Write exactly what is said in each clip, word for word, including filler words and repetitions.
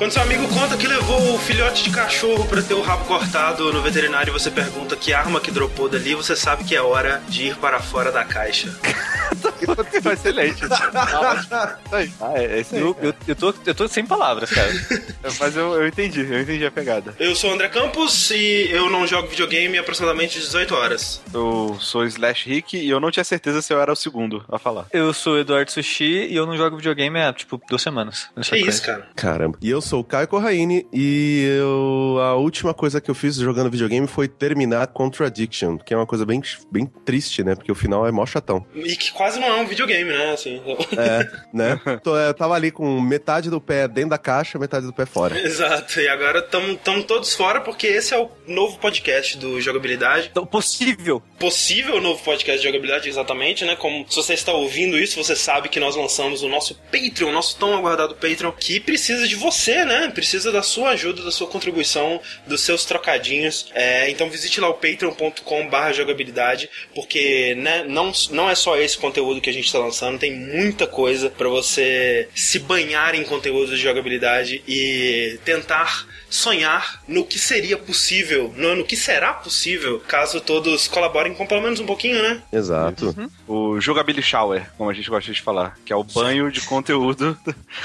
Quando seu amigo conta que levou o filhote de cachorro pra ter o rabo cortado no veterinário e você pergunta que arma que dropou dali, você sabe que é hora de ir para fora da caixa. Excelente. Ah, é, é isso aí, eu, eu, eu, tô, eu tô sem palavras, cara. Mas eu, eu entendi, eu entendi a pegada. Eu sou o André Campos e eu não jogo videogame há aproximadamente dezoito horas. Eu sou Slash Rick e eu não tinha certeza se eu era o segundo a falar. Eu sou o Eduardo Sushi e eu não jogo videogame há, tipo, duas semanas. Que isso, cara? Caramba. E eu sou o Caio Corraine e eu... a última coisa que eu fiz jogando videogame foi terminar Contradiction, que é uma coisa bem, bem triste, né? Porque o final é mó chatão. E que quase não é um videogame, né? Assim. É, né? Tô, eu tava ali com metade do pé dentro da caixa, metade do pé fora. Exato. E agora estamos todos fora porque esse é o novo podcast do Jogabilidade. Então, possível. Possível novo podcast de jogabilidade, exatamente, né? Como se você está ouvindo isso, você sabe que nós lançamos o nosso Patreon, o nosso tão aguardado Patreon, que precisa de você, né? Precisa da sua ajuda, da sua contribuição, dos seus trocadinhos. É, então visite lá o patreon ponto com barra jogabilidade, porque né, não, não é só esse conteúdo que a gente está lançando, tem muita coisa para você se banhar em conteúdo de jogabilidade e tentar sonhar no que seria possível, no, no que será possível, caso todos colaborem com pelo menos um pouquinho, né? Exato. Uhum. O Jogability Shower, como a gente gosta de falar, que é o banho de conteúdo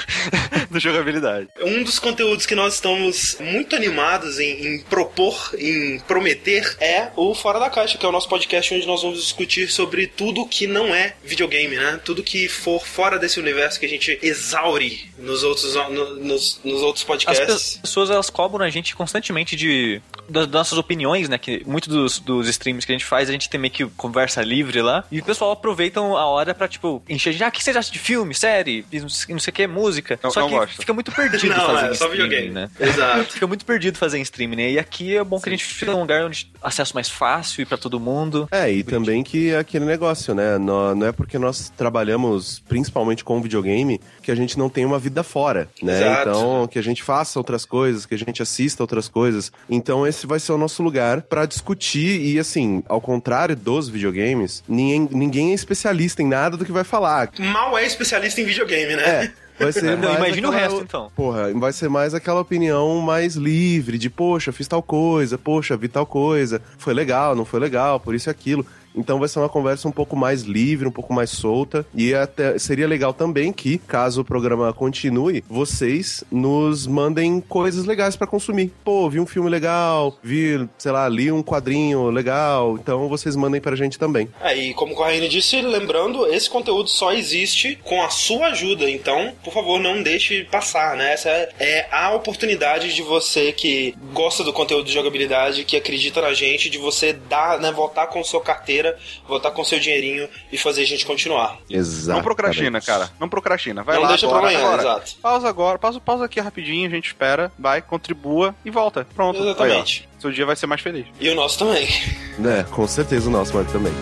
do jogabilidade. Um dos conteúdos que nós estamos muito animados em, em propor, em prometer, é o Fora da Caixa, que é o nosso podcast onde nós vamos discutir sobre tudo que não é videogame, né? Tudo que for fora desse universo que a gente exaure nos outros, no, nos, nos outros podcasts. As pessoas, elas cobram a gente constantemente de das nossas opiniões, né? Que muitos dos, dos streams que a gente faz, a gente tem meio que conversa livre lá. E o pessoal aproveitam a hora pra, tipo, encher de, ah, o que vocês acham de filme, série, não sei o que, música. Não, só não que gosto. fica muito perdido não, fazer é em só streaming, videogame, né? Exato. Fica muito perdido fazer em streaming, né? E aqui é bom que a gente fica num lugar onde acesso mais fácil e pra todo mundo. É, e também que é aquele negócio, né? Não, não é porque nós trabalhamos principalmente com videogame que a gente não tem uma vida fora, né? Exato. Então, que a gente faça outras coisas, que a gente assista outras coisas. Então, esse vai ser o nosso lugar pra discutir e, assim, ao contrário dos videogames, ninguém, ninguém é especialista em nada do que vai falar. Mal é especialista em videogame, né? É. Vai ser Não, mais imagina aquela, o resto, então. Porra, vai ser mais aquela opinião mais livre, de poxa, fiz tal coisa, poxa, vi tal coisa, foi legal, não foi legal, por isso e aquilo. Então vai ser uma conversa um pouco mais livre, um pouco mais solta. E até seria legal também que, caso o programa continue, vocês nos mandem coisas legais pra consumir. Pô, vi um filme legal, vi, sei lá, li um quadrinho legal. Então vocês mandem pra gente também. É, e como o Corraine disse, lembrando, esse conteúdo só existe com a sua ajuda. Então, por favor, não deixe passar, né? Essa é, é a oportunidade de você que gosta do conteúdo de jogabilidade, que acredita na gente, de você dar, né, voltar com sua carteira, voltar com seu dinheirinho e fazer a gente continuar. Exato. Não procrastina, cara. Não procrastina. Vai Não lá deixa agora, pra amanhã, agora. exato. Pausa agora. Pausa, pausa aqui rapidinho, a gente espera, vai, contribua e volta. Pronto. Exatamente. Aí, ó, seu dia vai ser mais feliz. E o nosso também. É, com certeza o nosso Marco também.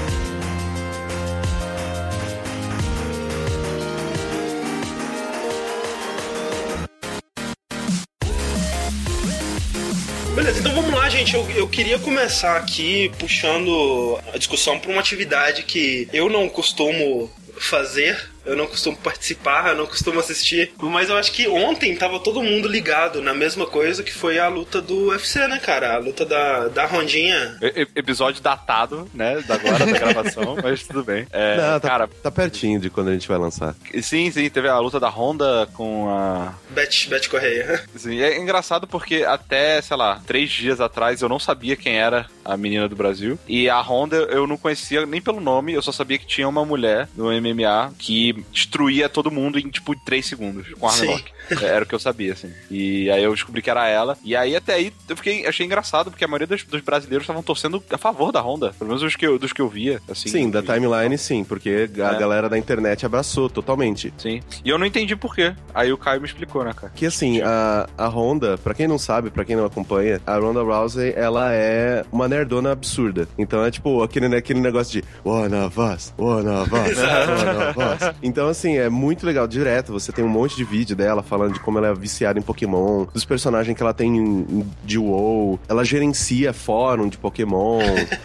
Beleza, então vamos lá, gente. Eu, eu queria começar aqui puxando a discussão para uma atividade que eu não costumo fazer. Eu não costumo participar, eu não costumo assistir. Mas eu acho que ontem tava todo mundo ligado na mesma coisa que foi a luta do U F C, né, cara? A luta da, da Rondinha. E- episódio datado, né, da agora, da gravação, mas tudo bem. É, Não, tá, cara, tá pertinho de quando a gente vai lançar. sim, sim, teve a luta da Honda com a... Beth, Beth Correia. Sim, é engraçado porque até, sei lá, três dias atrás eu não sabia quem era a menina do Brasil. E a Honda eu não conhecia nem pelo nome, eu só sabia que tinha uma mulher no M M A que destruía todo mundo em, tipo, três segundos com armlock. Era o que eu sabia, assim. E aí eu descobri que era ela. E aí até aí eu fiquei, achei engraçado, porque a maioria dos, dos brasileiros estavam torcendo a favor da Honda. Pelo menos dos que eu, dos que eu via, assim. Sim, da e, timeline sim, porque a É. galera da internet abraçou totalmente. Sim. E eu não entendi por quê. Aí o Caio me explicou, né, cara? Que assim, a, a Honda, pra quem não sabe, pra quem não acompanha, a Ronda Rousey, ela é uma nerdona absurda. Então é tipo aquele, aquele negócio de one of us, one of us, one of us. Então, assim, é muito legal. Direto, você tem um monte de vídeo dela falando de como ela é viciada em Pokémon, dos personagens que ela tem em, de WoW. Ela gerencia fórum de Pokémon.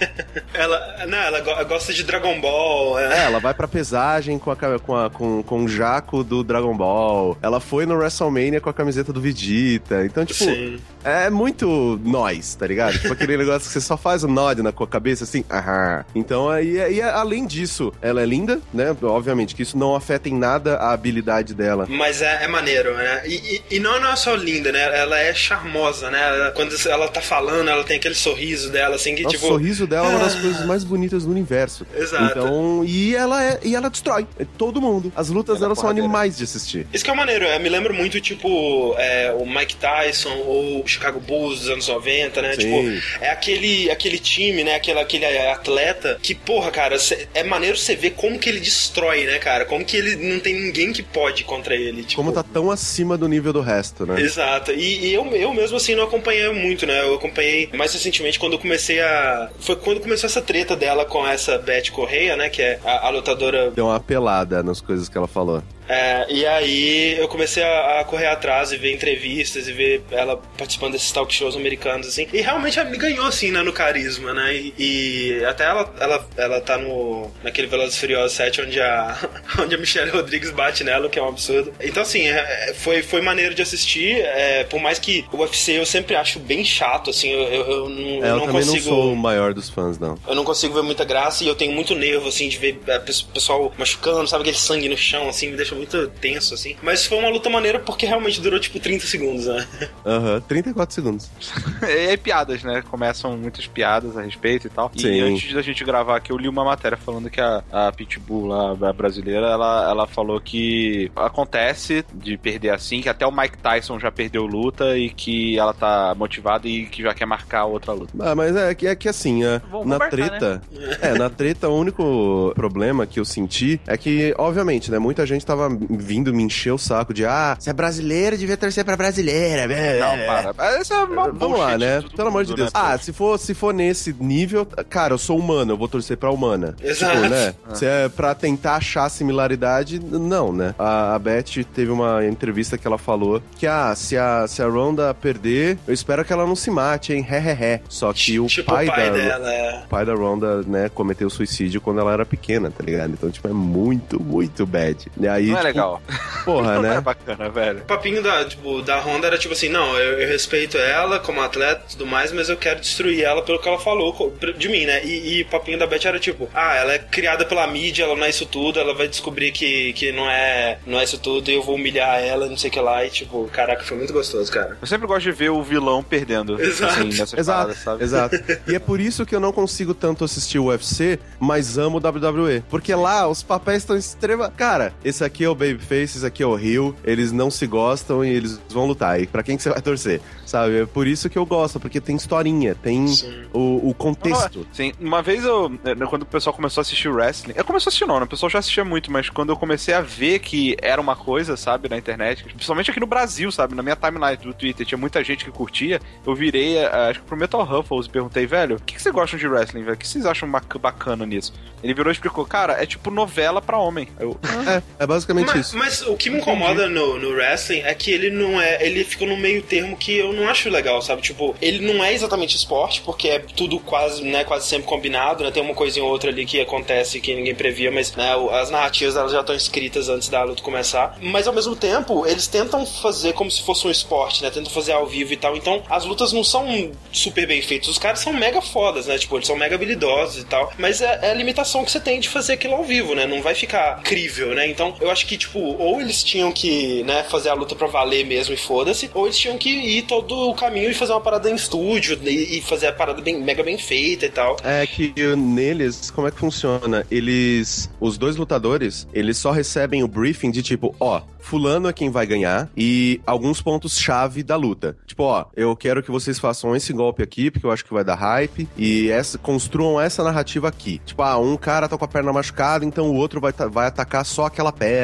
ela, não, ela go- gosta de Dragon Ball. É. É, ela vai pra pesagem com, a, com, a, com, com o Jaco do Dragon Ball. Ela foi no WrestleMania com a camiseta do Vegeta. Então, tipo, Sim. é muito nós, tá ligado? Tipo aquele negócio que você só faz o nod na cabeça, assim, aham. Então, aí, e além disso, ela é linda, né? Obviamente que isso não afeta em nada a habilidade dela. Mas é, é maneiro, né? E, e, e não, não é só linda, né? Ela é charmosa, né? Ela, quando ela tá falando, ela tem aquele sorriso dela, assim, que Nossa, tipo... O sorriso dela é uma das Ah. coisas mais bonitas do universo. Exato. Então, e ela é, e ela destrói todo mundo. As lutas Ela é dela são porradeira. animais de assistir. Isso que é maneiro, é, me lembra muito, tipo, é, o Mike Tyson ou o Chicago Bulls dos anos noventa, né? Sim. Tipo, é aquele, aquele time, né? Aquele, aquele atleta que, porra, cara, cê, é maneiro você ver como que ele destrói, né, cara? Como que ele não tem ninguém que pode contra ele. Tipo, Como tá tão acima do nível do resto, né? Exato. E, e eu, eu mesmo, assim, não acompanhei muito, né? Eu acompanhei mais recentemente quando eu comecei a... Foi quando começou essa treta dela com essa Beth Correia, né? Que é a, a lutadora... Deu uma pelada nas coisas que ela falou. É, e aí eu comecei a, a correr atrás e ver entrevistas e ver ela participando desses talk shows americanos, assim. E realmente ela me ganhou, assim, né, no carisma, né? E, e até ela, ela, ela tá no, naquele Velozes e Furiosos sete onde a, onde a Michelle Rodrigues bate nela, o que é um absurdo. Então, assim, é, foi, foi maneiro de assistir. É, por mais que o U F C eu sempre acho bem chato, assim, eu, eu, eu não, É, eu eu não também consigo... não sou o maior dos fãs, não. Eu não consigo ver muita graça e eu tenho muito nervo, assim, de ver é, pessoal machucando, sabe? Aquele sangue no chão, assim, me deixa muito tenso, assim. Mas foi uma luta maneira porque realmente durou, tipo, trinta segundos, né? Aham, uhum, trinta e quatro segundos. E aí piadas, né? Começam muitas piadas a respeito e tal. Sim. E antes da gente gravar aqui, eu li uma matéria falando que a, a Pitbull, lá, a brasileira, ela, ela falou que acontece de perder assim, que até o Mike Tyson já perdeu luta e que ela tá motivada e que já quer marcar outra luta. Ah, mas é que, é que assim, é, Vamos na marcar, treta... É, na treta, o único problema que eu senti é que, obviamente, né, muita gente tava vindo me encher o saco de ah, se é brasileira, devia torcer pra brasileira. Não, para. Essa é uma Vamos lá, né? todo Pelo amor de mundo, Deus. né? Ah, se for, se for nesse nível, cara, eu sou humano, eu vou torcer pra humana. Exato. Tipo, né? Se é pra tentar achar similaridade, não, né? A, a Beth teve uma entrevista que ela falou que, ah, se a, se a Ronda perder, eu espero que ela não se mate, hein? Ré, ré, ré. Só que o tipo pai, o pai da, dela, é. o pai da Ronda, né, cometeu suicídio quando ela era pequena, tá ligado? Então, tipo, é muito, muito bad. E aí, Não é tipo, legal. porra, Não é né? bacana, velho. O papinho da, tipo, da Honda era tipo assim, não, eu, eu respeito ela como atleta e tudo mais, mas eu quero destruir ela pelo que ela falou co- de mim, né? E, e o papinho da Beth era tipo, ah, ela é criada pela mídia, ela não é isso tudo, ela vai descobrir que, que não, é, não é isso tudo e eu vou humilhar ela, não sei o que lá. E tipo, caraca, foi muito gostoso, cara. Eu sempre gosto de ver o vilão perdendo. Exato. Assim, nessas Exato, paradas, sabe? exato. E é por isso que eu não consigo tanto assistir o U F C, mas amo o W W E. Porque lá os papéis estão extrema... Cara, esse aqui é o Babyface, esse aqui é o Heel, eles não se gostam e eles vão lutar. E pra quem que você vai torcer? Sabe? É por isso que eu gosto, porque tem historinha, tem o, o contexto. Sim, uma vez eu, quando o pessoal começou a assistir wrestling, eu comecei a assistir não, né? O pessoal já assistia muito, mas quando eu comecei a ver que era uma coisa, sabe, na internet, principalmente aqui no Brasil, sabe, na minha timeline do Twitter, tinha muita gente que curtia, eu virei, acho que pro Metal Ruffles e perguntei, velho, o que, que vocês gostam de wrestling, velho? O que vocês acham bacana nisso? Ele virou e explicou, cara, é tipo novela pra homem. Eu, É, é basicamente Mas, isso. mas o que me incomoda no, no wrestling é que ele não é. Ele fica no meio termo que eu não acho legal, sabe? Tipo, ele não é exatamente esporte, porque é tudo quase, né, quase sempre combinado, né? Tem uma coisinha ou outra ali que acontece que ninguém previa, mas né, as narrativas elas já estão escritas antes da luta começar. Mas ao mesmo tempo, eles tentam fazer como se fosse um esporte, né? Tentam fazer ao vivo e tal. Então, as lutas não são super bem feitas. Os caras são mega fodas, né? Tipo, eles são mega habilidosos e tal. Mas é, é a limitação que você tem de fazer aquilo ao vivo, né? Não vai ficar crível, né? Então, eu acho que, tipo, ou eles tinham que, né, fazer a luta pra valer mesmo e foda-se, ou eles tinham que ir todo o caminho e fazer uma parada em estúdio e, e fazer a parada bem, mega bem feita e tal. É que neles, como é que funciona? Eles, os dois lutadores, eles só recebem o briefing de tipo, ó, fulano é quem vai ganhar e alguns pontos-chave da luta. Tipo, ó, eu quero que vocês façam esse golpe aqui, porque eu acho que vai dar hype, e essa, construam essa narrativa aqui. Tipo, ah, um cara tá com a perna machucada, então o outro vai, vai atacar só aquela perna.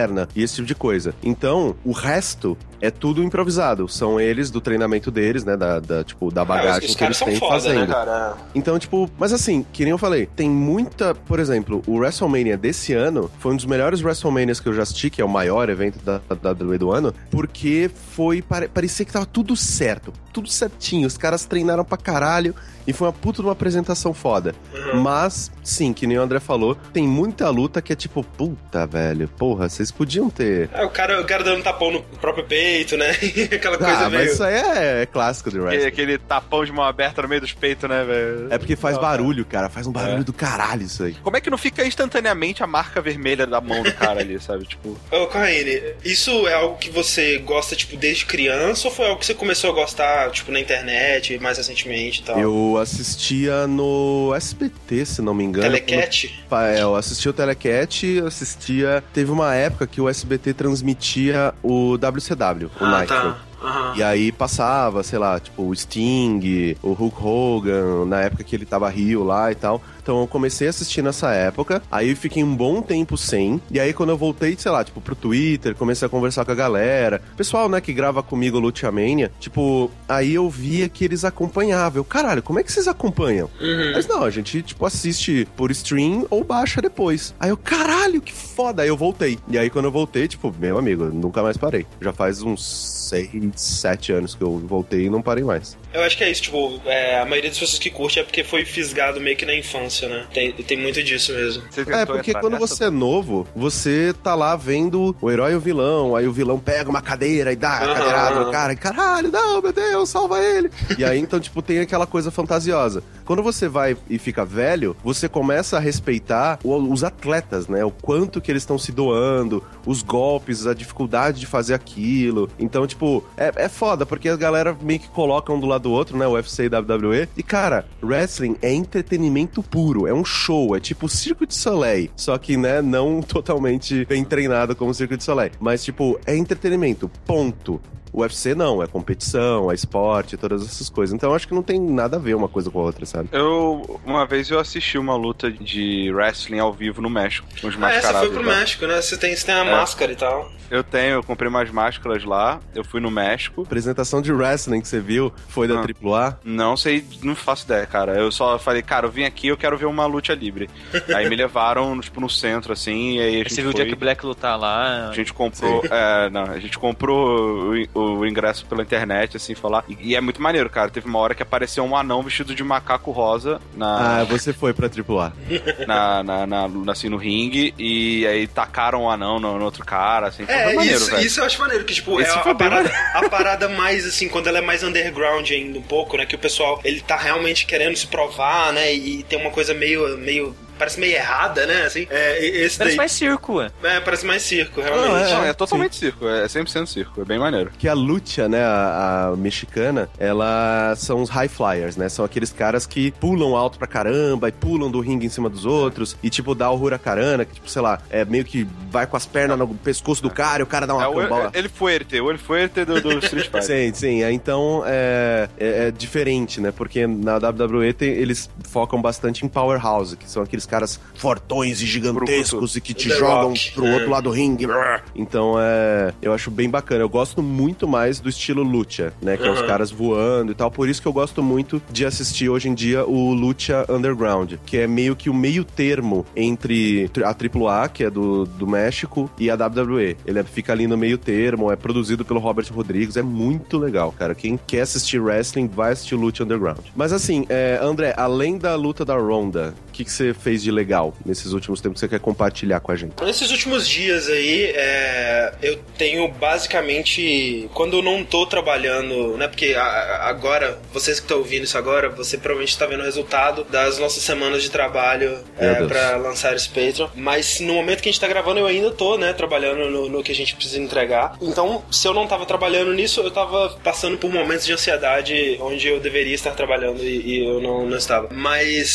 perna e esse tipo de coisa. Então, o resto é tudo improvisado. São eles, do treinamento deles, né? Da, da, tipo, da bagagem os que eles caras têm são foda, fazendo. né, cara? Então, tipo, mas assim, que nem eu falei, tem muita, por exemplo, o WrestleMania desse ano foi um dos melhores WrestleManias que eu já assisti, que é o maior evento da W W E do ano, porque foi, pare, parecia que tava tudo certo, tudo certinho, os caras treinaram pra caralho, e foi uma puta de uma apresentação foda. Uhum. Mas, sim, que nem o André falou, tem muita luta que é tipo, puta, velho, porra, vocês podiam ter... É, o cara, o cara dando tapão no próprio peito, né? Aquela coisa ah, meio... mas isso aí é, é clássico de wrestling. Aquele, aquele tapão de mão aberta no meio dos peitos, né, velho? É porque faz barulho, cara, faz um barulho é. do caralho isso aí. Como é que não fica instantaneamente a marca vermelha da mão do cara ali, sabe? Tipo... Ô, Corraine, isso é algo que você gosta, tipo, desde criança, ou foi algo que você começou a gostar, tipo, na internet, mais recentemente e tal? Eu assistia no S B T, se não me engano. Telecat? Quando... É, eu assistia o Telecat, assistia... Teve uma época que o S B T transmitia o W C W, o ah, Nitro. Tá. Uhum. E aí passava, sei lá, tipo, o Sting, o Hulk Hogan, na época que ele tava Rio lá e tal. Então eu comecei a assistir nessa época, aí eu fiquei um bom tempo sem, e aí quando eu voltei, sei lá, tipo, pro Twitter, comecei a conversar com a galera, pessoal, né, que grava comigo Luteamania, tipo, aí eu via que eles acompanhavam. Eu, caralho, como é que vocês acompanham? Uhum. Mas não, a gente, tipo, assiste por stream ou baixa depois. Aí eu, caralho, que foda! Aí eu voltei. E aí quando eu voltei, tipo, meu amigo, eu nunca mais parei. Já faz uns seis, sete anos que eu voltei e não parei mais. Eu acho que é isso, tipo, é, a maioria das pessoas que curte é porque foi fisgado meio que na infância, né? Tem, tem muito disso mesmo. É, porque quando você é novo, você tá lá vendo o herói e o vilão, aí o vilão pega uma cadeira e dá a uhum. cadeirada no cara, e caralho, não, meu Deus, salva ele. E aí, então, tipo, tem aquela coisa fantasiosa. Quando você vai e fica velho, você começa a respeitar os atletas, né? O quanto que eles estão se doando, os golpes, a dificuldade de fazer aquilo. Então, tipo, é, é foda, porque a galera meio que coloca um do lado do outro, né? O U F C e W W E. E, cara, wrestling é entretenimento puro, é um show, é tipo Cirque du Soleil. Só que, né, não totalmente bem treinado como Cirque du Soleil. Mas, tipo, é entretenimento, ponto. O U F C não, é competição, é esporte, todas essas coisas. Então eu acho que não tem nada a ver uma coisa com a outra, sabe? Eu, uma vez eu assisti uma luta de wrestling ao vivo no México, com os ah, mascarados. Ah, essa foi pro lá. México, né? Você tem, você tem a é. máscara e tal. Eu tenho, eu comprei umas máscaras lá, eu fui no México. A apresentação de wrestling que você viu foi da ah. triplo A? Não sei, não faço ideia, cara. Eu só falei, cara, eu vim aqui, eu quero ver uma luta livre. Aí me levaram, tipo, no centro, assim, e aí a gente Você viu foi... o Jack Black lutar lá? A gente comprou, é, não, a gente comprou o, o ingresso pela internet, assim, falar. E, e é muito maneiro, cara. Teve uma hora que apareceu um anão vestido de macaco rosa na... Ah, você foi pra triplo A. Na, na, na, assim, no ringue, e aí tacaram o anão no, no outro cara, assim. Foi é, maneiro, isso, velho. isso eu acho maneiro, que, tipo, Esse é a, foi a, bem parada, a parada mais, assim, quando ela é mais underground ainda um pouco, né, que o pessoal, ele tá realmente querendo se provar, né, e tem uma coisa meio... meio parece meio errada, né? Assim, é, esse parece daí... mais circo, ué. É, parece mais circo, realmente. Não, é, Não, é totalmente sim. circo, é cem por cento circo, é bem maneiro. Que a luta, né, a, a mexicana, ela são os high flyers, né? São aqueles caras que pulam alto pra caramba e pulam do ringue em cima dos outros e, tipo, dá o huracarana, que, tipo, sei lá, é meio que vai com as pernas no pescoço do cara e o cara dá uma é, cambola. Ele fuerte, o ele fuerte do, do Street Fighter. Sim, sim. Então, é, é, é diferente, né? Porque na W W E tem, eles focam bastante em powerhouse, que são aqueles caras fortes e gigantescos e que te The jogam Rock. pro outro lado do ringue. Então é. Eu acho bem bacana. Eu gosto muito mais do estilo lucha, né? Que uhum. é os caras voando e tal. Por isso que eu gosto muito de assistir hoje em dia o Lucha Underground, que é meio que o meio termo entre a triplo A, que é do, do México, e a W W E. Ele é, fica ali no meio termo, é produzido pelo Robert Rodrigues. É muito legal, cara. Quem quer assistir wrestling, vai assistir o Lucha Underground. Mas assim, é, André, além da luta da Ronda, o que, que você fez de legal nesses últimos tempos que você quer compartilhar com a gente? Nesses últimos dias aí, é, eu tenho basicamente, quando eu não tô trabalhando, né, porque a, agora, vocês que estão ouvindo isso agora, você provavelmente está vendo o resultado das nossas semanas de trabalho é, pra lançar esse Patreon, mas no momento que a gente tá gravando eu ainda tô, né, trabalhando no, no que a gente precisa entregar, então se eu não tava trabalhando nisso, eu tava passando por momentos de ansiedade onde eu deveria estar trabalhando e, e eu não, não estava, mas...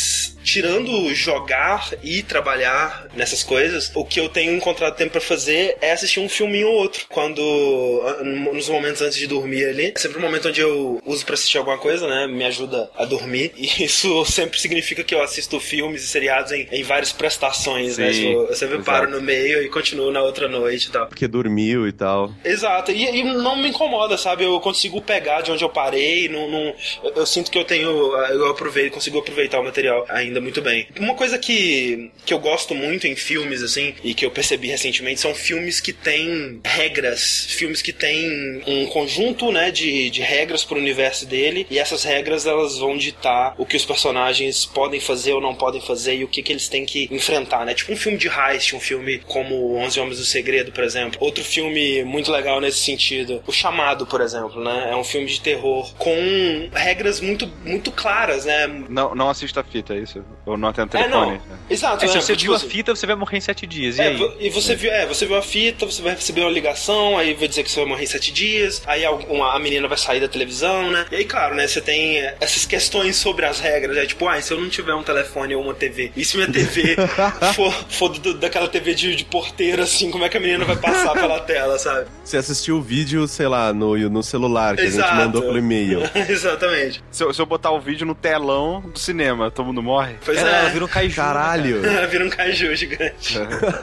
tirando jogar e trabalhar nessas coisas, o que eu tenho encontrado tempo pra fazer é assistir um filminho ou outro. Quando, nos momentos antes de dormir ali, é sempre um momento onde eu uso pra assistir alguma coisa, né? Me ajuda a dormir. E isso sempre significa que eu assisto filmes e seriados em, em várias prestações, Sim, né? Eu, eu sempre exato. paro no meio e continuo na outra noite e tal. Porque dormiu e tal. Exato. E, e não me incomoda, sabe? Eu consigo pegar de onde eu parei, não, não, eu, eu sinto que eu tenho, eu aproveito, consigo aproveitar o material ainda muito bem. Uma coisa que, que eu gosto muito em filmes, assim, e que eu percebi recentemente, são filmes que têm regras, filmes que têm um conjunto, né, de, de regras pro universo dele, e essas regras, elas vão ditar o que os personagens podem fazer ou não podem fazer, e o que, que eles têm que enfrentar, né? Tipo um filme de heist, um filme como Onze Homens do Segredo, por exemplo. Outro filme muito legal nesse sentido, O Chamado, por exemplo, né? É um filme de terror com regras muito, muito claras, né? Não, não assista a fita, é isso? Ou não atenda o telefone? É, não. Exato. É, né? se você tipo, viu a fita, você vai morrer em sete dias. E é, aí? E você, é. Viu, é, você viu a fita, você vai receber uma ligação, aí vai dizer que você vai morrer em sete dias, aí uma, a menina vai sair da televisão, né? E aí, claro, né? Você tem essas questões sobre as regras, é tipo, ah, se eu não tiver um telefone ou uma T V, e se minha T V for, for do, daquela T V de, de porteiro, assim, como é que a menina vai passar pela tela, sabe? Você assistiu o vídeo, sei lá, no, no celular, que Exato. a gente mandou pelo e-mail. Exatamente. Se eu, se eu botar o vídeo no telão do cinema, todo mundo morre? Pois é. Ela vira um kaiju. Caralho. Ela vira um kaiju gigante.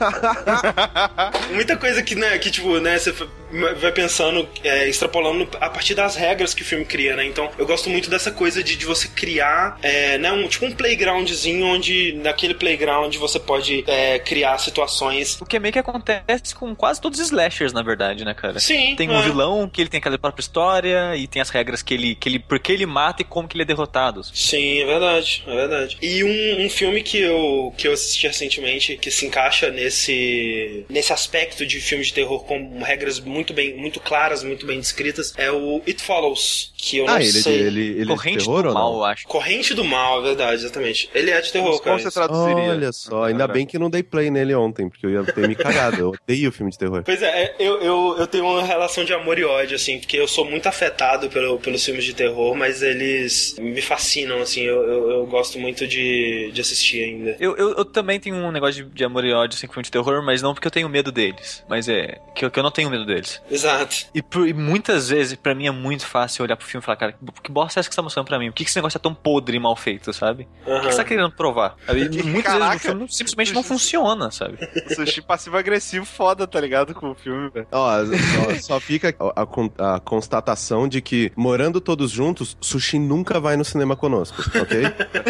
Muita coisa que, né, que tipo, né, você vai pensando, é, extrapolando a partir das regras que o filme cria, né? Então, eu gosto muito dessa coisa de, de você criar, é, né, um, tipo um playgroundzinho onde, naquele playground, você pode é, criar situações. O que meio que acontece com quase todos os slashers, na verdade, né, cara? Sim. Tem é. um vilão que ele tem aquela própria história e tem as regras que ele, que ele, por que ele mata e como que ele é derrotado. Sim, é verdade, é verdade. E um, um filme que eu, que eu assisti recentemente, que se encaixa nesse, nesse aspecto de filme de terror com regras muito bem, muito claras, muito bem descritas, é o It Follows, que eu não ah, ele, sei. Ele, ele Corrente é de terror do ou não? Mal, eu acho. Corrente do Mal, é verdade, exatamente. Ele é de terror, Como cara. você traduziria? Olha só, ainda bem que eu não dei play nele ontem, porque eu ia ter me cagado. Eu odeio filme de terror. Pois é, eu, eu, eu tenho uma relação de amor e ódio, assim, porque eu sou muito afetado pelo, pelos filmes de terror, mas eles me fascinam, assim, eu, eu, eu gosto muito de, de assistir ainda. Eu, eu, eu também tenho um negócio de, de amor e ódio, assim, com filme de terror, mas não porque eu tenho medo deles, mas é que eu, que eu não tenho medo deles. Exato. E, por, e muitas vezes, pra mim, é muito fácil olhar pro filme e falar, cara, que bosta é essa que você tá mostrando pra mim? Por que esse negócio é tão podre e mal feito, sabe? Uhum. O que você tá querendo provar? Sabe? Muitas Caraca, vezes o filme simplesmente não funciona, sabe? Sushi passivo-agressivo foda, tá ligado? Com o filme, velho. Ó, só, só fica a, a, a constatação de que, morando todos juntos, Sushi nunca vai no cinema conosco, ok?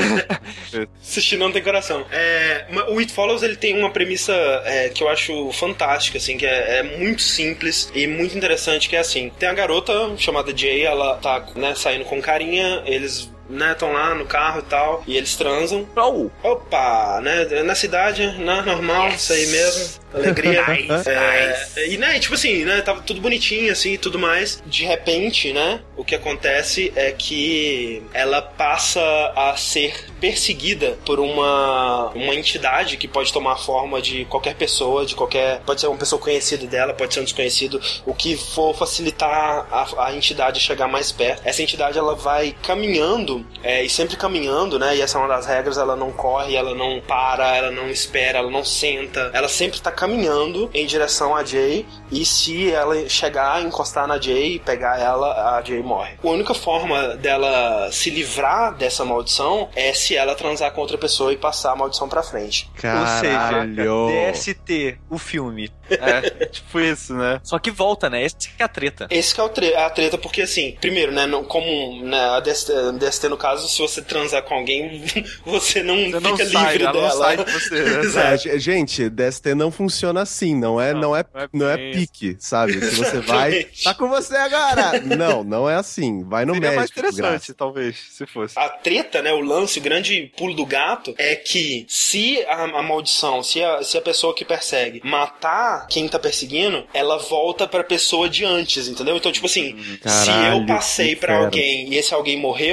Sushi não tem coração. É, o It Follows, ele tem uma premissa é, que eu acho fantástica, assim, que é, é muito simples e muito interessante, que é assim, tem a garota chamada Jay, ela tá, né, saindo com um carinha, eles... né, estão lá no carro e tal, e eles transam. Oh. Opa, né, na cidade, né, normal, isso aí mesmo, alegria. Nice, é, nice. E, né, tipo assim, né, tava tudo bonitinho, assim, e tudo mais. De repente, né, o que acontece é que ela passa a ser perseguida por uma, uma entidade que pode tomar a forma de qualquer pessoa, de qualquer... Pode ser uma pessoa conhecida dela, pode ser um desconhecido, o que for facilitar a, a entidade chegar mais perto. Essa entidade, ela vai caminhando É, e sempre caminhando, né? E essa é uma das regras, ela não corre, ela não para, ela não espera, ela não senta. Ela sempre tá caminhando em direção a Jay, e se ela chegar, encostar na Jay e pegar ela, a Jay morre. A única forma dela se livrar dessa maldição é se ela transar com outra pessoa e passar a maldição pra frente. Caralho. Ou seja, D S T, o filme. É, tipo isso, né? Só que volta, né? Esse que é a treta. Esse que é o tre- a treta, porque assim, primeiro, né, não, como né, a D S T, D S T, no caso, se você transar com alguém, você não Você fica não sai, livre ela dela. não sai de você, né? Exato. É, gente, D S T não funciona assim, não é, não, não é, não é pique, sabe? Se você vai, tá com você agora! Não, não é assim, vai no Seria médico. mais interessante, graça. talvez, se fosse. A treta, né, o lance, o grande pulo do gato é que se a, a maldição, se a, se a pessoa que persegue matar quem tá perseguindo, ela volta pra pessoa de antes, entendeu? Então, tipo assim, Caralho, se eu passei pra inferno. alguém e esse alguém morreu, a,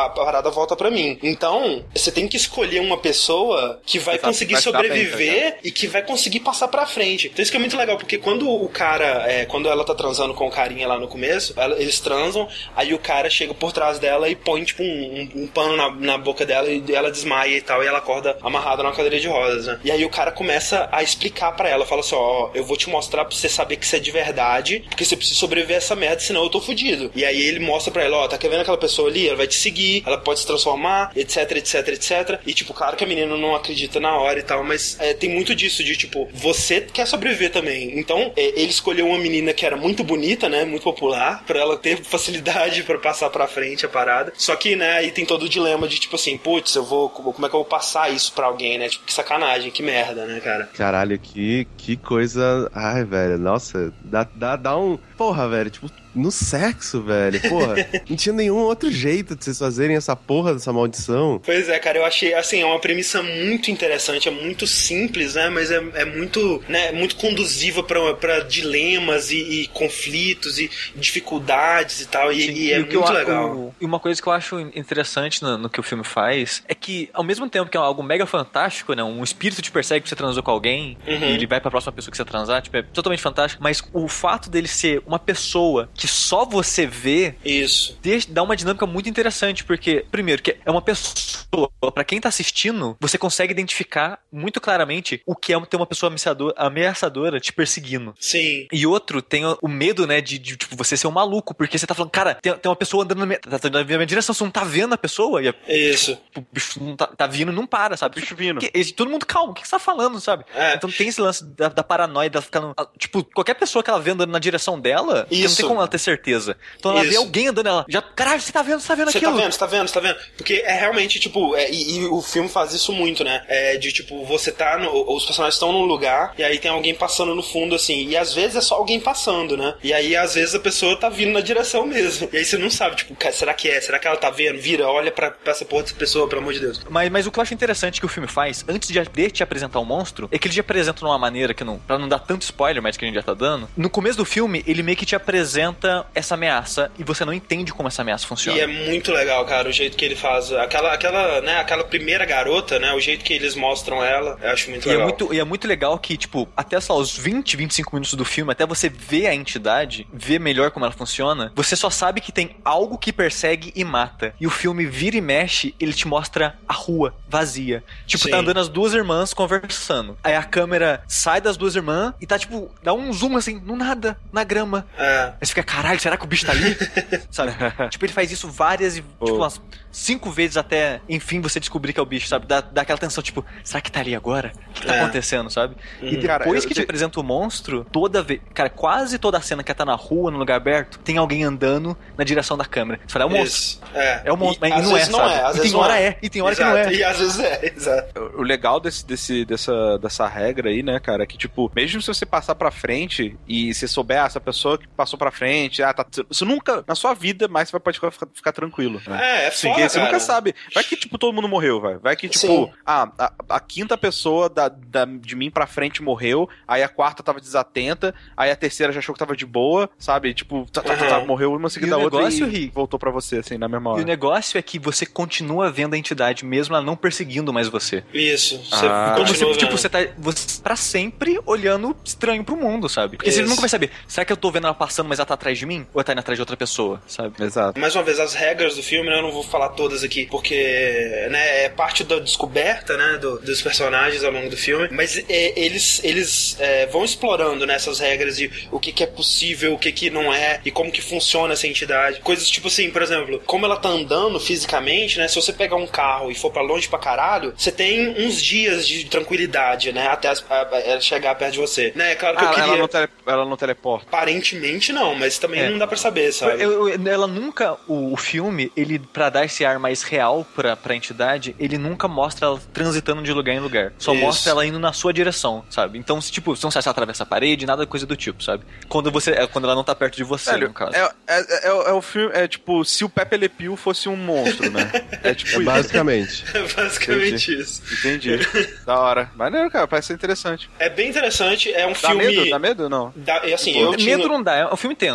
a parada volta pra mim. Então, você tem que escolher uma pessoa que vai Exato, conseguir vai sobreviver bem, e que vai conseguir passar pra frente. Então isso que é muito legal, porque quando o cara, é, quando ela tá transando com o carinha lá no começo, ela, eles transam, aí o cara chega por trás dela e põe, tipo, um, um, um pano na, na boca dela e ela desmaia e tal, e ela acorda amarrada numa cadeira de rodas, né? E aí o cara começa a explicar pra ela, fala assim, ó, eu vou te mostrar pra você saber que isso é de verdade, porque você precisa sobreviver a essa merda, senão eu tô fudido. E aí ele mostra pra ela, ó, tá vendo aquela pessoa ali? Ela vai te seguir, ela pode se transformar, etc, etc, etc. E, tipo, claro que a menina não acredita na hora e tal, mas é, tem muito disso, de, tipo, você quer sobreviver também. Então, é, ele escolheu uma menina que era muito bonita, né, muito popular, pra ela ter facilidade pra passar pra frente a parada. Só que, né, aí tem todo o dilema de, tipo assim, putz, eu vou, como é que eu vou passar isso pra alguém, né? Tipo, que sacanagem, que merda, né, cara? Caralho, que, que coisa... Ai, velho, nossa, dá, dá, dá um... Porra, velho, tipo... No sexo, velho, porra. Não tinha nenhum outro jeito de vocês fazerem essa porra dessa maldição. Pois é, cara, eu achei, assim, é uma premissa muito interessante, é muito simples, né, mas é, é muito, né, muito conduziva pra, pra dilemas e, e conflitos e dificuldades e tal, e, Sim, e é e muito eu, legal. O, e uma coisa que eu acho interessante no, no que o filme faz é que, ao mesmo tempo que é algo mega fantástico, né, um espírito te persegue que você transou com alguém, uhum. e ele vai pra próxima pessoa que você transar, tipo, é totalmente fantástico, mas o fato dele ser uma pessoa que só você vê, isso deixa, dá uma dinâmica muito interessante, porque, primeiro, que é uma pessoa, pra quem tá assistindo, você consegue identificar muito claramente o que é ter uma pessoa ameaçadora, ameaçadora te perseguindo. Sim. E outro, tem o, o medo, né, de, de, tipo, você ser um maluco, porque você tá falando, cara, tem, tem uma pessoa andando na minha, tá, tá na minha direção, você não tá vendo a pessoa, e a, isso. O bicho não tá, tá vindo, não para, sabe? Bicho vindo. Porque, todo mundo, calma, o que você tá falando, sabe? É. Então tem esse lance da, da paranoia, dela ficando, tipo, qualquer pessoa que ela vê andando na direção dela, não tem como ela ter certeza. Então ela Isso. vê alguém andando, ela já, caralho, você tá vendo, você tá vendo você aquilo? Você tá vendo, você tá vendo, você tá vendo. Porque é realmente, tipo, é, e, e o filme faz isso muito, né? É de, tipo, você tá, no, os personagens estão num lugar e aí tem alguém passando no fundo, assim, e às vezes é só alguém passando, né? E aí, às vezes, a pessoa tá vindo na direção mesmo. E aí você não sabe, tipo, será que é? Será que ela tá vendo? Vira, olha pra, pra essa porra dessa pessoa, pelo amor de Deus. Mas, mas o que eu acho interessante que o filme faz, antes de, de te apresentar o monstro, é que ele te apresenta de uma maneira que não, pra não dar tanto spoiler, mas que a gente já tá dando, no começo do filme, ele meio que te apresenta essa ameaça e você não entende como essa ameaça funciona. E é muito legal, cara, o jeito que ele faz. Aquela, aquela, né, aquela primeira garota, né, o jeito que eles mostram ela, eu acho muito e legal. É muito, e é muito legal que, tipo, até só os vinte, vinte e cinco minutos do filme, até você ver a entidade, ver melhor como ela funciona, você só sabe que tem algo que persegue e mata. E o filme vira e mexe, ele te mostra a rua vazia. Tipo, Sim. tá andando as duas irmãs conversando. Aí a câmera sai das duas irmãs e tá, tipo, dá um zoom assim, no nada, na grama. É. Aí você fica, caralho, será que o bicho tá ali? Sabe? Tipo, ele faz isso várias e, oh. tipo, umas cinco vezes até, enfim, você descobrir que é o bicho, sabe? Dá, dá aquela tensão, tipo, será que tá ali agora? O que tá é. acontecendo, sabe? Uhum. E depois cara, eu, que te eu... apresenta o monstro, toda vez, cara, quase toda a cena que ela tá na rua, no lugar aberto, tem alguém andando na direção da câmera. Você fala, é o monstro. É. É o monstro, e, mas não é, não sabe? É, às e tem hora é. é, e tem hora exato. que não é. E às vezes é, exato. O legal desse, desse, dessa, dessa regra aí, né, cara, é que, tipo, mesmo se você passar pra frente e você souber, ah, essa pessoa que passou pra frente, ah, tá, você nunca, na sua vida, mais você pode ficar, ficar tranquilo. Né? É, é foda, Sim, você cara. nunca sabe. Vai que, tipo, todo mundo morreu, vai. Vai que, tipo, ah, a, a quinta pessoa da, da, de mim pra frente morreu, aí a quarta tava desatenta, aí a terceira já achou que tava de boa, sabe? Tipo, tá, tá, uhum. tá, morreu uma seguida da outra negócio, e Rick, voltou pra você, assim, na mesma hora. E o negócio é que você continua vendo a entidade, mesmo ela não perseguindo mais você. Isso. Você ah. continua você, vendo. tipo, você tá você, pra sempre olhando estranho pro mundo, sabe? Porque Isso. você nunca vai saber, será que eu tô vendo ela passando, mas ela tá atrás de mim? Ou ela tá indo atrás de outra pessoa, sabe? Exato. Mais uma vez, as regras do filme, né, eu não vou falar todas aqui, porque, né, é parte da descoberta, né, do, dos personagens ao longo do filme, mas é, eles, eles é, vão explorando, né, essas regras de o que, que é possível, o que, que não é, e como que funciona essa entidade. Coisas tipo assim, por exemplo, como ela tá andando fisicamente, né, se você pegar um carro e for pra longe pra caralho, você tem uns dias de tranquilidade, né, até as, a, a, ela chegar perto de você. Né, é claro que ah, eu queria... Ela não, tele, ela não teleporta? Aparentemente não, mas também é. não dá pra saber, sabe? Eu, eu, ela nunca, o, o filme, ele, pra dar esse ar mais real pra, pra entidade, ele nunca mostra ela transitando de lugar em lugar. Só Isso. mostra ela indo na sua direção, sabe? Então, se, tipo, você não sabe se ela atravessa a parede, nada coisa do tipo, sabe? Quando, você, é, quando ela não tá perto de você, Velho, no caso. É, é, é, é o filme, é tipo, se o Pepe Le Pew fosse um monstro, né? É tipo é basicamente. É basicamente Entendi. isso. Entendi. Da hora. Maneiro, cara, parece ser interessante. É bem interessante, é um dá filme... Medo? Dá medo ou não? Dá, assim, Pô, eu medo tinha... não dá, é um filme tenso.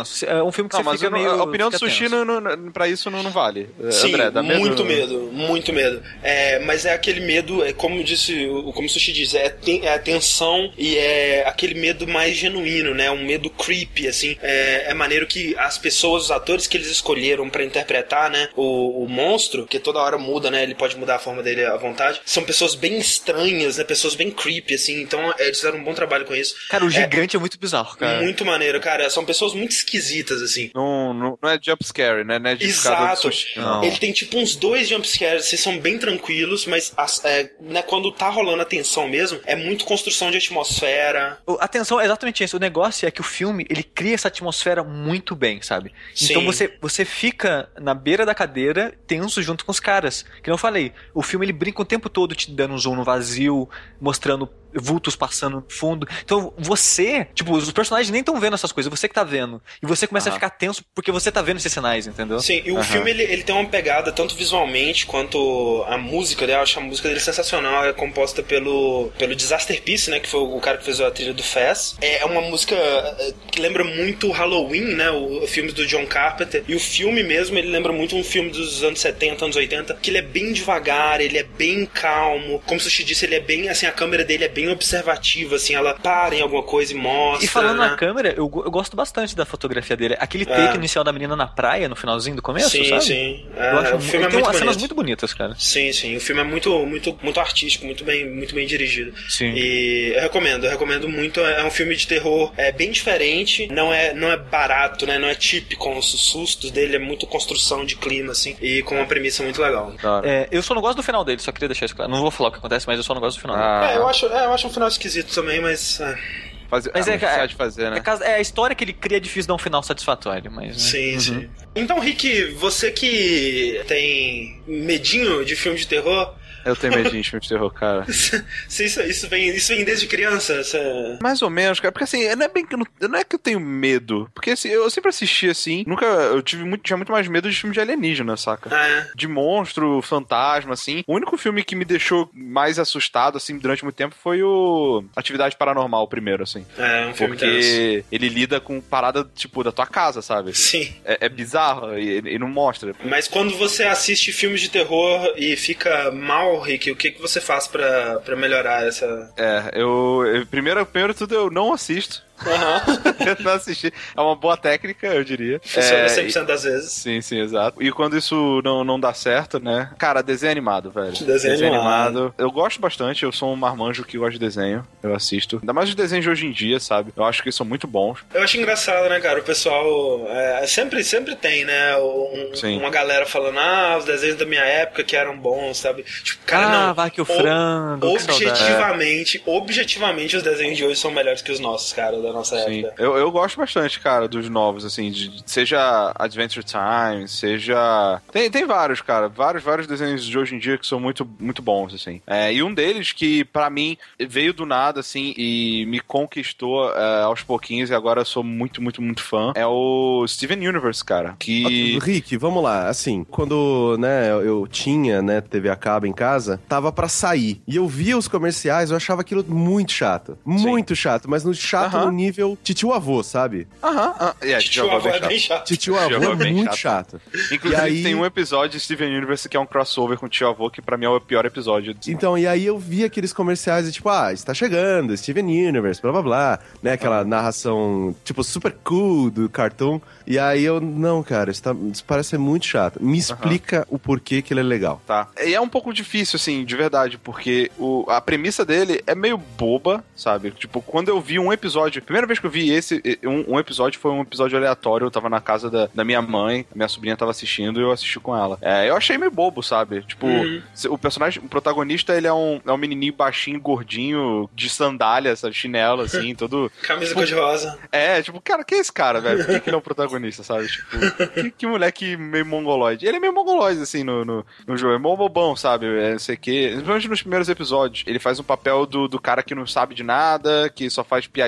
tenso. É um filme que Não, você mas fica eu não- meio... a opinião do fica Sushi tenso. não, não, pra isso não, não vale. Sim, André, dá medo? muito medo, muito medo. É, mas é aquele medo, é como disse, o- como o Sushi diz, é, ten- é a tensão e é aquele medo mais genuíno, né? Um medo creepy, assim. É, é maneiro que as pessoas, os atores que eles escolheram pra interpretar, né? O, o monstro, que toda hora muda, né? Ele pode mudar a forma dele à vontade. São pessoas bem estranhas, né? Pessoas bem creepy, assim. Então, é, eles fizeram um bom trabalho com isso. Cara, o É, gigante é, muito bizarro, cara. muito maneiro, cara. São pessoas muito esquisitas, assim. Não, não, não é jump scare, né? Não é de ficar dando Exato. susto. Não. Ele tem tipo uns dois jumpscares, vocês são bem tranquilos, mas as- é, né, quando tá rolando a tensão mesmo, é muito construção de atmosfera. O- Atenção, é exatamente isso. O negócio é que o filme, ele cria essa atmosfera muito bem, sabe? Sim. Então você, você fica na beira da cadeira, tenso junto com os caras. Que não eu falei, o filme ele brinca o tempo todo te dando um zoom no vazio, mostrando vultos passando no fundo. Então você, tipo, os personagens nem estão vendo essas coisas, você que tá vendo. E você começa Aham. a ficar tenso porque você tá vendo esses sinais, entendeu? Sim, e o Aham. filme ele, ele tem uma pegada tanto visualmente quanto a música, né? Eu acho a música dele sensacional, é composta pelo, pelo Disaster Peace, né? Que foi o cara que fez a trilha do Fast. É uma música eh, que lembra muito Halloween, né? O, o filme do John Carpenter. E o filme mesmo, ele lembra muito um filme dos anos setenta, anos oitenta, que ele é bem devagar, ele é bem calmo. Como o Sushi disse, ele é bem, assim, a câmera dele é bem observativa, assim, ela para em alguma coisa e mostra. E falando né? na câmera, eu, go- eu gosto bastante da fotografia dele. Aquele É. take inicial da menina na praia, no finalzinho do começo, Sim, sabe? sim. É, Eu acho, o filme ele é tem muito umas cenas bonito. muito bonitas, cara. Sim, sim. O filme é muito, muito, muito artístico, muito bem, muito bem dirigido. Sim. E eu recomendo, eu recomendo muito. É um filme de terror é bem diferente, não é, não é barato, né? Não é típico. Os sustos dele é muito construção de clima, assim, e com uma premissa muito legal. Da hora. É, eu só não gosto do final dele, só queria deixar isso claro. Não vou falar o que acontece, mas eu só não gosto do final dele. Ah, É, eu acho, é, eu acho um final esquisito também, mas. É. fazer, Mas ah, é, não precisa de é, fazer, né? é, caso- é a história que ele cria é difícil dar um final satisfatório, mas. Né? Sim, sim. Então, Rick, você que tem medinho de filme de terror, Eu tenho medinho de filme de terror, cara. se isso, isso, vem, isso vem desde criança? Você... Mais ou menos, cara. Porque assim, não é bem que eu não, não é que eu tenho medo. Porque assim, eu sempre assisti assim. Nunca. Eu tive muito, tinha muito mais medo de filme de alienígena, saca? Ah, é. De monstro, fantasma, assim. O único filme que me deixou mais assustado, assim, durante muito tempo foi o Atividade Paranormal, o primeiro, assim. É, um filme tenso. Porque ele lida com parada, tipo, da tua casa, sabe? Sim. É, é bizarro e, e não mostra. Mas quando você assiste filmes de terror e fica mal, Rick, o que, que você faz pra, pra melhorar essa... É, eu, eu primeiro, primeiro tudo eu não assisto. Aham. Eu não assisti. É uma boa técnica, eu diria. Funciona é, cem por cento das vezes. Sim, sim, exato. E quando isso não, não dá certo, né? Cara, desenho animado, velho. Desenho animado. Eu gosto bastante, eu sou um marmanjo que gosta de desenho. Eu assisto. Ainda mais os desenhos de hoje em dia, sabe? Eu acho que eles são muito bons. Eu acho engraçado, né, cara? O pessoal é, sempre, sempre tem, né? Um- Sim. uma galera falando, ah, os desenhos da minha época que eram bons, sabe? Tipo, cara, Ah, não. vai que o O- frango, que saudade. Objetivamente, objetivamente, os desenhos de hoje são melhores que os nossos, cara, da nossa Sim. época. Eu, eu gosto bastante, cara, dos novos, assim, de, de- seja Adventure Time, seja... Tem, tem vários, cara, vários, vários desenhos de hoje em dia que são muito, muito bons, assim. É, e um deles que, pra mim, veio do nada, assim, e me conquistou é, aos pouquinhos, e agora eu sou muito, muito, muito fã, é o Steven Universe, cara, que... Rick, vamos lá. Assim, quando, né, eu tinha, né, T V a cabo em casa, tava pra sair. E eu via os comerciais, eu achava aquilo muito chato. Muito chato, mas no chato Aham. no nível titio avô, sabe? Aham, ah, é, Tio Tio avô Avô é bem chato. Titio Tio avô avô é é bem muito chato. chato. Inclusive, E aí- tem um episódio de Steven Universe que é um crossover com o Tio Avô, que pra mim é o pior episódio. Então, e aí eu vi aqueles comerciais e tipo, ah, está chegando, Steven Universe, blá blá blá, né? Aquela narração, tipo, super cool do cartoon. E aí eu, não, cara, isso, tá- isso parece ser muito chato. Me explica o porquê que ele é legal. Tá. E é um pouco difícil, assim, de verdade, porque o, a premissa dele é meio boba, sabe? Tipo, quando eu vi um episódio... Primeira vez que eu vi esse, um, um episódio foi um episódio aleatório, eu tava na casa da, da minha mãe, minha sobrinha tava assistindo e eu assisti com ela. É, eu achei meio bobo, sabe? Tipo, Uhum. se- o personagem, o protagonista, ele é um, é um menininho baixinho, gordinho, de sandália, sabe? Chinelo, assim, todo... Camisa cor-de-rosa. É, tipo, cara, quem é esse cara, velho? Por que, que ele é o protagonista, sabe? Tipo, que, que moleque meio mongoloide. Ele é meio mongoloide, assim, no, no, no jogo. É mó bobão, sabe? É, não sei o quê. Principalmente nos primeiros episódios. Ele faz um papel do, do cara que não sabe de nada, que só faz piadinha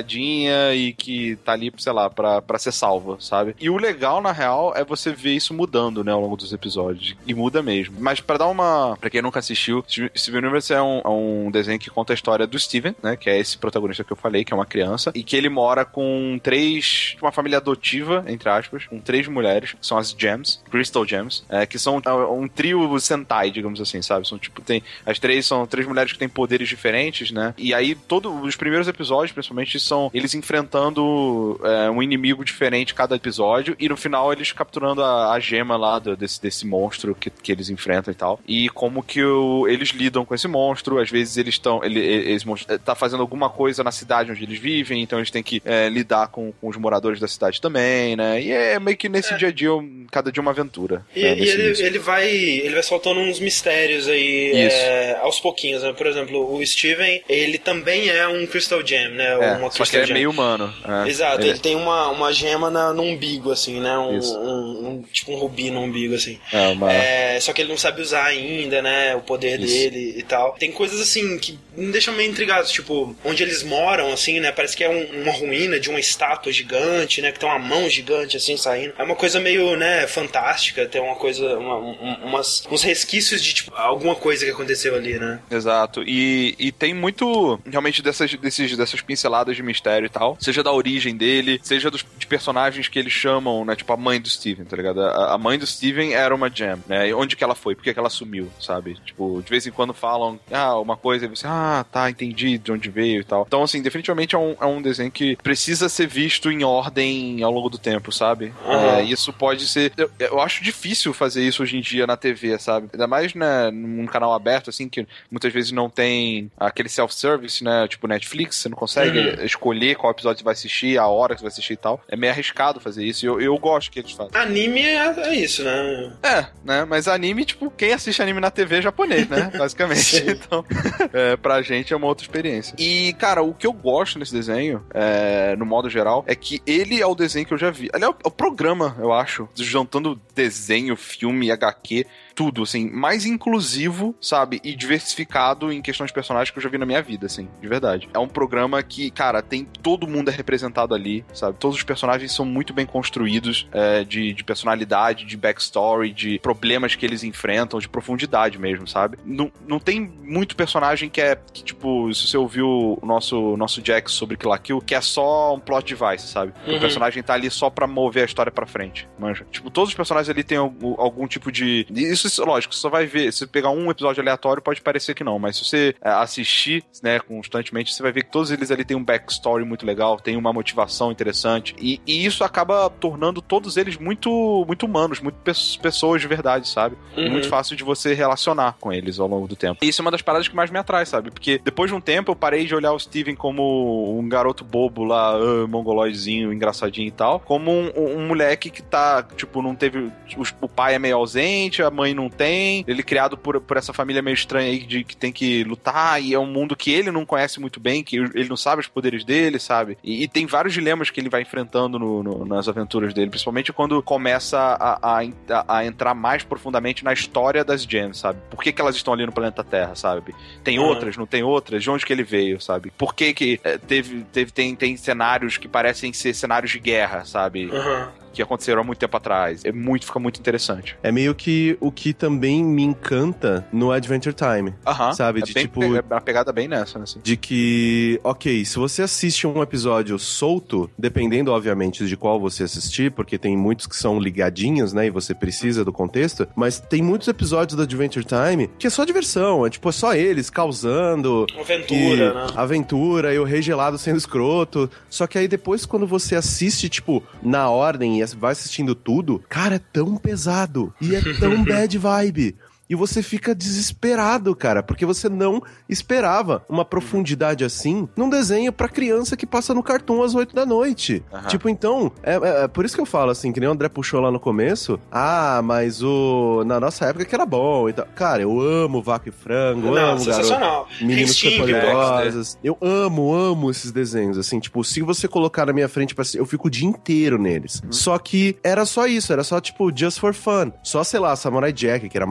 boazinha e que tá ali, sei lá, pra, pra ser salva, sabe? E o legal, na real, é você ver isso mudando, né, ao longo dos episódios. E muda mesmo. Mas pra dar uma... Pra quem nunca assistiu, Steven Universe é um, é um desenho que conta a história do Steven, né, que é esse protagonista que eu falei, que é uma criança, e que ele mora com três... uma família adotiva, entre aspas, com três mulheres, que são as Gems, Crystal Gems, é, que são um trio Sentai, digamos assim, sabe? São tipo, tem... As três são três mulheres que têm poderes diferentes, né? E aí, todos os primeiros episódios, principalmente, são eles enfrentando é, um inimigo diferente cada episódio, e no final eles capturando a, a gema lá do, desse, desse monstro que, que eles enfrentam e tal. E como que o, eles lidam com esse monstro, às vezes eles estão... Ele, eles tá fazendo alguma coisa na cidade onde eles vivem, então eles têm que é, lidar com, com os moradores da cidade também, né? E é meio que nesse é. dia a dia, cada dia uma aventura. E, né, e ele, ele, vai, ele vai soltando uns mistérios aí é, aos pouquinhos, né? Por exemplo, o Steven, ele também é um Crystal Gem, né? É, uma só que ele é meio humano. É. Exato, ele... ele tem uma, uma gema na, no umbigo, assim, né? Um, um, um, tipo um rubi no umbigo, assim. É, uma... é, só que ele não sabe usar ainda, né? O poder Isso. dele e tal. Tem coisas, assim, que me deixam meio intrigados, tipo, onde eles moram, assim, né? Parece que é um, uma ruína de uma estátua gigante, né? Que tem uma mão gigante, assim, saindo. É uma coisa meio, né, fantástica, tem uma coisa, uma, um, umas, uns resquícios de, tipo, alguma coisa que aconteceu ali, né? Exato. E, e tem muito, realmente, dessas, desses, dessas pinceladas de mistério e tal. Seja da origem dele, seja dos, de personagens que eles chamam, né? Tipo, a mãe do Steven, tá ligado? A, a mãe do Steven era uma Gem, né? E onde que ela foi? Por que que ela sumiu, sabe? Tipo, de vez em quando falam, ah, uma coisa, e você, ah, tá, entendi de onde veio e tal. Então, assim, definitivamente é um, é um desenho que precisa ser visto em ordem ao longo do tempo, sabe? Uhum. É, isso pode ser... Eu, eu acho difícil fazer isso hoje em dia na T V, sabe? Ainda mais, né, num canal aberto, assim, que muitas vezes não tem aquele self-service, né? Tipo Netflix, você não consegue uhum. escolher qual episódio você vai assistir, a hora que você vai assistir e tal. É meio arriscado fazer isso. E eu, eu gosto que eles fazem. Anime é, é isso, né? É, né? Mas anime, tipo, quem assiste anime na T V é japonês, né? Basicamente. Então, é, pra gente é uma outra experiência. E, cara, o que eu gosto nesse desenho, é, no modo geral, é que ele é o desenho que eu já vi. Ele é o, é o programa, eu acho, juntando desenho, filme, H Q, tudo, assim, mais inclusivo, sabe, e diversificado em questões de personagens que eu já vi na minha vida, assim, de verdade. É um programa que, cara, tem todo mundo é representado ali, sabe, todos os personagens são muito bem construídos, é, de, de personalidade, de backstory, de problemas que eles enfrentam, de profundidade mesmo, sabe. Não, não tem muito personagem que é, que, tipo, se você ouviu o nosso, nosso Jax sobre Kill la Kill, que é só um plot device, sabe, uhum. o personagem tá ali só pra mover a história pra frente, manja. Tipo, todos os personagens ali têm algum, algum tipo de... Isso, lógico, você só vai ver, se você pegar um episódio aleatório, pode parecer que não, mas se você é, assistir, né, constantemente, você vai ver que todos eles ali têm um backstory muito legal, tem uma motivação interessante, e, e isso acaba tornando todos eles muito, muito humanos, muito pe- pessoas de verdade, sabe? Uhum. E muito fácil de você relacionar com eles ao longo do tempo. E isso é uma das paradas que mais me atrai, sabe? Porque depois de um tempo eu parei de olhar o Steven como um garoto bobo lá, uh, mongoloidezinho, engraçadinho e tal, como um, um, um moleque que tá, tipo, não teve... O, o pai é meio ausente, a mãe não tem, ele é criado por, por essa família meio estranha aí de, que tem que lutar, e é um mundo que ele não conhece muito bem, que ele não sabe os poderes dele, sabe? E, e tem vários dilemas que ele vai enfrentando no, no, nas aventuras dele, principalmente quando começa a, a, a, a entrar mais profundamente na história das Gems, sabe? Por que que elas estão ali no planeta Terra, sabe? Tem uhum. outras, não tem outras? De onde que ele veio, sabe? Por que que é, teve, teve tem, tem cenários que parecem ser cenários de guerra, sabe? Uhum. Que aconteceram há muito tempo atrás. É muito, fica muito interessante. É meio que o que também me encanta no Adventure Time. Aham. Sabe? É de bem, tipo... É uma pegada bem nessa, né? Assim. De que, ok, se você assiste um episódio solto, dependendo, obviamente, de qual você assistir, porque tem muitos que são ligadinhos, né? E você precisa do contexto, mas tem muitos episódios do Adventure Time que é só diversão. É tipo, é só eles causando... Aventura, e, né? Aventura, e o Rei Gelado sendo escroto. Só que aí depois, quando você assiste, tipo, na ordem e vai assistindo tudo, cara, é tão pesado e é tão bad vibe. E você fica desesperado, cara, porque você não esperava uma profundidade assim num desenho pra criança que passa no Cartoon às oito da noite. Uhum. Tipo, então, é, é, é por isso que eu falo, assim, que nem o André puxou lá no começo, ah, mas o... na nossa época que era bom e tal. Cara, eu amo Vaca e Frango, não, amo Garoto, Meninos Superpoderosos. Eu amo, amo esses desenhos, assim, tipo, se você colocar na minha frente pra assistir, eu fico o dia inteiro neles. Uhum. Só que era só isso, era só, tipo, just for fun. Só, sei lá, Samurai Jack, que era mais sério.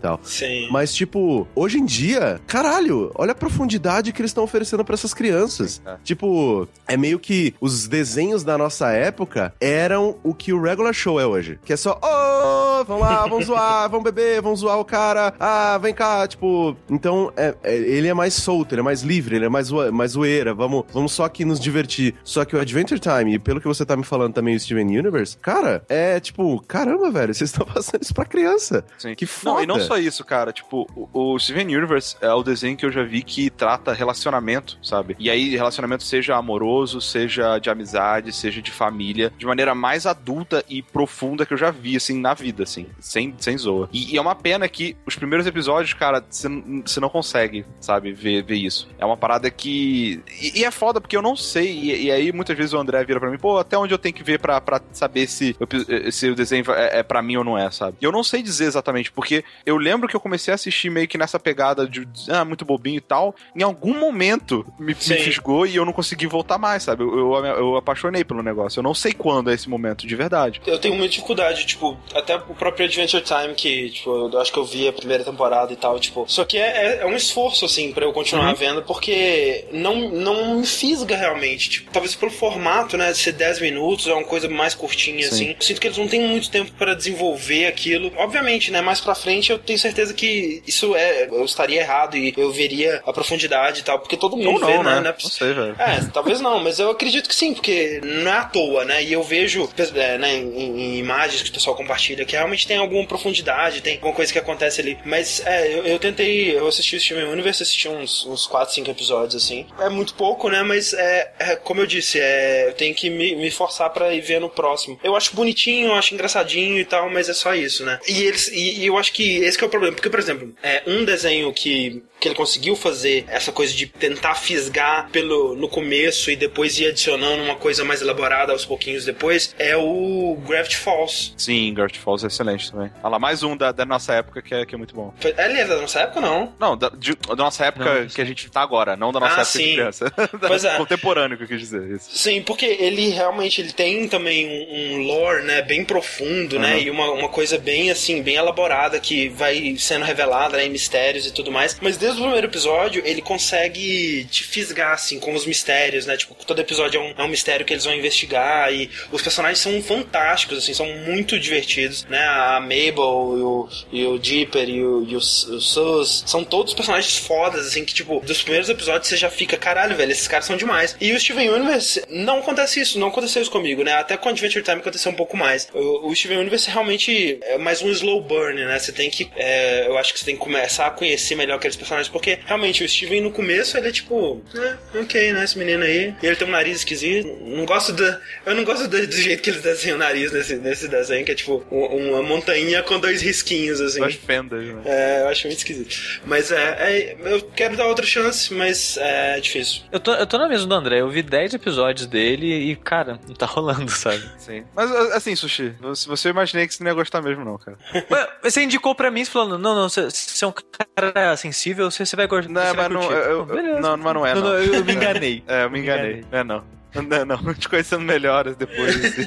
tal. Sim. Mas, tipo, hoje em dia, caralho, olha a profundidade que eles estão oferecendo pra essas crianças. É. Tipo, é meio que os desenhos da nossa época eram o que o regular show é hoje. Que é só, oh, vamos lá, vamos zoar, vamos beber, vamos zoar o cara, ah, vem cá, tipo... Então, é, é, ele é mais solto, ele é mais livre, ele é mais, zoa, mais zoeira, vamos, vamos só aqui nos divertir. Só que o Adventure Time, e pelo que você tá me falando também, o Steven Universe, cara, é tipo, caramba, velho, vocês estão passando isso pra criança. Sim. Que foda. Não, e não só isso, cara, tipo, o, o Steven Universe é o desenho que eu já vi que trata relacionamento, sabe? E aí, relacionamento seja amoroso, seja de amizade, seja de família, de maneira mais adulta e profunda que eu já vi, assim, na vida, assim, sem, sem zoa. E, e é uma pena que os primeiros episódios, cara, você não consegue, sabe, ver, ver isso. É uma parada que... E, e é foda, porque eu não sei, e, e aí muitas vezes o André vira pra mim, pô, até onde eu tenho que ver pra, pra saber se, se o desenho é, é pra mim ou não é, sabe? E eu não sei dizer exatamente, porque eu lembro que eu comecei a assistir meio que nessa pegada de, ah, muito bobinho e tal, em algum momento me, me fisgou e eu não consegui voltar mais, sabe? Eu, eu, eu apaixonei pelo negócio, eu não sei quando é esse momento, de verdade. Eu tenho muita dificuldade, tipo, até o próprio Adventure Time, que, tipo, eu acho que eu vi a primeira temporada e tal, tipo, só que é, é um esforço, assim, pra eu continuar uhum. vendo, porque não, não me fisga realmente, tipo, talvez pelo formato, né, de ser dez minutos, é uma coisa mais curtinha, Sim. assim, eu sinto que eles não têm muito tempo pra desenvolver aquilo, obviamente, né, mais pra frente eu tenho certeza que isso é, eu estaria errado e eu veria a profundidade e tal, porque todo mundo não, vê, não, né, né? né? Não sei, velho. É, talvez não, mas eu acredito que sim, porque não é à toa, né, e eu vejo, é, né, em, em imagens que o pessoal compartilha, que realmente tem alguma profundidade, tem alguma coisa que acontece ali, mas, é, eu, eu tentei, eu assisti o Steven Universe, assisti uns, uns quatro, cinco episódios, assim, é muito pouco, né, mas, é, é como eu disse, é, eu tenho que me, me forçar pra ir ver no próximo. Eu acho bonitinho, eu acho engraçadinho e tal, mas é só isso, né, e eles, e, e eu acho que esse que é o problema, porque, por exemplo, é, um desenho que que ele conseguiu fazer essa coisa de tentar fisgar pelo, no começo e depois ir adicionando uma coisa mais elaborada aos pouquinhos depois, é o Gravity Falls. Sim, Gravity Falls é excelente também. Olha lá, mais um da, da nossa época que é, que é muito bom. Foi, ele é da nossa época, não? Não, da, de, da nossa época não, que a gente tá agora, não da nossa ah, época sim. de criança. Pois é. Contemporâneo que eu quis dizer, isso. Sim, porque ele realmente ele tem também um, um lore, né, bem profundo, uhum. né, e uma, uma coisa bem, assim, bem elaborada que vai sendo revelada, né, em mistérios e tudo mais, mas desde o primeiro episódio ele consegue te fisgar, assim, com os mistérios, né? Tipo, todo episódio é um, é um mistério que eles vão investigar e os personagens são fantásticos, assim, são muito divertidos, né? A Mabel e o, e o Dipper e o, e o, o Sus são todos personagens fodas, assim, que, tipo, dos primeiros episódios você já fica, caralho, velho, esses caras são demais. E o Steven Universe, não acontece isso, não aconteceu isso comigo, né? Até com o Adventure Time aconteceu um pouco mais. O, o Steven Universe realmente é mais um slow burn, né? Você tem que, é, eu acho que você tem que começar a conhecer melhor aqueles personagens, porque realmente o Steven no começo ele é tipo, é, ok, né, esse menino aí, e ele tem um nariz esquisito, não gosto do, eu não gosto do, do jeito que eles desenham o nariz nesse, nesse desenho, que é tipo um, uma montanha com dois risquinhos, assim. Duas fendas, né? É, eu acho muito esquisito. Mas é, é, eu quero dar outra chance, mas é difícil. Eu tô, eu tô na mesma do André, eu vi dez episódios dele e, cara, não tá rolando, sabe? Sim. Mas, assim, Sushi, se você imaginei que você não ia gostar mesmo, não, cara. Você indicou pra mim, falando, não, não, você, você é um cara sensível, você, você vai gostar. Não, mas não, eu, eu, não, mas não é, não. não, não eu, eu me enganei. É, eu me enganei. É, não. Não, não. Te conhecendo melhores depois, assim.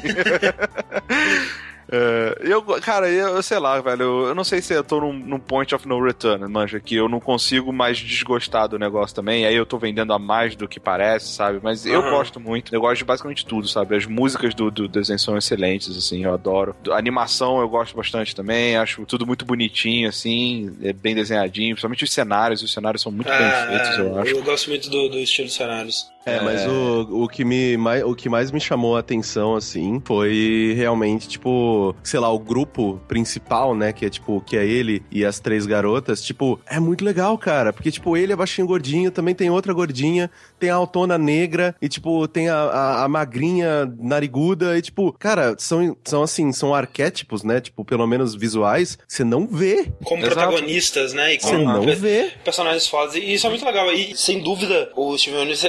Uh, eu, cara, eu, eu sei lá, velho, eu, eu não sei se eu tô num, num point of no return, manja, que eu não consigo mais desgostar do negócio também, aí eu tô vendendo a mais do que parece, sabe, mas eu uhum. gosto muito, eu gosto de basicamente tudo, sabe, as músicas do, do desenho são excelentes, assim, eu adoro, a animação eu gosto bastante também, acho tudo muito bonitinho, assim, é bem desenhadinho, principalmente os cenários, os cenários são muito ah, bem feitos, eu acho. Eu gosto muito do, do estilo dos cenários. É, mas é... O, o, que me, mais, o que mais me chamou a atenção, assim, foi realmente, tipo, sei lá, o grupo principal, né, que é, tipo, que é ele e as três garotas, tipo, é muito legal, cara, porque, tipo, ele é baixinho gordinho, também tem outra gordinha, tem a autona negra e, tipo, tem a, a, a magrinha nariguda e, tipo, cara, são, são, assim, são arquétipos, né, tipo, pelo menos visuais, você não vê. Como Exato. Protagonistas, né, e como você não vê. Personagens fodas, e isso é muito legal, e, sem dúvida, o Steven Universe, ele tem o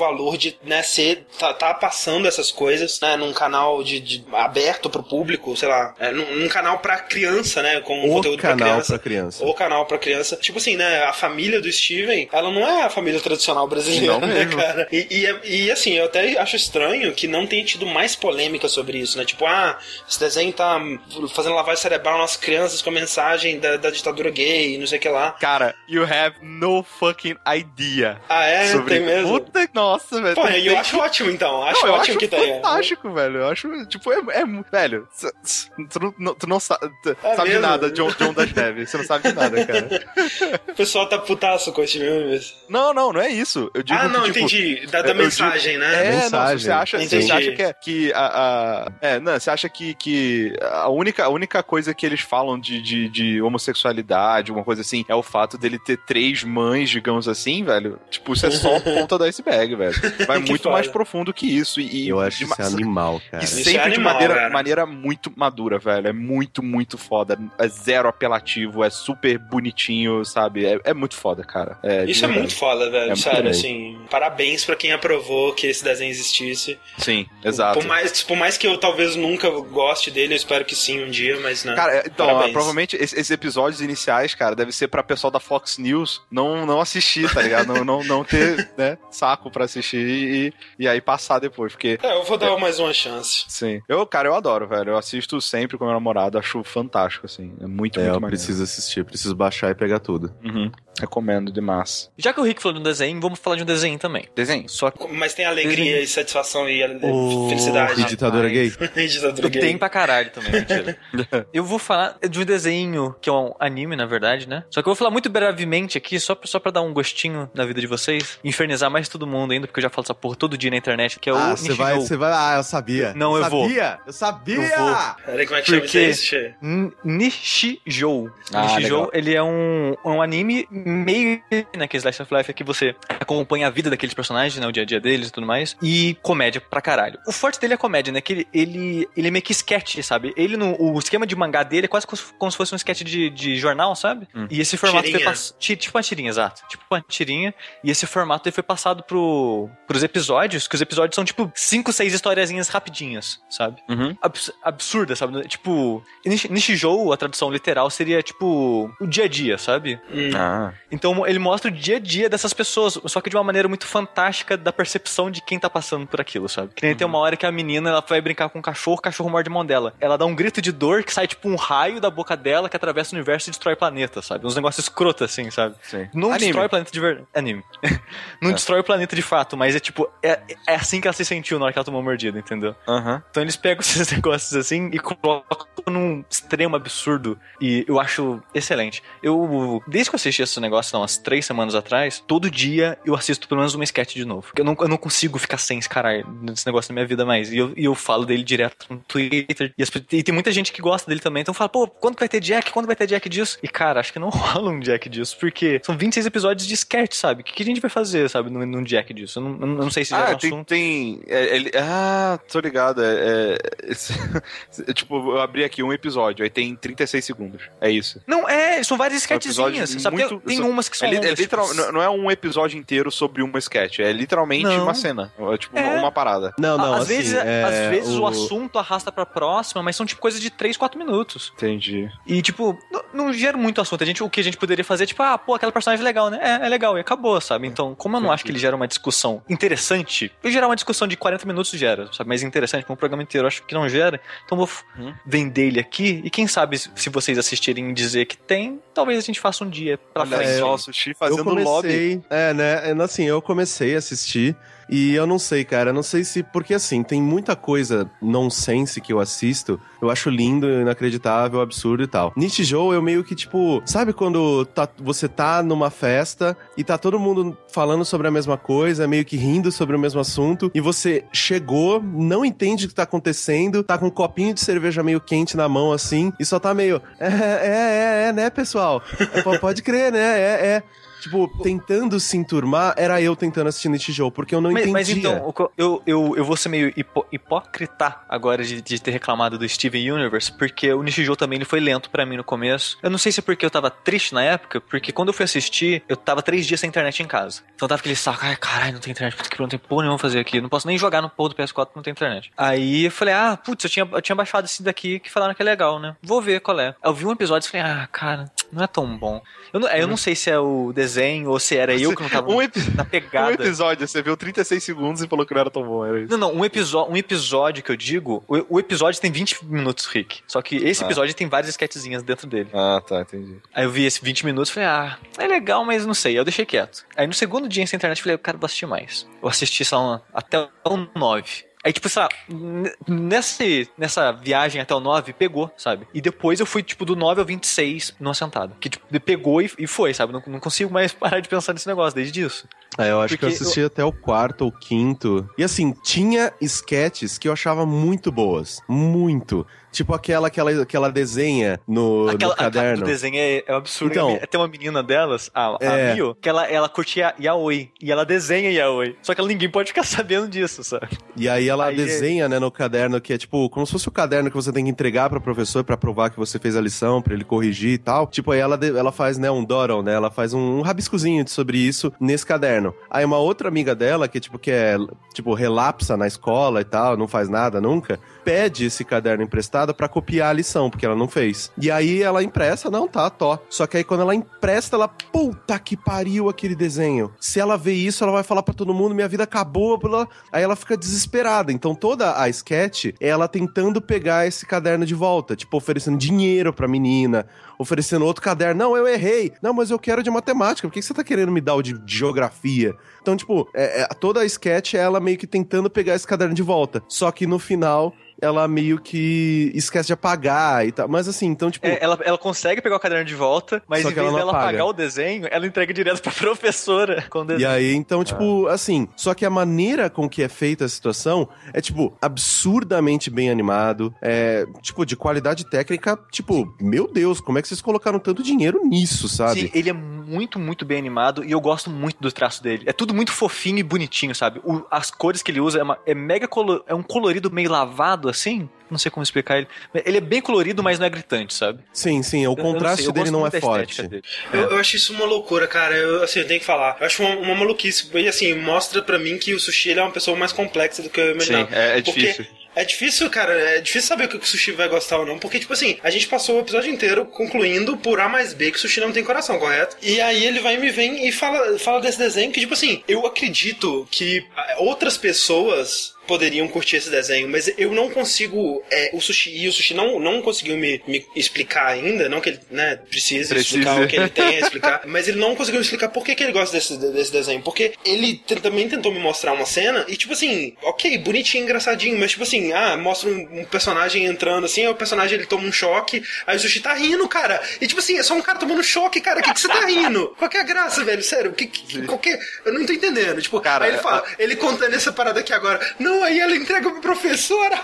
valor de, né, ser, tá, tá passando essas coisas, né, num canal de, de aberto pro público, sei lá, é, num, num canal pra criança, né, com um O conteúdo pra canal criança. pra criança. O canal pra criança. Tipo assim, né, a família do Steven, ela não é a família tradicional brasileira, Não né, mesmo. cara? E, e, e assim, eu até acho estranho que não tenha tido mais polêmica sobre isso, né? Tipo, ah, esse desenho tá fazendo lavagem cerebral nas crianças com a mensagem da, da ditadura gay, não sei o que lá. Cara, you have no fucking idea. Ah, é? Sobre... Tem mesmo? Puta, nossa, velho. Pô, tem- eu tem- acho ótimo, então. Acho Não, eu ótimo acho que tenha. fantástico, velho. Eu acho, tipo, é... é velho, c- c- tu, não- não, tu não sa- tu É sabe de mesmo? nada, John, John das Neves. Você não sabe de nada, cara. O pessoal tá putaço com o Steven Universe. Não, não, não é isso. Eu digo Ah, não, que, tipo, entendi. Da, da eu digo- mensagem, né? É, não, Mensagem. você acha, Entendi. você acha que, é, que a, a- É, não, você acha que, que a, única, a única coisa que eles falam de, de, de homossexualidade, uma coisa assim, é o fato dele ter três mães, digamos assim, velho. Tipo, isso é só a ponta do iceberg, velho. Vai Que muito foda. mais profundo que isso. E, Eu acho de isso ma- animal, cara. E Isso sempre é de animal, maneira, cara. maneira muito madura, velho. É muito, muito foda. É zero apelativo, é super bonitinho, sabe? É, é muito foda, cara. É, de Isso é verdade. muito foda, velho. É Sério, muito assim. Parabéns pra quem aprovou que esse desenho existisse. Sim, exato. Por mais, por mais que eu talvez nunca goste dele, eu espero que sim um dia, mas né. Cara, então, Parabéns. provavelmente esses, esses episódios iniciais, cara, deve ser pra pessoal da Fox News não, não assistir, tá ligado? não, não, não ter, né, saco pra assistir e, e aí passar depois, porque... É, eu vou dar mais uma chance. Sim. Eu, cara, eu adoro, velho. Eu assisto sempre com meu namorado, acho fantástico, assim. É muito, É, muito eu maneiro. preciso assistir, preciso baixar e pegar tudo. Uhum. Recomendo demais. Já que o Rick falou de um desenho, vamos falar de um desenho também. Desenho. Só que Mas tem alegria e satisfação e ale- O... felicidade. E ditadura gay? Ditadura gay. tem pra caralho também, mentira. Eu vou falar de um desenho que é um anime, na verdade, né? Só que eu vou falar muito brevemente aqui, só pra, só pra dar um gostinho na vida de vocês. Infernizar mais todo mundo ainda, porque eu já falo essa porra todo dia na internet, que é Ah, o você vai, Nishijou. você vai... Ah, eu sabia. Não, eu vou. sabia, Eu sabia! Eu vou. Peraí, como é que chama Porque- isso aí, Xê? N- Nishijou. Ah, Nishijou, legal. ele é um, um anime meio, né, que é Slice of Life, é que você acompanha a vida daqueles personagens, né, o dia a dia deles e tudo mais, e comédia pra caralho. O forte dele é a comédia, né, que ele, ele, ele é meio que sketch, sabe? Ele, no, o esquema de mangá dele é quase como se- como se fosse um sketch de, de jornal, sabe? Hum. E esse formato Tirinha. foi passado... Tipo uma tirinha, exato. Tipo uma tirinha. E esse formato ele foi passado pro, pros episódios, que os episódios são tipo cinco, seis historiazinhas rapidinhas, sabe? Uhum. Abs absurda, sabe? Tipo, Nish- Nishijou, a tradução literal, seria tipo o dia a dia, sabe? Hum. Ah. Então ele mostra o dia a dia dessas pessoas, só que de uma maneira muito fantástica da percepção de quem tá passando por aquilo, sabe? Que nem tem uma hora que a menina ela vai brincar com o cachorro, o cachorro morde a mão dela. Ela dá um grito de dor que sai tipo um raio da boca dela que atravessa o universo e destrói o planeta, sabe? Uns negócios escrotos assim, sabe? Sim. Não Anime. destrói o planeta de verdade. Anime. Não É. destrói o planeta de fato, mas é tipo, é, é assim que ela se sentiu na hora que ela tomou uma mordida, entendeu? Aham. Então eles pegam esses negócios assim e colocam num extremo absurdo. E eu acho excelente. Eu, desde que eu assisti esse negócio, não, umas três semanas atrás, todo dia eu assisto pelo menos uma sketch de novo. Porque eu não, eu não consigo ficar sem esse caralho desse negócio na minha vida mais. E eu, e eu falo dele direto no Twitter. E, as- e tem muita gente que gosta dele também. Então fala, pô, quando que vai ter Jack? Quando vai ter Jack disso? E cara, acho que não rola um Jack disso. Porque são vinte e seis episódios de sketch, sabe? O que, que a gente vai fazer, sabe, num, num Jack disso? Eu não, eu não sei se já é Ah, um tem. assunto. tem é, ele, ah, tô ligado. É, é, esse- tipo, eu abri aqui um episódio, aí tem trinta e seis segundos. É isso. Não, é, são várias É um episódio sketchzinhas, sabe? muito- Tem, tem umas que são É, li- é longas, literal- tipo, não- não é um episódio inteiro sobre uma sketch, é literalmente Não. uma cena. É tipo uma, É. uma parada. Não, não, às assim, vezes, é, às vezes o... o assunto arrasta pra próxima, mas são tipo coisas de três, quatro minutos. Entendi. E tipo, não, não gera muito assunto. A gente, o que a gente poderia fazer é tipo, ah, pô, aquela personagem é legal, né? É, é legal, e acabou, sabe? Então, como eu não acho que ele gera uma discussão interessante, ele gerar uma discussão de quarenta minutos gera, sabe? Mas interessante, como um programa inteiro eu acho que não gera. Então eu vou Hum. vender ele aqui, e quem sabe se vocês assistirem e dizer que tem, talvez a gente faça um dia pra Olha frente. só, o Sushi eu fazendo lobby. comecei, é, né, é, assim, eu comecei a assistir e eu não sei, cara, eu não sei se, porque assim, tem muita coisa nonsense que eu assisto, eu acho lindo, inacreditável, absurdo e tal. Nishijou, eu meio que, tipo, sabe quando tá, você tá numa festa e tá todo mundo falando sobre a mesma coisa, meio que rindo sobre o mesmo assunto, e você chegou, não entende o que tá acontecendo, tá com um copinho de cerveja meio quente na mão, assim, e só tá meio, é, é, é, é né, pessoal? É, pô, pode crer, né, é, é. tipo, tentando se enturmar, era eu tentando assistir Nichijou, porque eu não mas, entendia. Mas então, eu, eu, eu vou ser meio hipo, hipócrita agora de, de ter reclamado do Steven Universe, porque o Nichijou também ele foi lento pra mim no começo. Eu não sei se é porque eu tava triste na época, porque quando eu fui assistir, eu tava três dias sem internet em casa. Então tava aquele saco, ai caralho, não tem internet, puta que não tem porra nenhuma fazer aqui, não posso nem jogar no porra do P S quatro, não tem internet. Aí eu falei, ah, putz, eu tinha, eu tinha baixado esse daqui que falaram que é legal, né? Vou ver qual é. Eu vi um episódio e falei, ah, cara, não é tão bom. Eu não, eu não sei se é o desenho ou se era eu que não tava um na pegada. Um episódio, você viu trinta e seis segundos e falou que não era tão bom, era isso. Não, não, um, episo- um episódio que eu digo, o, o episódio tem vinte minutos, Rick. Só que esse Ah. episódio tem várias sketchzinhas dentro dele. Ah, tá, entendi. Aí eu vi esse vinte minutos e falei, ah, é legal, mas não sei. Aí eu deixei quieto. Aí no segundo dia sem internet eu falei, eu quero assistir mais. Eu assisti, sei lá, até o nove. Aí, tipo, sei lá, nesse, nessa viagem até o nove, pegou, sabe? E depois eu fui, tipo, do nove ao vinte e seis numa sentada. Que, tipo, pegou e, e foi, sabe? Não, não consigo mais parar de pensar nesse negócio desde isso. É, eu acho Porque que eu assisti eu... até o quarto ou quinto. E assim, tinha sketches que eu achava muito boas. Muito. Tipo aquela que ela, que ela desenha no, aquela, no caderno. O desenho é, é um absurdo. Então, tem uma menina delas, a, é... a Mio, que ela, ela curte yaoi. E ela desenha yaoi. Só que ela, ninguém pode ficar sabendo disso, sabe? E aí ela aí desenha, é... né, no caderno, que é tipo, como se fosse o caderno que você tem que entregar pra professor pra provar que você fez a lição, pra ele corrigir e tal. Tipo, aí ela, ela faz, né, um doodle, né? Ela faz um, um rabiscozinho sobre isso nesse caderno. Aí uma outra amiga dela, que tipo, que é, tipo, relapsa na escola e tal, não faz nada nunca, pede esse caderno emprestado pra copiar a lição, porque ela não fez. E aí ela empresta, não, tá, tó. Só que aí quando ela empresta, ela, puta que pariu aquele desenho. Se ela vê isso, ela vai falar pra todo mundo, minha vida acabou, blá. Aí ela fica desesperada. Então toda a sketch é ela tentando pegar esse caderno de volta, tipo, oferecendo dinheiro pra menina, oferecendo outro caderno. Não, eu errei. Não, mas eu quero de matemática. Por que você tá querendo me dar o de, de geografia? Então, tipo, é, é, toda a sketch é ela meio que tentando pegar esse caderno de volta. Só que no final... ela meio que esquece de apagar e tal. Mas assim, então, tipo... É, ela, ela consegue pegar o caderno de volta, mas em vez dela apagar o desenho, ela entrega direto pra professora com o desenho. E aí, então, tipo, ah. assim... Só que a maneira com que é feita a situação é, tipo, absurdamente bem animado. É, tipo, de qualidade técnica, tipo... Meu Deus, como é que vocês colocaram tanto dinheiro nisso, sabe? Sim, ele é muito, muito bem animado e eu gosto muito do traço dele. É tudo muito fofinho e bonitinho, sabe? O, as cores que ele usa é, uma, é mega... Colo, é um colorido meio lavado, assim, não sei como explicar ele. Ele é bem colorido, mas não é gritante, sabe? Sim, sim, o contraste dele não é forte. É. Eu, eu acho isso uma loucura, cara. Eu, assim, eu tenho que falar. Eu acho uma, uma maluquice. E assim, mostra pra mim que o Sushi ele é uma pessoa mais complexa do que eu imaginava. Sim, é, é porque... difícil. É difícil, cara, é difícil saber o que o Sushi vai gostar ou não, porque, tipo assim, a gente passou o episódio inteiro concluindo por A mais B que o Sushi não tem coração, correto? E aí ele vai e me vem e fala, fala desse desenho que, tipo assim, eu acredito que outras pessoas poderiam curtir esse desenho, mas eu não consigo, é, o Sushi, e o Sushi não, não conseguiu me, me explicar ainda, não que ele, né, precise Precisa. explicar o que ele tem a explicar, mas ele não conseguiu me explicar por que, que ele gosta desse, desse desenho, porque ele t- também tentou me mostrar uma cena, e tipo assim, ok, bonitinho, engraçadinho, mas tipo assim, ah, mostra um, um personagem entrando assim, aí o personagem ele toma um choque, aí o Sushi tá rindo, cara, e tipo assim, é só um cara tomando choque, cara, o que, que você tá rindo? Qual que é a graça, velho, sério, que, que, qualquer, eu não tô entendendo, tipo, cara, aí ele fala, a... ele contando essa parada aqui agora, não, aí ela entrega pra professora,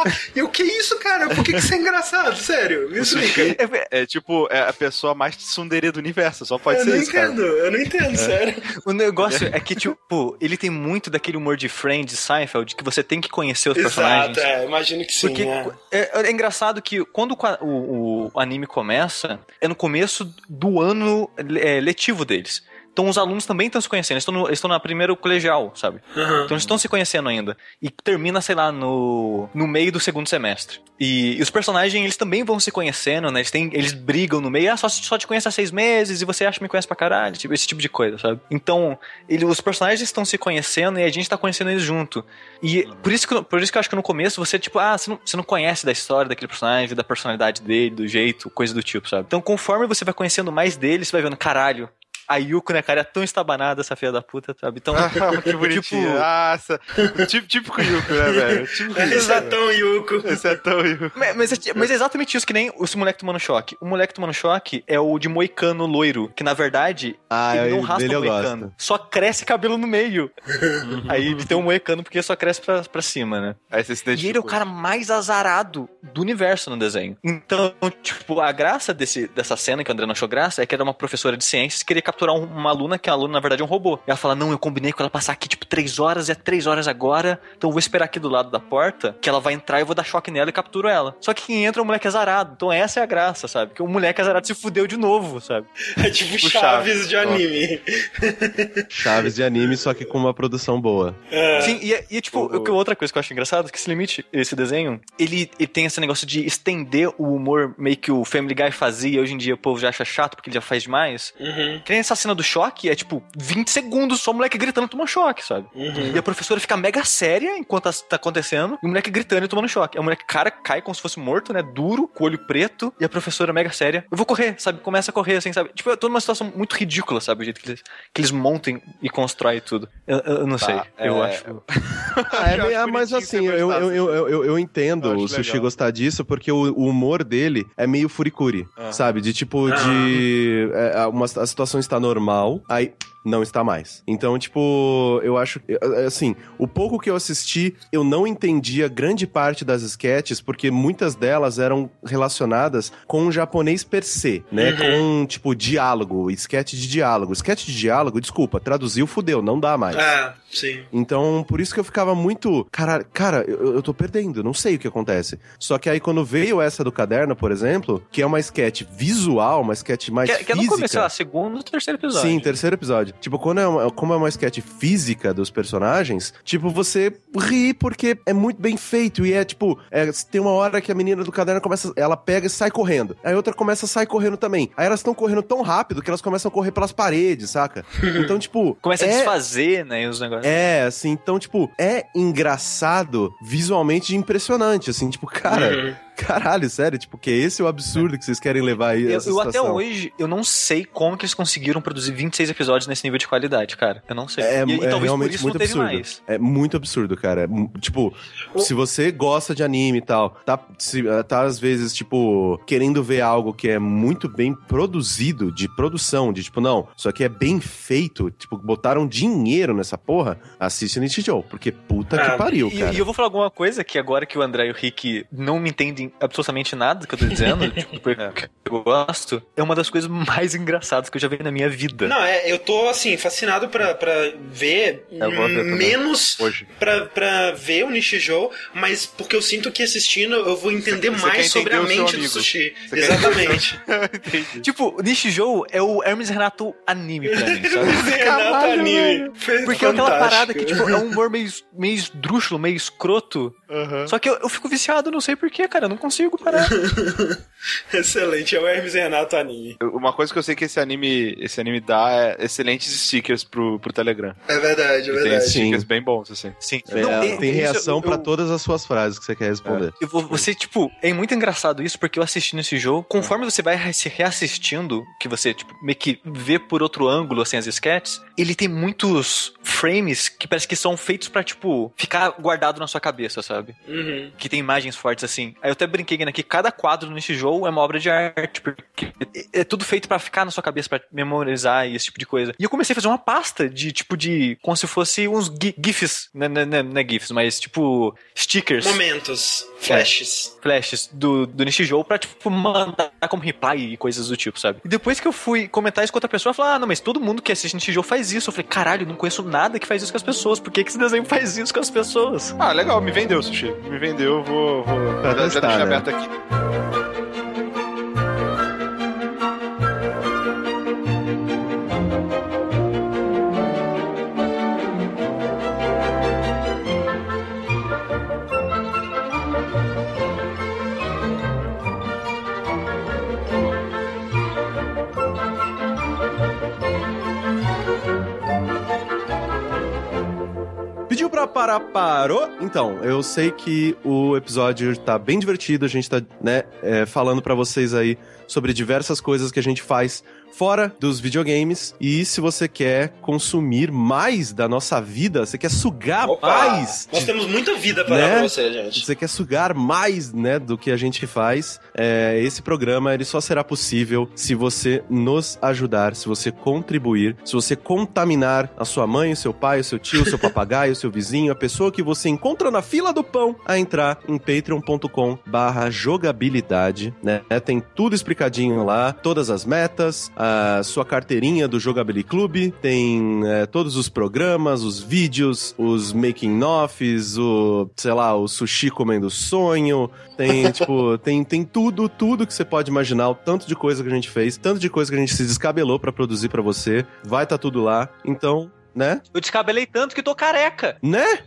e o que é isso, cara, por que, que isso é engraçado, sério, me explica. É, é tipo, é a pessoa mais tsundere do universo, só pode eu ser não isso, entendo, cara. Eu não entendo, é. sério. O negócio é que, tipo, ele tem muito daquele humor de Friends, Seinfeld, que você tem que conhecer os Exato, personagens. Exato, é, imagino que sim. Porque é. É, é engraçado que quando o, o, o anime começa, é no começo do ano é, letivo deles. Então os alunos também estão se conhecendo, eles estão no, eles estão na primeira colegial, sabe? Uhum. Então eles estão se conhecendo ainda. E termina, sei lá, no, no meio do segundo semestre. E, e os personagens, eles também vão se conhecendo, né? Eles, têm, eles brigam no meio, ah, só, só te conheço há seis meses e você acha que me conhece pra caralho, tipo, esse tipo de coisa, sabe? Então, ele, os personagens estão se conhecendo e a gente tá conhecendo eles junto. E por isso que, por isso que eu acho que no começo você, tipo, ah, você não, você não conhece da história daquele personagem, da personalidade dele, do jeito, coisa do tipo, sabe? Então, conforme você vai conhecendo mais dele, você vai vendo, caralho, a Yuko, né, cara, é tão estabanada essa filha da puta, sabe? Então, que bonitinho. Tipo... Nossa, típico, típico Yuko, né, velho? Típico Esse é tão Yuko. Esse é tão Yuko. Mas, mas, é, mas é exatamente isso, que nem esse moleque tomando choque. O moleque tomando choque é o de moicano loiro, que na verdade, ah, ele não eu, raspa o moicano. Gosto. Só cresce cabelo no meio. Aí ele tem um moicano porque só cresce pra, pra cima, né? Aí você se e ele é o cara mais azarado do universo no desenho. Então, tipo, a graça desse, dessa cena que o André não achou graça é que era uma professora de ciências que queria capturar capturar um, uma aluna, que a aluna, na verdade, é um robô. E ela fala, não, eu combinei com ela passar aqui, tipo, três horas, é três horas agora, então eu vou esperar aqui do lado da porta, que ela vai entrar e eu vou dar choque nela e capturo ela. Só que quem entra é o moleque azarado. Então essa é a graça, sabe? Que o moleque azarado se fudeu de novo, sabe? É tipo Tipo Chaves, Chaves de anime. Chaves de anime, só que com uma produção boa. É. Sim, e, e tipo, O- o- outra coisa que eu acho engraçado é que esse limite, esse desenho, ele, ele tem esse negócio de estender o humor meio que o Family Guy fazia, hoje em dia o povo já acha chato porque ele já faz demais. Uhum. Que nem essa cena do choque, é tipo vinte segundos só o moleque gritando tomando choque, sabe? Uhum. E a professora fica mega séria enquanto tá acontecendo, e o moleque gritando e tomando choque. Aí o moleque, cara, cai como se fosse morto, né? Duro, com o olho preto, e a professora mega séria. Eu vou correr, sabe? Começa a correr assim, sabe? Tipo, eu tô numa situação muito ridícula, sabe? O jeito que eles, que eles montem e constroem tudo. Eu, eu, eu não sei. Eu é- acho. Ah, é Eu meio- acho ah, mas bonitinho assim, você eu, gostar eu, eu, eu, eu, eu entendo Eu acho o Sushi legal. gostar disso, porque o, o humor dele é meio furikuri, Ah. sabe? De tipo, de... é, uma, a situação está normal, aí... não está mais. Então, tipo, eu acho... eu- assim, o pouco que eu assisti, eu não entendia grande parte das sketches, porque muitas delas eram relacionadas com o japonês per se, né? Com, tipo, diálogo, sketch de diálogo. Sketch de diálogo, desculpa, traduziu, fudeu, não dá mais. Ah, sim. Então, por isso que eu ficava muito... Cara, cara eu, eu tô perdendo, eu não sei o que acontece. Só que aí, quando veio essa do caderno, por exemplo, que é uma sketch visual, uma sketch mais Que, que física... não começou, a segundo ou terceiro episódio. Sim, terceiro episódio. Tipo, quando é uma, como é uma sketch física dos personagens, tipo, você ri porque é muito bem feito. E é, tipo, é, tem uma hora que a menina do caderno começa... Ela pega e sai correndo. Aí outra começa a sair correndo também. Aí elas estão correndo tão rápido que elas começam a correr pelas paredes, saca? Então, tipo... Começa é... a desfazer, né, os negócios. É, assim, então, tipo, é engraçado visualmente impressionante, assim, tipo, cara, Uhum. caralho, sério, tipo, que esse é o absurdo que vocês querem levar aí Eu, essa eu até situação. hoje, eu não sei como que eles conseguiram produzir vinte e seis episódios nesse nível de qualidade, cara. Eu não sei. É, e, e é talvez por realmente isso muito não teve absurdo. mais. É muito absurdo, cara. É mu- tipo, O- se você gosta de anime e tal, tá, se, tá às vezes, tipo, querendo ver algo que é muito bem produzido, de produção, de tipo, não, isso aqui é bem feito, tipo, botaram dinheiro nessa porra, assiste Nichijou, porque puta Ah, que pariu, E, cara. e eu vou falar alguma coisa que agora que o André e o Rick não me entendem absolutamente nada do que eu tô dizendo, tipo, porque eu gosto, é uma das coisas mais engraçadas que eu já vi na minha vida. Não, é, eu tô, assim, fascinado pra, pra ver, Eu vou ver também. menos Hoje. pra, pra ver o Nishijou, mas porque eu sinto que assistindo eu vou entender Você quer mais sobre a entender o seu mente do amigo. sushi. Você quer Exatamente. Entendi. Tipo, o Nishijou é o Hermes e Renato anime pra mim, sabe? Renato Anime. Porque é aquela Fantástico. parada que, tipo, é um humor meio, meio esdrúxulo, meio escroto. Aham. Só que eu, eu fico viciado, não sei porquê, cara. Eu não consigo parar. Excelente, é o Hermes e Renato Anime. Uma coisa que eu sei que esse anime, esse anime dá é excelentes stickers pro, pro Telegram. É verdade, é Tem verdade. stickers Sim. bem bons, assim. Sim. É, Não, e- tem isso reação eu- pra eu- todas as suas frases que você quer responder. Eu vou, você, tipo, é muito engraçado isso, porque eu assistindo esse jogo, conforme você vai se reassistindo, que você, tipo, meio que vê por outro ângulo, assim, as sketches, ele tem muitos frames que parece que são feitos pra, tipo, ficar guardado na sua cabeça, sabe? Uhum. Que tem imagens fortes, assim. Aí eu até brinquei aqui, cada quadro nesse jogo é uma obra de arte, porque é tudo feito pra ficar na sua cabeça, pra memorizar e esse tipo de coisa. E eu comecei a fazer uma pasta de, tipo, de, como se fosse uns gi- gifs, não, não, não, não é gifs, mas, tipo, stickers. Momentos, flashes. Flashes do, do Nishijou pra, tipo, mandar como reply e coisas do tipo, sabe? E depois que eu fui comentar isso com outra pessoa, eu falei, ah, não, mas todo mundo que assiste Nishijou faz isso. Eu falei, caralho, eu não conheço nada que faz isso com as pessoas. Por que, que esse desenho faz isso com as pessoas? Ah, legal, me vendeu, Sushi. Me vendeu, vou. vou... Pra já, já testar, deixei né? aberto aqui. Pediu pra parar, parou? Então, eu sei que o episódio tá bem divertido, a gente tá, né, é, falando pra vocês aí sobre diversas coisas que a gente faz fora dos videogames. E se você quer consumir mais da nossa vida, você quer sugar Opa, mais nós de- temos muita vida pra Né? dar pra você, gente. você quer sugar mais, né, do que a gente faz, é, esse programa ele só será possível se você nos ajudar, se você contribuir, se você contaminar a sua mãe, o seu pai, o seu tio, o seu papagaio, o seu vizinho, a pessoa que você encontra na fila do pão, a entrar em patreon ponto com barra jogabilidade, né? Tem tudo explicadinho lá, todas as metas, a sua carteirinha do Jogability Club, tem é, todos os programas, os vídeos, os making-offs, o, sei lá, o sushi comendo sonho, tem, tipo, tem, tem tudo, tudo que você pode imaginar, o tanto de coisa que a gente fez, tanto de coisa que a gente se descabelou pra produzir pra você, vai tá tudo lá, então... Né? Eu descabelei tanto que tô careca. Né?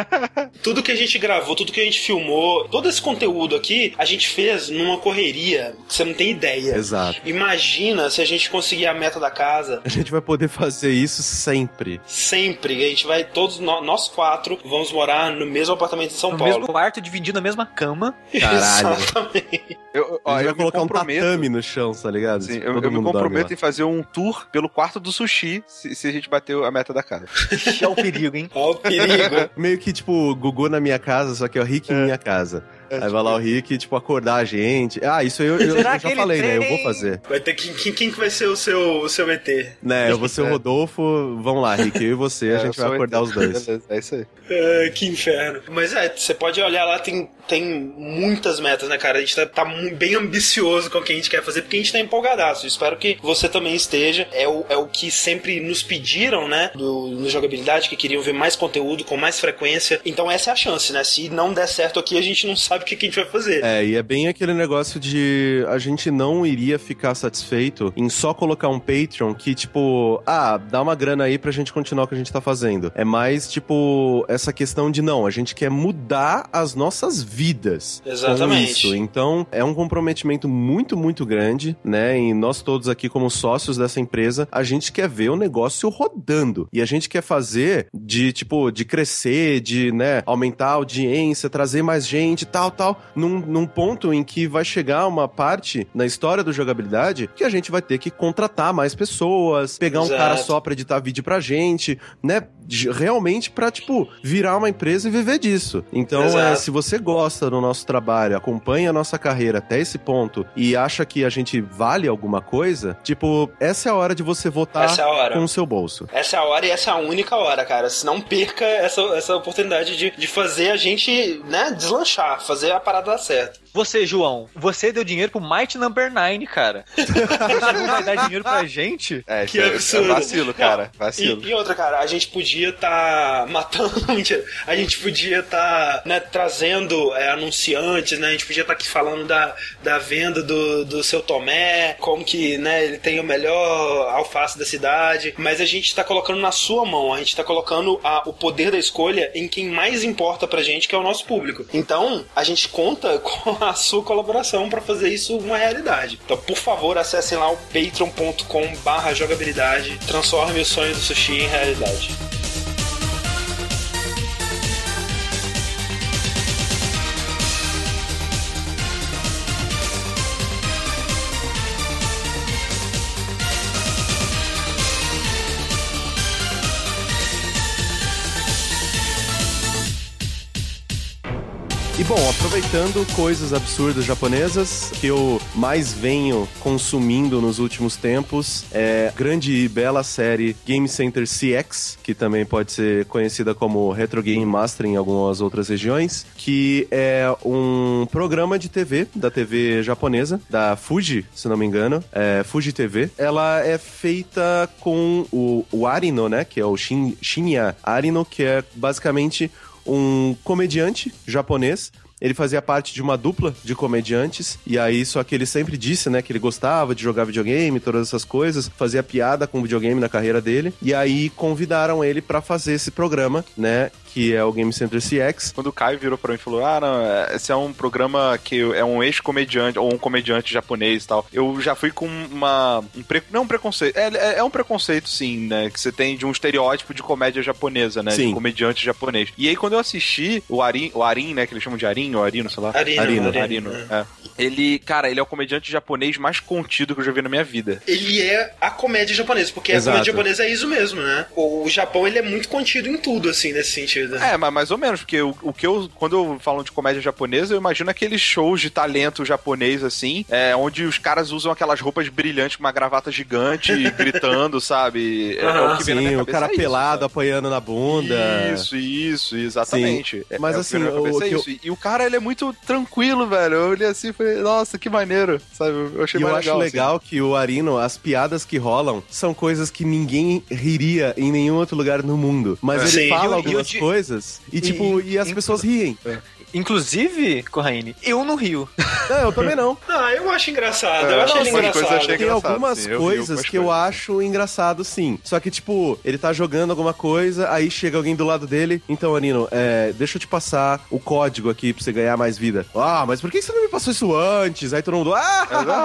Tudo que a gente gravou, tudo que a gente filmou, todo esse conteúdo aqui, a gente fez numa correria que você não tem ideia. Exato. Imagina se a gente conseguir a meta da casa. A gente vai poder fazer isso sempre. Sempre. A gente vai, todos nós quatro, vamos morar no mesmo apartamento de São no Paulo. No mesmo quarto, dividindo a mesma cama. Caralho. Exatamente. Eu, ó, a gente eu vai colocar comprometo... um tatame no chão, tá ligado? Sim, Tipo, eu, todo eu me mundo dorme comprometo lá. em fazer um tour pelo quarto do sushi se, se a gente bater a meta da casa. É o perigo, hein? Ó o perigo. Meio que, tipo, Gugu na minha casa, só que é o Rick em minha casa. É, Aí tipo... vai lá o Rick, tipo, acordar a gente. Ah, isso eu, eu, eu Será já que ele falei, né? Eu tem? vou fazer. Vai ter que, quem, quem que vai ser o seu, o seu E T? Né, eu vou ser o Rodolfo. Vamos lá, Rick, eu e você, a É, gente eu vai sou acordar E T. os dois. Beleza, é isso aí. Ah, que inferno. Mas é, você pode olhar lá, tem, tem muitas metas, né, cara? A gente tá, tá bem ambicioso com o que a gente quer fazer, porque a gente tá empolgadaço. Espero que você também esteja. É o, é o que sempre nos pediram, né, do, no Jogabilidade, que queriam ver mais conteúdo com mais frequência. Então essa é a chance, né? Se não der certo aqui, a gente não sabe o que, que a gente vai fazer. É, e é bem aquele negócio de a gente não iria ficar satisfeito em só colocar um Patreon que, tipo, ah, dá uma grana aí pra gente continuar o que a gente tá fazendo. É mais, tipo, essa questão de não, a gente quer mudar as nossas vidas. Exatamente. Com isso. Então, é um comprometimento muito, muito grande, né? E nós todos aqui, como sócios dessa empresa, a gente quer ver o negócio rodando. E a gente quer fazer de, tipo, de crescer, de, né, aumentar a audiência, trazer mais gente, tal, tal, num num ponto em que vai chegar uma parte na história do Jogabilidade que a gente vai ter que contratar mais pessoas, pegar um Exato. cara só pra editar vídeo pra gente, né? Realmente pra, tipo, virar uma empresa e viver disso. Então, é, se você gosta do nosso trabalho, acompanha a nossa carreira até esse ponto e acha que a gente vale alguma coisa, tipo, essa é a hora de você votar Essa é a hora. com o seu bolso. Essa é a hora e essa é a única hora, cara. Se não perca essa, essa oportunidade de, de fazer a gente, né, deslanchar, fazer a parada dar certo. Você, João, você deu dinheiro pro Mighty Number nine, cara. Você não vai dar dinheiro pra gente? É, Que isso é- absurdo. É vacilo, cara. Não, Vacilo. E, e outra, cara, a gente podia estar matando. Mentira. A gente podia estar, né, trazendo é, anunciantes, né? A gente podia estar aqui falando da, da venda do, do seu Tomé, como que, né, ele tem o melhor alface da cidade. Mas a gente tá colocando na sua mão, a gente tá colocando a, o poder da escolha em quem mais importa pra gente, que é o nosso público. Então, a gente conta com a sua colaboração pra fazer isso uma realidade. Então, por favor, acessem lá o patreon ponto com barra jogabilidade, transforme o sonho do sushi em realidade. E bom, aproveitando coisas absurdas japonesas que eu mais venho consumindo nos últimos tempos, é a grande e bela série Game Center C X, que também pode ser conhecida como Retro Game Master em algumas outras regiões, que é um programa de T V, da T V japonesa, da Fuji, se não me engano, é Fuji T V. Ela é feita com o, o Arino, né, que é o Shin, Shinya Arino, que é basicamente um comediante japonês. Ele fazia parte de uma dupla de comediantes, e aí só que ele sempre disse, né, que ele gostava de jogar videogame, todas essas coisas, fazia piada com videogame na carreira dele, e aí convidaram ele pra fazer esse programa, né, que é o Game Center C X. Quando o Caio virou pra mim e falou, ah, não, esse é um programa que é um ex-comediante, ou um comediante japonês e tal, eu já fui com uma... Um pre, não um preconceito, é, é um preconceito, sim, né, que você tem de um estereótipo de comédia japonesa, né, sim, de comediante japonês. E aí quando eu assisti o Arin, o Arin, né, que eles chamam de Arin, ou Arino, sei lá. Arino, Arino. Arino, Arino, é. é. Ele, cara, ele é o comediante japonês mais contido que eu já vi na minha vida. Ele é a comédia japonesa, porque Exato. a comédia japonesa é isso mesmo, né? O Japão, ele é muito contido em tudo, assim, nesse sentido. sentido. É, mas mais ou menos, porque o, o que eu, quando eu falo de comédia japonesa, eu imagino aqueles shows de talento japonês, assim, é, onde os caras usam aquelas roupas brilhantes com uma gravata gigante, gritando, sabe? É, é o que vem na minha Sim, o cabeça, cara é isso, pelado, sabe? apanhando na bunda. Isso, isso, exatamente. É, Mas é assim, o que vem na minha o cabeça, que é eu- isso. E, e o cara, ele é muito tranquilo, velho. Eu olhei assim e falei, nossa, que maneiro, sabe? Eu achei E eu mais acho legal. legal que o Arino, as piadas que rolam são coisas que ninguém riria em nenhum outro lugar no mundo. Mas ele Sim. fala E o- e o algumas de- coisas e, tipo, e, as e- pessoas riem. Inclusive, Corraine, eu não rio. Não, eu também não. Ah, eu acho engraçado. É, eu acho não, ele algumas coisas eu engraçado. achei Tem engraçado, algumas sim, eu vi coisas algumas que eu coisas. acho engraçado, sim. Só que, tipo, ele tá jogando alguma coisa, aí chega alguém do lado dele. Então, Arino, é, deixa eu te passar o código aqui pra você ganhar mais vida. Ah, mas por que você não me passou isso antes? Aí todo mundo, ah!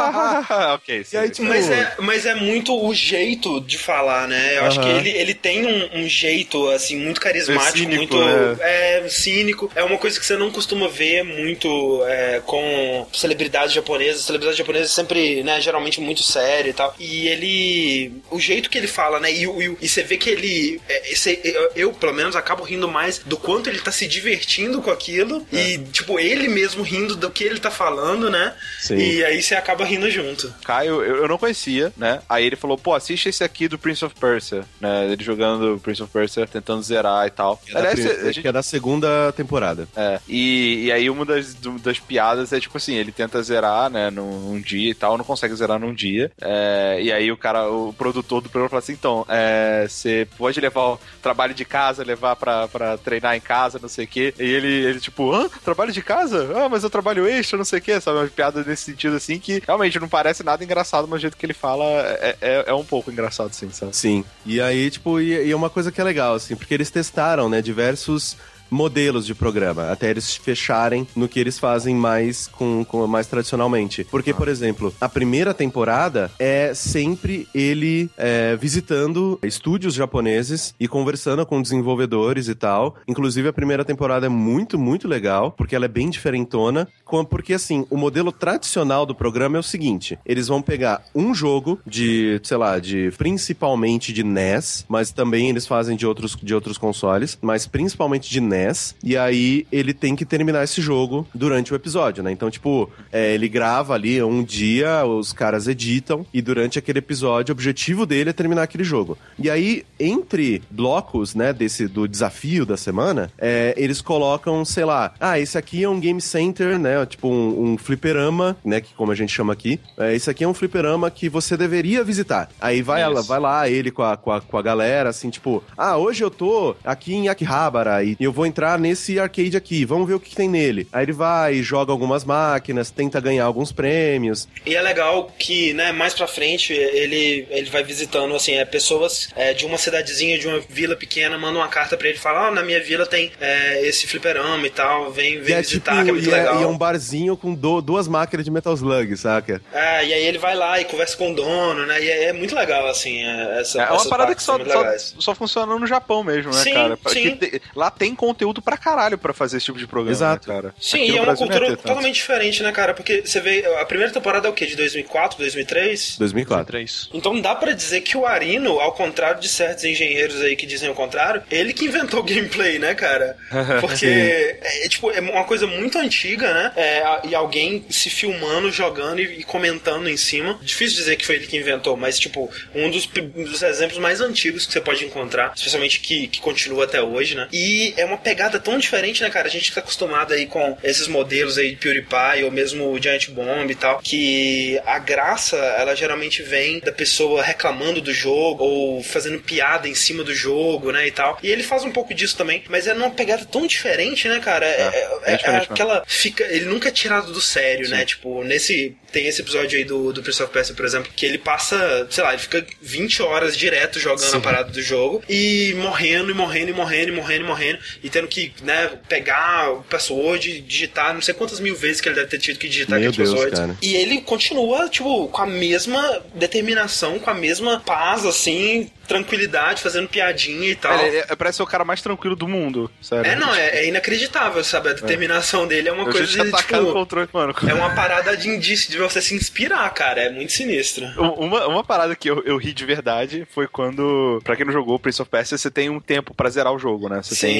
Ah, ok, sim. E aí, tipo, Mas é, mas é muito o jeito de falar, né? Eu acho que Aham. ele, ele tem um, um jeito, assim, muito carismático, É cínico, muito né? é, cínico. É uma coisa que você não costuma ver muito é, com celebridades japonesas. Celebridades japonesas sempre, né, geralmente muito sério e tal. E ele... O jeito que ele fala, né? E, o- e, o- e você vê que ele... é, esse- eu, eu, pelo menos, acabo rindo mais do quanto ele tá se divertindo com aquilo. E, tipo, ele mesmo rindo do que ele tá falando, né? Sim. E aí você acaba rindo junto. Caio, eu, eu não conhecia, né? Aí ele falou, pô, assiste esse aqui do Prince of Persia, né? Ele jogando Prince of Persia, tentando zerar e tal. É da, Aliás, prim- a acho gente- que é da segunda temporada. É, e, e aí uma das, do- das piadas é tipo assim, ele tenta zerar, né, num, num dia e tal, não consegue zerar num dia, é, e aí o cara, o produtor do programa fala assim, então, é, você pode levar o trabalho de casa, levar pra, pra treinar em casa, não sei o quê, e ele, ele tipo, hã? Trabalho de casa? Ah, mas eu trabalho extra, não sei o quê, sabe, uma piada nesse sentido assim, que realmente não parece nada engraçado, mas o jeito que ele fala é, é, é um pouco engraçado, sim, sabe? Sim. E aí, tipo, e, e é uma coisa que é legal, assim, porque eles testaram, né, diversos modelos de programa, até eles fecharem no que eles fazem mais com, com mais tradicionalmente. Porque, por exemplo, a primeira temporada é sempre ele é, visitando estúdios japoneses e conversando com desenvolvedores e tal. Inclusive, a primeira temporada é muito, muito legal, porque ela é bem diferentona, com- porque, assim, o modelo tradicional do programa é o seguinte, eles vão pegar um jogo de, sei lá, de principalmente de N E S, mas também eles fazem de outros, de outros consoles, mas principalmente de N E S, e aí ele tem que terminar esse jogo durante o episódio, né? Então, tipo, é, ele grava ali um dia, os caras editam, e durante aquele episódio, o objetivo dele é terminar aquele jogo. E aí, entre blocos, né, desse, do desafio da semana, é, eles colocam, sei lá, ah, esse aqui é um game center, né? Tipo, um, um fliperama, né? Que como a gente chama aqui. É, esse aqui é um fliperama que você deveria visitar. Aí vai, ela, vai lá, ele com a, com, a, com a galera, assim, tipo, ah, hoje eu tô aqui em Akihabara e eu vou entrar nesse arcade aqui, vamos ver o que, que tem nele. Aí ele vai, joga algumas máquinas, tenta ganhar alguns prêmios. E é legal que, né, mais pra frente, ele, ele vai visitando, assim, é, pessoas é, de uma cidadezinha, de uma vila pequena, mandam uma carta pra ele, falam, ah, na minha vila tem é, esse fliperama e tal, vem, vem E é, visitar, tipo, que é muito e é, legal. e é um barzinho com do- duas máquinas de Metal Slug, saca? É, e aí ele vai lá e conversa com o dono, né, e é, é muito legal, assim, é, essa, É uma essas parada que partes só, são muito só, legais. só funciona no Japão mesmo, né, Sim, cara? sim. Porque te- lá tem conteúdo pra caralho pra fazer esse tipo de programa, Exato. né, cara? Sim, Aqui e no é uma Brasil não ia cultura ter tanto. totalmente diferente, né, cara? Porque você vê, a primeira temporada é o quê? De dois mil e quatro, dois mil e três? dois mil e quatro. Três. Então dá pra dizer que o Arino, ao contrário de certos engenheiros aí que dizem o contrário, ele que inventou o gameplay, né, cara? Porque é, é, tipo, é uma coisa muito antiga, né? É, a- e alguém se filmando, jogando e, e comentando em cima. Difícil dizer que foi ele que inventou, mas tipo, um dos, pri- dos exemplos mais antigos que você pode encontrar, especialmente que, que continua até hoje, né? E é uma pegada tão diferente, né, cara? A gente tá acostumado aí com esses modelos aí de PewDiePie ou mesmo o Giant Bomb e tal, que a graça, ela geralmente vem da pessoa reclamando do jogo ou fazendo piada em cima do jogo, né, e tal. E ele faz um pouco disso também, mas é numa pegada tão diferente, né, cara? É, é, é é diferente mesmo. aquela... Fica, ele nunca é tirado do sério, né? Tipo, nesse... Tem esse episódio aí do, do Prince of Persia, por exemplo, que ele passa, sei lá, ele fica vinte horas direto jogando Sim. a parada do jogo e morrendo, e morrendo, e morrendo, e morrendo, e morrendo, e tendo que, né, pegar o password, digitar, não sei quantas mil vezes que ele deve ter tido que digitar Meu aquele Deus, password. cara. E ele continua, tipo, com a mesma determinação, com a mesma paz, assim, tranquilidade, fazendo piadinha e tal. Ele, ele parece ser o cara mais tranquilo do mundo, sério. É, não, é, é inacreditável, sabe? A determinação dele é uma Eu coisa já tinha de, atacado o tipo... controle, mano. É uma parada de indício de você se inspirar, cara. É muito sinistro. Uma, uma parada que eu, eu ri de verdade foi quando, pra quem não jogou Prince of Persia, você tem um tempo pra zerar o jogo, né? Você Sim, tem, sim. Você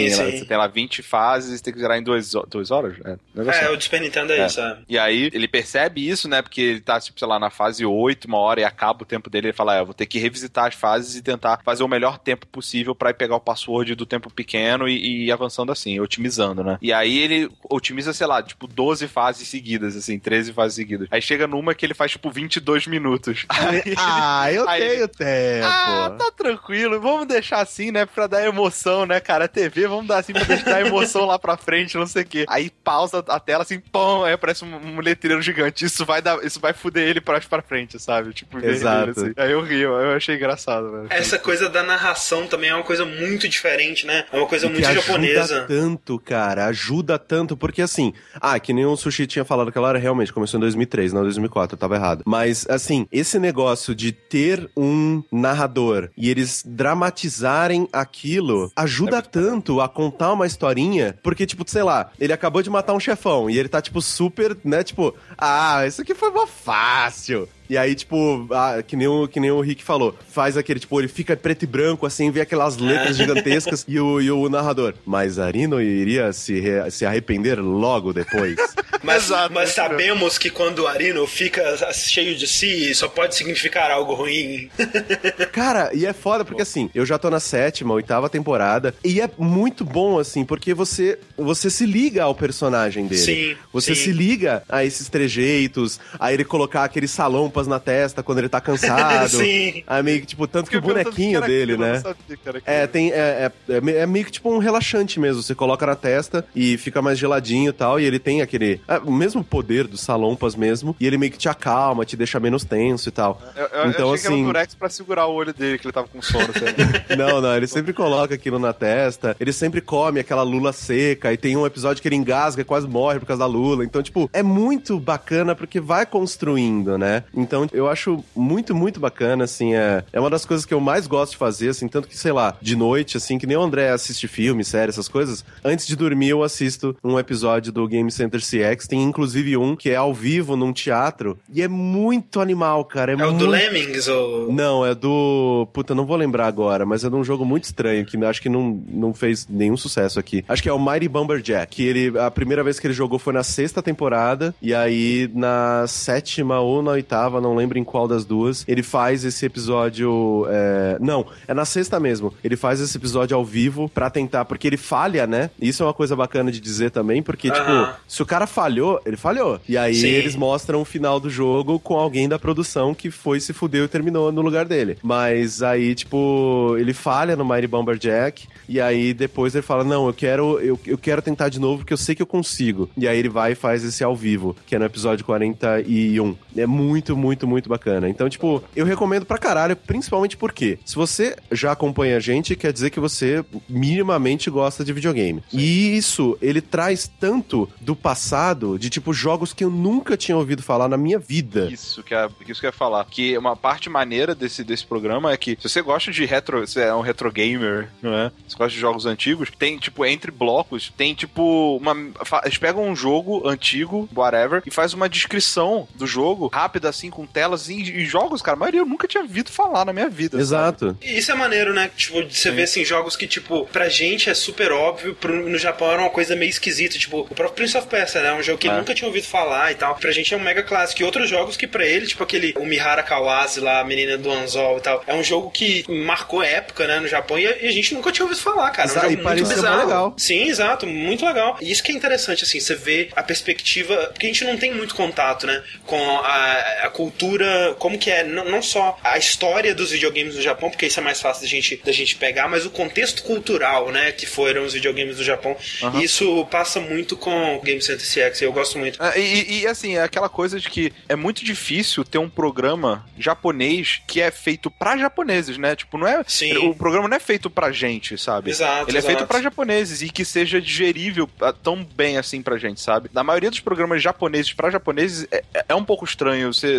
tem lá vinte fases, tem que zerar em duas, duas horas? É, é assim. O do Super Nintendo é, é isso, é. E aí, ele percebe isso, né, porque ele tá, tipo, sei lá, na fase oito, uma hora, e acaba o tempo dele, ele fala, é, eu vou ter que revisitar as fases e tentar fazer o melhor tempo possível pra ir pegar o password do tempo pequeno e, e ir avançando assim, otimizando, né. E aí ele otimiza, sei lá, tipo, doze fases seguidas, assim, treze fases seguidas. Aí chega numa que ele faz, tipo, vinte e dois minutos. Aí, ah, eu aí tenho ele, tempo. Ah, tá tranquilo, vamos deixar assim, né, pra dar emoção, né, cara, a T V, vamos dar assim pra dar emoção lá pra frente, não sei o quê. Aí pausa a tela assim, pum, aí aparece um, um letreiro gigante, isso vai dar, isso vai fuder ele pra, pra frente, sabe? Tipo, exato. Assim. Aí eu ri, eu achei engraçado, velho. Essa coisa da narração também é uma coisa muito diferente, né? É uma coisa e muito que japonesa. Ajuda tanto, cara, ajuda tanto, porque assim, ah, que nem o Sushi tinha falado aquela hora, realmente, começou em dois mil e três, não dois mil e quatro, eu tava errado. Mas, assim, esse negócio de ter um narrador e eles dramatizarem aquilo, ajuda é tanto a contar uma historinha, porque, tipo, sei lá, ele acabou de matar um chefão e ele tá, tipo, super, né, tipo, ah, isso aqui foi mó fácil. E aí, tipo, ah, que, nem o, que nem o Rick falou, faz aquele, tipo, ele fica preto e branco, assim, vê aquelas letras gigantescas e, o, e o narrador, mas Arino iria se, re, se arrepender logo depois. Mas, Exato, mas sabemos que quando o Arino fica cheio de si, só pode significar algo ruim. Cara, e é foda, porque assim, eu já tô na sétima, oitava temporada, e é muito bom, assim, porque você, você se liga ao personagem dele. Sim, Você sim. se liga a esses trejeitos, a ele colocar aquele salão na testa quando ele tá cansado. Sim. Aí meio que, tipo, tanto que o bonequinho que dele, aquilo, né? Sabia, é, tem, é, é, é meio que tipo um relaxante mesmo. Você coloca na testa e fica mais geladinho e tal. E ele tem aquele. É, o mesmo poder dos salompas mesmo. E ele meio que te acalma, te deixa menos tenso e tal. Eu, eu, então, eu achei assim. Que era um Durex pra segurar o olho dele, que ele tava com sono. Não, não, ele sempre coloca aquilo na testa. Ele sempre come aquela lula seca. E tem um episódio que ele engasga e quase morre por causa da lula. Então, tipo, é muito bacana porque vai construindo, né? Então, eu acho muito, muito bacana, assim, é, é uma das coisas que eu mais gosto de fazer, assim, tanto que, sei lá, de noite, assim, que nem o André assiste filme, série, essas coisas, antes de dormir eu assisto um episódio do Game Center C X, tem inclusive um que é ao vivo num teatro, e é muito animal, cara. É, é muito... o do Lemmings, ou... Não, é do... Puta, não vou lembrar agora, mas é de um jogo muito estranho, que acho que não, não fez nenhum sucesso aqui. Acho que é o Mighty Bomberjack, que ele, a primeira vez que ele jogou foi na sexta temporada, e aí na sétima ou na oitava, não lembro em qual das duas, ele faz esse episódio... É... Não, é na sexta mesmo. Ele faz esse episódio ao vivo pra tentar, porque ele falha, né? Isso é uma coisa bacana de dizer também, porque, uh-huh. tipo, se o cara falhou, ele falhou. E aí Sim. eles mostram o final do jogo com alguém da produção que foi, se fudeu e terminou no lugar dele. Mas aí, tipo, ele falha no Mighty Bomberjack, e aí depois ele fala, não, eu quero, eu, eu quero tentar de novo, porque eu sei que eu consigo. E aí ele vai e faz esse ao vivo, que é no episódio quarenta e um. É muito, muito, muito bacana. Então, tipo, eu recomendo pra caralho, principalmente porque se você já acompanha a gente, quer dizer que você minimamente gosta de videogame. Sim. E isso, ele traz tanto do passado, de tipo, jogos que eu nunca tinha ouvido falar na minha vida. Isso que, é, isso que eu ia falar. Que uma parte maneira desse, desse programa é que se você gosta de retro, você é um retro gamer, não é? Você gosta de jogos antigos, tem, tipo, entre blocos, tem, tipo, uma... Eles pegam um jogo antigo, whatever, e faz uma descrição do jogo, rápida, assim, com telas e, e jogos, cara, a maioria eu nunca tinha ouvido falar na minha vida. Exato. Sabe? E isso é maneiro, né? Tipo, de você Sim. ver, assim, jogos que, tipo, pra gente é super óbvio, pro, no Japão era uma coisa meio esquisita, tipo, o próprio Prince of Persia, né? Um jogo que é. ele nunca tinha ouvido falar e tal. Pra gente é um mega clássico. E outros jogos que pra ele, tipo aquele, o Mihara Kawase lá, a menina do Anzol e tal, é um jogo que marcou época, né, no Japão, e a, e a gente nunca tinha ouvido falar, cara. Exato, é um jogo e muito bizarro. Legal. Sim, exato, muito legal. E isso que é interessante, assim, você vê a perspectiva, porque a gente não tem muito contato, né, com a, a cultura, como que é, não, não só a história dos videogames no Japão, porque isso é mais fácil da gente, da gente pegar, mas o contexto cultural, né, que foram os videogames do Japão. Uhum. Isso passa muito com o Game Center C X, eu gosto muito. É, e, e, assim, é aquela coisa de que é muito difícil ter um programa japonês que é feito pra japoneses, né? Tipo, não é... Sim. O programa não é feito pra gente, sabe? Exato, Ele exato. é feito pra japoneses e que seja digerível tão bem assim pra gente, sabe? Na maioria dos programas japoneses pra japoneses é, é um pouco estranho você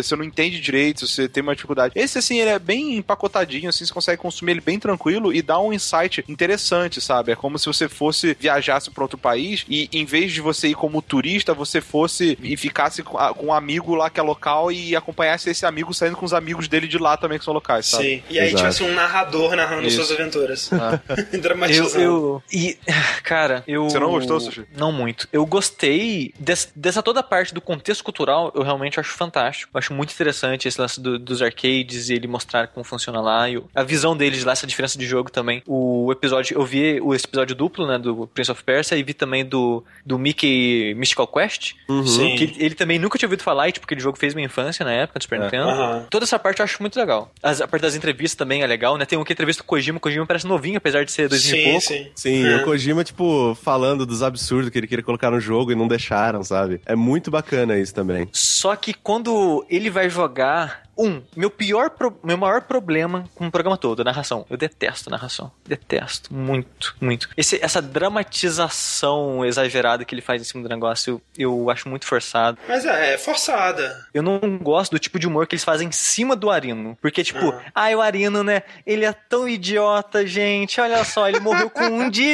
você não entende direito, você tem uma dificuldade. Esse, assim, ele é bem empacotadinho, assim, você consegue consumir ele bem tranquilo e dá um insight interessante, sabe? É como se você fosse, viajasse para outro país e em vez de você ir como turista, você fosse e ficasse com, a, com um amigo lá que é local e acompanhasse esse amigo saindo com os amigos dele de lá também, que são locais, sabe? Sim. E aí tivesse um narrador narrando Isso. suas aventuras. Ah. Dramatizando. Eu, eu, e, cara, eu... Você não gostou, Sushi? Não muito. Eu gostei des, dessa toda parte do contexto cultural, eu realmente acho fantástico. Eu acho muito interessante esse lance do, dos arcades e ele mostrar como funciona lá. E a visão deles lá, essa diferença de jogo também. O episódio, eu vi esse episódio duplo, né, do Prince of Persia e vi também do, do Mickey Mystical Quest. Uhum. Sim. Que ele também nunca tinha ouvido falar, e, tipo, aquele jogo fez minha infância na época do Super é. Nintendo. Uhum. Toda essa parte eu acho muito legal. As, a parte das entrevistas também é legal, né? Tem um que entrevista com o Kojima, o Kojima parece novinho, apesar de ser dois mil e pouco. Sim, sim. É. O Kojima, tipo, falando dos absurdos que ele queria colocar no jogo e não deixaram, sabe? É muito bacana isso também. Só que quando ele vai jogar... Um, meu pior, pro, meu maior problema com o programa todo, a narração. Eu detesto a narração. Detesto. Muito, muito. Esse, essa dramatização exagerada que ele faz em cima do negócio, eu, eu acho muito forçado. Mas é, é forçada. Eu não gosto do tipo de humor que eles fazem em cima do Arino. Porque, tipo, ah, ah o Arino, né? Ele é tão idiota, gente. Olha só, ele morreu com um de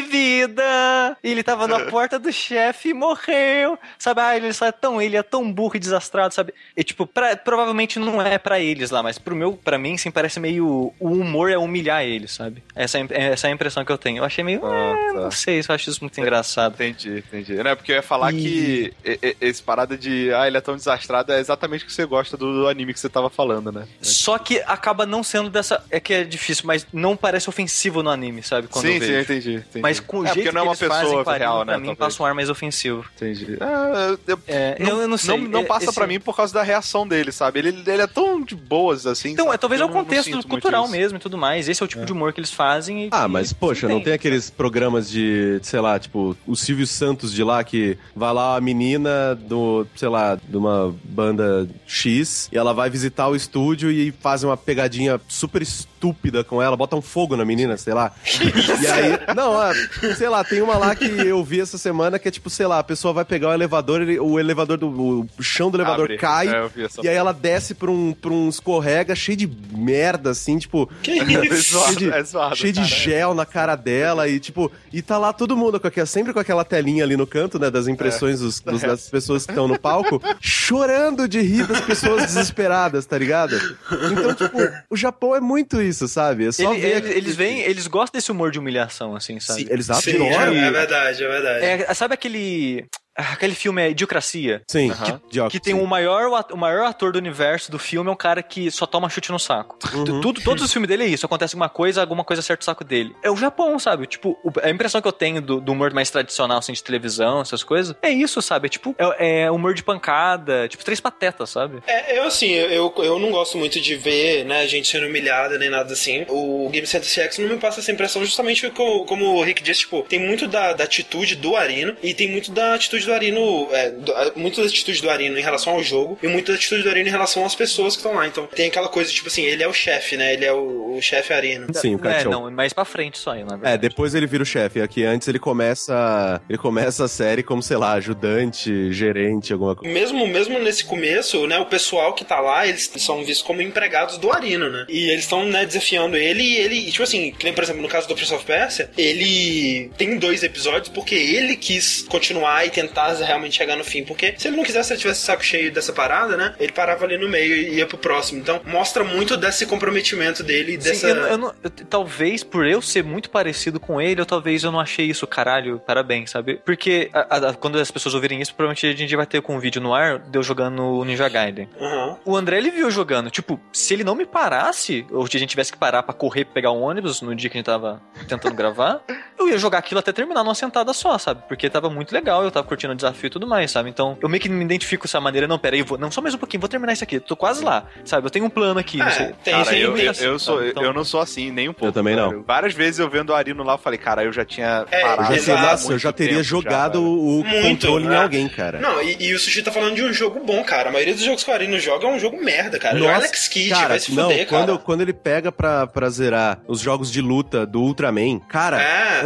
vida. Ele tava na porta do chefe e morreu. Sabe? Ah, ele só é tão... Ele é tão burro e desastrado, sabe? E, tipo, pra, provavelmente não é pra eles lá, mas pro meu, pra mim, sim, parece meio... O humor é humilhar eles, sabe? Essa, essa é a impressão que eu tenho. Eu achei meio... Ah, é, tá. Não sei, eu acho isso muito engraçado. Entendi, entendi. Não é porque eu ia falar e... que esse parada de... Ah, ele é tão desastrado, é exatamente o que você gosta do, do anime que você tava falando, né? Só que acaba não sendo dessa... É que é difícil, mas não parece ofensivo no anime, sabe? Quando sim, eu vejo. sim, entendi, entendi. Mas com o é, jeito não é uma que eles fazem com a real, anime, pra né, mim, talvez. passa um ar mais ofensivo. Entendi. Ah, eu, é, não, eu não sei. Não, não passa Esse... pra mim por causa da reação dele, sabe? Ele, ele é tão de boas, assim. Então, sabe? é, talvez é o contexto cultural isso. mesmo e tudo mais. Esse é o tipo é. de humor que eles fazem. E, ah, mas, poxa, não tem aqueles programas de, sei lá, tipo, o Silvio Santos de lá, que vai lá a menina do, sei lá, de uma banda X, e ela vai visitar o estúdio e faz uma pegadinha super estúpida com ela, bota um fogo na menina, sei lá. E aí, não, é, sei lá, tem uma lá que eu vi essa semana que é tipo, sei lá, a pessoa vai pegar o elevador, ele, o elevador do o chão do elevador Abre. cai, é, e aí ela desce pra um, pra um escorrega cheio de merda, assim, tipo... Que isso? Cheio de, é zoado, cheio de cara, gel é. na cara dela e, tipo, e tá lá todo mundo com aquela, sempre com aquela telinha ali no canto, né, das impressões é. dos, dos, das pessoas que estão no palco, chorando de rir das pessoas desesperadas, tá ligado? Então, tipo, o Japão é muito isso, sabe? É só Ele, ver eles, eles vêm, eles gostam desse humor de humilhação, assim, sabe? Sim, eles Sim, adoram. é, é verdade, é verdade. É, sabe aquele... Aquele filme é Idiocracia. Sim, que, que tem o maior, o maior ator do universo do filme é um cara que só toma chute no saco. Uhum. Tudo, todos os filmes dele é isso. Acontece alguma coisa, alguma coisa acerta o saco dele. É o Japão, sabe? Tipo, a impressão que eu tenho do, do humor mais tradicional, assim, de televisão, essas coisas, é isso, sabe? É tipo, é, é humor de pancada, tipo Três Patetas, sabe? É, eu assim, eu, eu não gosto muito de ver, né, gente sendo humilhada nem nada assim. O Game Center C X não me passa essa impressão justamente como, como o Rick disse, tipo, tem muito da, da atitude do Arino e tem muito da atitude do Arino... É, muito da atitude do Arino em relação ao jogo e muito da atitude do Arino em relação às pessoas que estão lá. Então tem aquela coisa, tipo assim, ele é o chefe, né? Ele é o, o chefe Arino. Sim, o cara. É, não, mais pra frente só aí, na verdade. É, depois ele vira o chefe. Aqui antes ele começa ele começa a série como, sei lá, ajudante, gerente, alguma coisa. Mesmo, mesmo nesse começo, né, o pessoal que tá lá, eles são vistos como empregados do Arino, né? E eles estão, né, desafiando ele e ele, tipo assim, que nem, por exemplo, no caso do Prince of Persia, ele tem dois episódios porque ele quis continuar e tentar realmente chegar no fim, porque se ele não quisesse, se ele tivesse saco cheio dessa parada, né, ele parava ali no meio e ia pro próximo. Então, mostra muito desse comprometimento dele, Sim, dessa... eu, eu não, eu, talvez por eu ser muito parecido com ele, ou talvez eu não achei isso, caralho, parabéns, sabe? Porque a, a, quando as pessoas ouvirem isso, provavelmente a gente vai ter com um vídeo no ar de eu jogando o Ninja Gaiden. Uhum. O André, ele viu jogando, tipo, se ele não me parasse, ou se a gente tivesse que parar pra correr, pra pegar um ônibus no dia que a gente tava tentando gravar, eu ia jogar aquilo até terminar numa sentada só, sabe? Porque tava muito legal, eu tava curtindo o desafio e tudo mais, sabe? Então, eu meio que me identifico com essa maneira, não, pera aí, eu vou, não, só mais um pouquinho, vou terminar isso aqui, tô quase lá, sabe? Eu tenho um plano aqui, é, não sei. Tem, cara, tem eu, eu, assim, eu, sou, então... eu não sou assim, nem um pouco. Eu também não. Cara. Várias vezes eu vendo o Arino lá, eu falei, cara, eu já tinha é, parado. Eu já, sei, nossa, eu já muito teria tempo jogado já, o muito, controle né? em alguém, cara. Não, e, e o Sushi tá falando de um jogo bom, cara. A maioria dos jogos que o Arino joga é um jogo merda, cara. Nossa, o Alex Kidd cara, vai se não, fuder, quando, cara. Quando ele pega pra, pra zerar os jogos de luta do Ultraman, cara, É, é um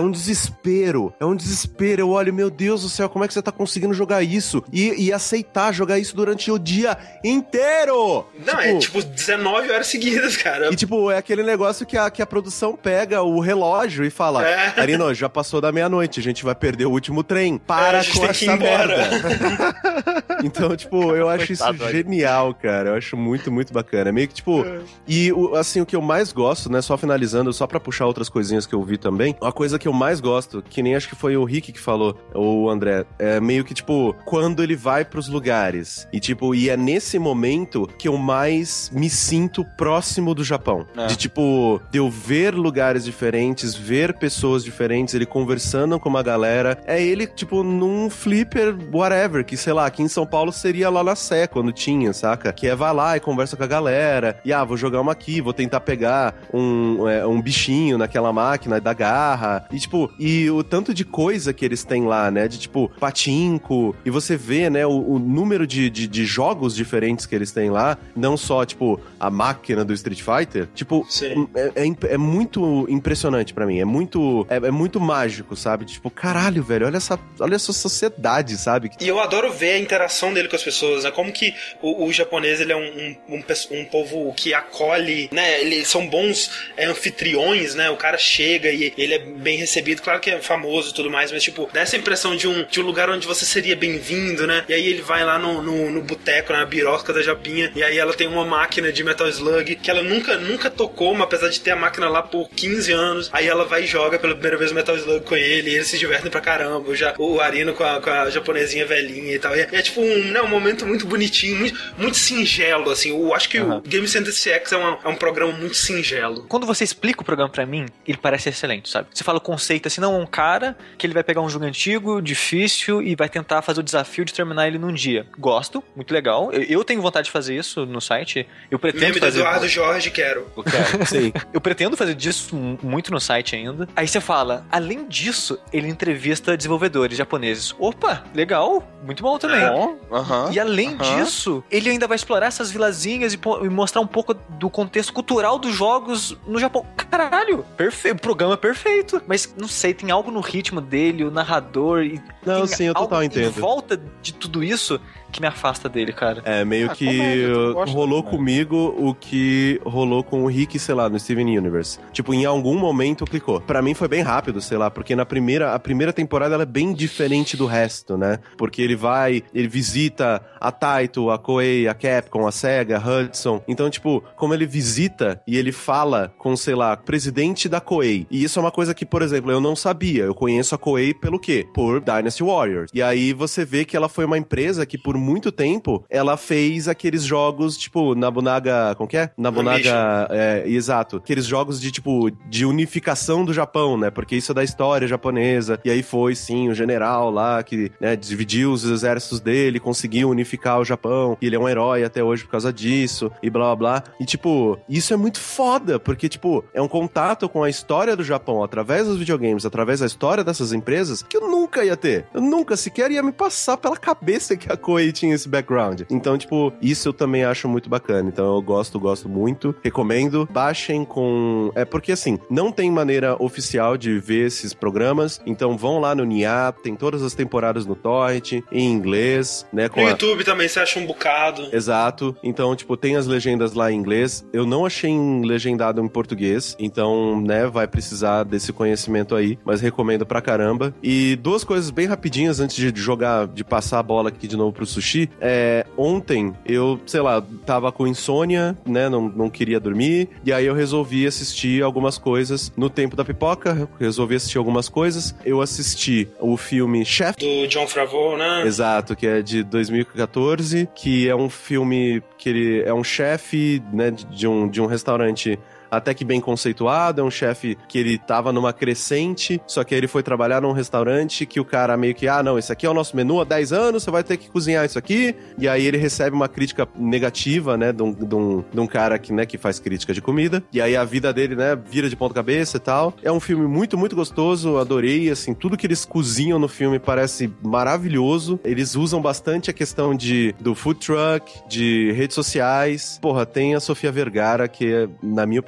um desespero. É um desespero. Eu olho, meu Deus do céu, como é que você tá conseguindo jogar isso? E, e aceitar jogar isso durante o dia inteiro! Não, tipo, é tipo dezenove horas seguidas, cara. E tipo, é aquele negócio que a, que a produção pega o relógio e fala, é. Arino, já passou da meia-noite, a gente vai perder o último trem. Para é, com essa merda. Então, tipo, eu acho Coitado, isso genial, cara. Eu acho muito, muito bacana. É meio que, tipo... É. E, assim, o que eu mais gosto, né, só finalizando, só pra puxar outras coisinhas que eu vi também, a coisa que eu mais gosto, que nem acho que foi o Rick que falou, ou o André, é meio que, tipo, quando ele vai pros lugares. E, tipo, e é nesse momento que eu mais me sinto próximo do Japão. É. De, tipo, de eu ver lugares diferentes, ver pessoas diferentes, ele conversando com uma galera. É ele, tipo, num flipper, whatever, que, sei lá, aqui em São Paulo seria lá na Sé, quando tinha, saca? Que é vai lá e conversa com a galera, e ah, vou jogar uma aqui, vou tentar pegar um, é, um bichinho naquela máquina da garra, e tipo, e o tanto de coisa que eles têm lá, né? De tipo, patinco, e você vê, né, o, o número de, de, de jogos diferentes que eles têm lá, não só, tipo, a máquina do Street Fighter, tipo, é, é, é muito impressionante pra mim, é muito, é, é muito mágico, sabe? Tipo, caralho, velho, olha essa, olha essa sociedade, sabe? E eu adoro ver a interação dele com as pessoas, né? Como que o, o japonês, ele é um, um, um, um povo que acolhe, né? Eles são bons é, anfitriões, né? O cara chega e ele é bem recebido, claro que é famoso e tudo mais, mas, tipo, dá essa impressão de um, de um lugar onde você seria bem-vindo, né? E aí ele vai lá no, no, no boteco, na birosca da Japinha, e aí ela tem uma máquina de Metal Slug que ela nunca, nunca tocou, mas apesar de ter a máquina lá por quinze anos, aí ela vai e joga pela primeira vez o Metal Slug com ele, e eles se divertem pra caramba, já, o Arino com a, com a japonesinha velhinha e tal, e é, é tipo um, né, um momento muito bonitinho, muito, muito singelo, assim, eu acho que uhum. o Game Center C X é, uma, é um programa muito singelo. Quando você explica o programa pra mim, ele parece excelente, sabe? Você fala o conceito assim, não, é um cara que ele vai pegar um jogo antigo, difícil, e vai tentar fazer o desafio de terminar ele num dia. Gosto, muito legal, eu, eu tenho vontade de fazer isso no site, eu pretendo Meme fazer... do Eduardo Jorge, quero. Eu quero, sim. Eu pretendo fazer disso muito no site ainda. Aí você fala, além disso, ele entrevista desenvolvedores japoneses. Opa, legal, muito bom também. É. Uhum. E além uhum. disso, ele ainda vai explorar essas vilazinhas e, e mostrar um pouco do contexto cultural dos jogos no Japão. Caralho, perfeito, o programa é perfeito. Mas, não sei, tem algo no ritmo dele, o narrador... E não, sim, eu total entendo. Em volta de tudo isso... que me afasta dele, cara. É, meio ah, que comédia, rolou comigo o que rolou com o Rick, sei lá, no Steven Universe. Tipo, em algum momento clicou. Pra mim foi bem rápido, sei lá, porque na primeira, a primeira temporada ela é bem diferente do resto, né? Porque ele vai, ele visita a Taito, a Koei, a Capcom, a Sega, a Hudson. Então, tipo, como ele visita e ele fala com, sei lá, presidente da Koei. E isso é uma coisa que, por exemplo, eu não sabia. Eu conheço a Koei pelo quê? Por Dynasty Warriors. E aí você vê que ela foi uma empresa que, por muito tempo, ela fez aqueles jogos, tipo, Nabunaga... Como que é? Nabunaga... É, exato. Aqueles jogos de, tipo, de unificação do Japão, né? Porque isso é da história japonesa. E aí foi, sim, o general lá que, né, dividiu os exércitos dele, conseguiu unificar o Japão. E ele é um herói até hoje por causa disso. E blá, blá, blá. E, tipo, isso é muito foda, porque, tipo, é um contato com a história do Japão através dos videogames, através da história dessas empresas, que eu nunca ia ter. Eu nunca sequer ia me passar pela cabeça que a Koei tinha esse background. Então, tipo, isso eu também acho muito bacana. Então, eu gosto, gosto muito. Recomendo. Baixem com... É porque, assim, não tem maneira oficial de ver esses programas. Então, vão lá no N I A, tem todas as temporadas no Torrent, em inglês, né? Com no a... YouTube também você acha um bocado. Exato. Então, tipo, tem as legendas lá em inglês. Eu não achei legendado em português. Então, né, vai precisar desse conhecimento aí. Mas recomendo pra caramba. E duas coisas bem rapidinhas antes de jogar, de passar a bola aqui de novo pro Sushi. É, ontem eu, sei lá, tava com insônia, né, não, não queria dormir, e aí eu resolvi assistir algumas coisas no tempo da pipoca, resolvi assistir algumas coisas. Eu assisti o filme Chef do Jon Favreau, né? Exato, que é de dois mil e catorze, que é um filme que ele é um chefe, né, de um, de um restaurante até que bem conceituado, é um chefe que ele tava numa crescente, só que aí ele foi trabalhar num restaurante que o cara meio que, ah, não, esse aqui é o nosso menu há dez anos, você vai ter que cozinhar isso aqui, e aí ele recebe uma crítica negativa, né, de um, de um, de um cara que, né, que faz crítica de comida, e aí a vida dele, né, vira de ponta cabeça e tal. É um filme muito, muito gostoso, adorei, assim, tudo que eles cozinham no filme parece maravilhoso, eles usam bastante a questão de, do food truck, de redes sociais. Porra, tem a Sofia Vergara, que, na minha opinião,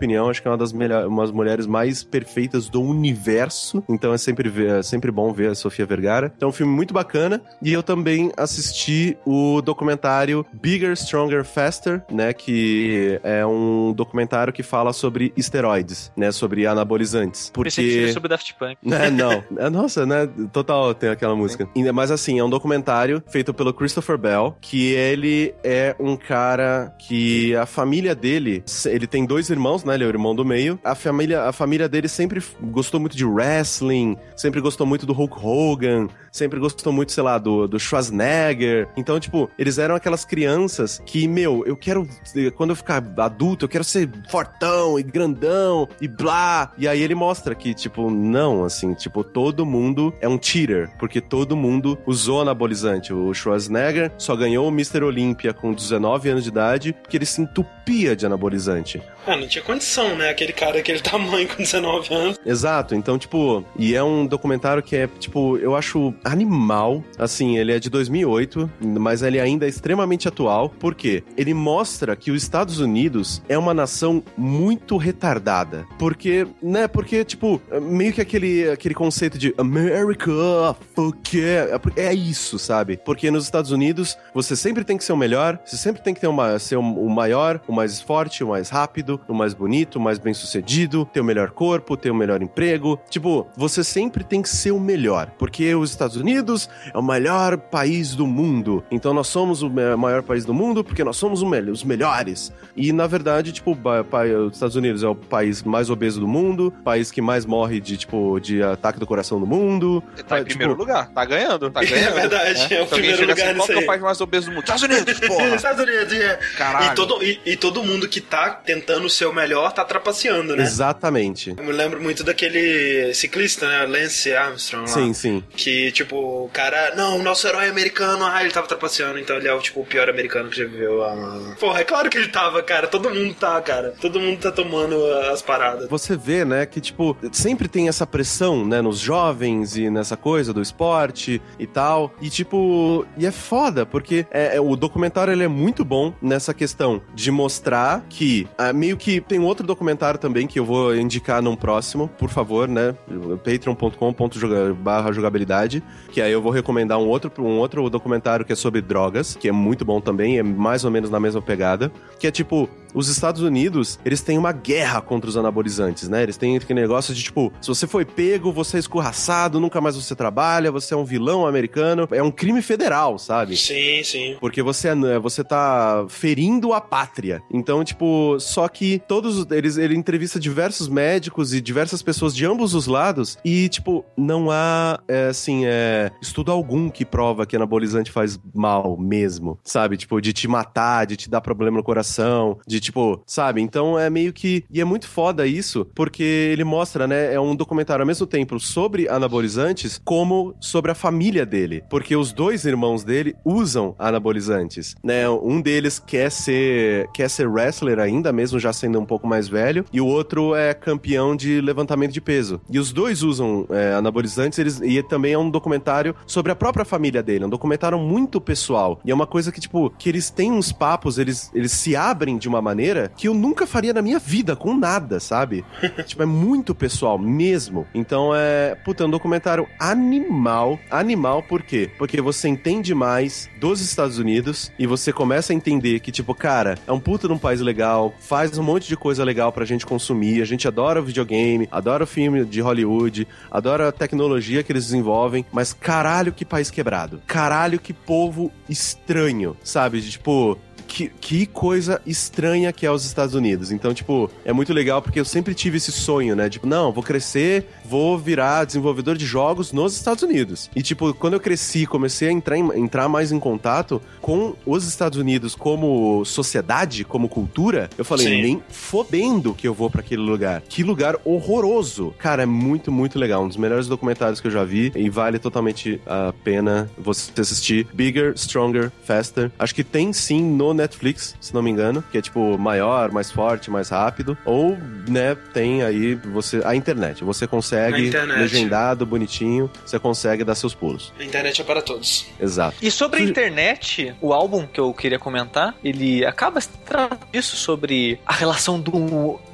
opinião, acho que é uma das melhor, umas mulheres mais perfeitas do universo. Então é sempre, ver, é sempre bom ver a Sofia Vergara. Então é um filme muito bacana. E eu também assisti o documentário Bigger, Stronger, Faster, né? Que é um documentário que fala sobre esteroides, né? Sobre anabolizantes. Porque... Pensei que seria sobre Daft Punk. É, não. É, nossa, né? Total tem aquela música. Sim. Mas assim, é um documentário feito pelo Christopher Bell, que ele é um cara que a família dele, ele tem dois irmãos, né? Ele é o irmão do meio. A família, a família dele sempre gostou muito de wrestling, sempre gostou muito do Hulk Hogan, sempre gostou muito, sei lá, do, do Schwarzenegger. Então, tipo, eles eram aquelas crianças que, meu, eu quero, quando eu ficar adulto, eu quero ser fortão e grandão e blá. E aí ele mostra que, tipo, não, assim, tipo, todo mundo é um cheater, porque todo mundo usou anabolizante. O Schwarzenegger só ganhou o mister Olympia com dezenove anos de idade porque ele se entupia de anabolizante. Ah, não tinha condição, né? Aquele cara, aquele tamanho com dezenove anos. Exato, então, tipo, e é um documentário que é, tipo, eu acho animal, assim, ele é de dois mil e oito, mas ele ainda é extremamente atual, porque ele mostra que os Estados Unidos é uma nação muito retardada, porque, né, porque, tipo, meio que aquele, aquele conceito de America, fuck yeah, é isso, sabe? Porque nos Estados Unidos, você sempre tem que ser o melhor, você sempre tem que ter uma, ser o maior, o mais forte, o mais rápido, o mais bonito, o mais bem sucedido, ter o melhor corpo, ter o melhor emprego. Tipo, você sempre tem que ser o melhor, porque os Estados Unidos é o melhor país do mundo. Então nós somos o maior país do mundo porque nós somos os melhores. E na verdade, tipo, os Estados Unidos é o país mais obeso do mundo, país que mais morre de, tipo, de ataque do coração do mundo. Ele tá em tipo, primeiro lugar, tá ganhando, tá ganhando. É verdade, é, é o então, primeiro lugar assim, nisso qual que é aí. o país mais obeso do mundo? Estados Unidos, porra! Estados Unidos, é. Caralho. E todo, e, e todo mundo que tá tentando ser o melhor tá trapaceando, né? Exatamente. Eu me lembro muito daquele ciclista, né? Lance Armstrong lá. Sim, sim. Que, tipo, o cara... Não, o nosso herói americano... Ah, ele tava trapaceando, então ele é o, tipo, o pior americano que já viveu. Ah. Porra, é claro que ele tava, cara. Todo mundo tá, cara. Todo mundo tá tomando as paradas. Você vê, né, que, tipo, sempre tem essa pressão, né, nos jovens e nessa coisa do esporte e tal. E, tipo... E é foda, porque é, é, o documentário, ele é muito bom nessa questão de mostrar que... Ah, meio que tem um outro documentário também que eu vou indicar num próximo, por favor, né? patreon ponto com barra jogabilidade, que aí eu vou recomendar um outro, um outro documentário que é sobre drogas, que é muito bom também, é mais ou menos na mesma pegada, que é tipo, os Estados Unidos, eles têm uma guerra contra os anabolizantes, né? Eles têm aquele negócio de tipo, se você foi pego, você é escorraçado, nunca mais você trabalha, você é um vilão americano, é um crime federal, sabe? Sim, sim. Porque você, é, você tá ferindo a pátria. Então, tipo, só que todos eles, ele entrevista diversos médicos e diversas pessoas de ambos os lados e, tipo, não há, é, assim, é, estudo algum que prova que anabolizante faz mal mesmo, sabe? Tipo, de te matar, de te dar problema no coração, de, tipo, sabe? Então é meio que... E é muito foda isso, porque ele mostra, né? É um documentário ao mesmo tempo sobre anabolizantes, como sobre a família dele. Porque os dois irmãos dele usam anabolizantes, né? Um deles quer ser, quer ser wrestler ainda, mesmo já sendo um pouco mais velho, e o outro é campeão de levantamento de peso. E os dois usam é, anabolizantes, eles, e também é um documentário sobre a própria família dele, é um documentário muito pessoal. E é uma coisa que, tipo, que eles têm uns papos, eles, eles se abrem de uma maneira que eu nunca faria na minha vida, com nada, sabe? Tipo, é muito pessoal mesmo. Então é, puta, é um documentário animal, animal por quê? Porque você entende mais dos Estados Unidos e você começa a entender que, tipo, cara, é um puta de um país legal, faz um monte de coisa legal pra gente consumir, a gente adora o videogame, adora o filme de Hollywood, adora a tecnologia que eles desenvolvem, mas caralho que país quebrado, caralho que povo estranho, sabe? De, tipo... Que, que coisa estranha que é os Estados Unidos. Então, tipo, é muito legal porque eu sempre tive esse sonho, né? Tipo, não, vou crescer, vou virar desenvolvedor de jogos nos Estados Unidos. E, tipo, quando eu cresci, comecei a entrar, em, entrar mais em contato com os Estados Unidos como sociedade, como cultura, eu falei, Sim. nem fodendo que eu vou pra aquele lugar. Que lugar horroroso. Cara, é muito, muito legal. Um dos melhores documentários que eu já vi e vale totalmente a pena você assistir. Bigger, Stronger, Faster. Acho que tem sim no Netflix, se não me engano, que é tipo maior, mais forte, mais rápido, ou, né, tem aí você a internet, você consegue internet. legendado, bonitinho, você consegue dar seus pulos. A internet é para todos. Exato. E sobre a internet, o álbum que eu queria comentar, ele acaba tratando isso sobre a relação do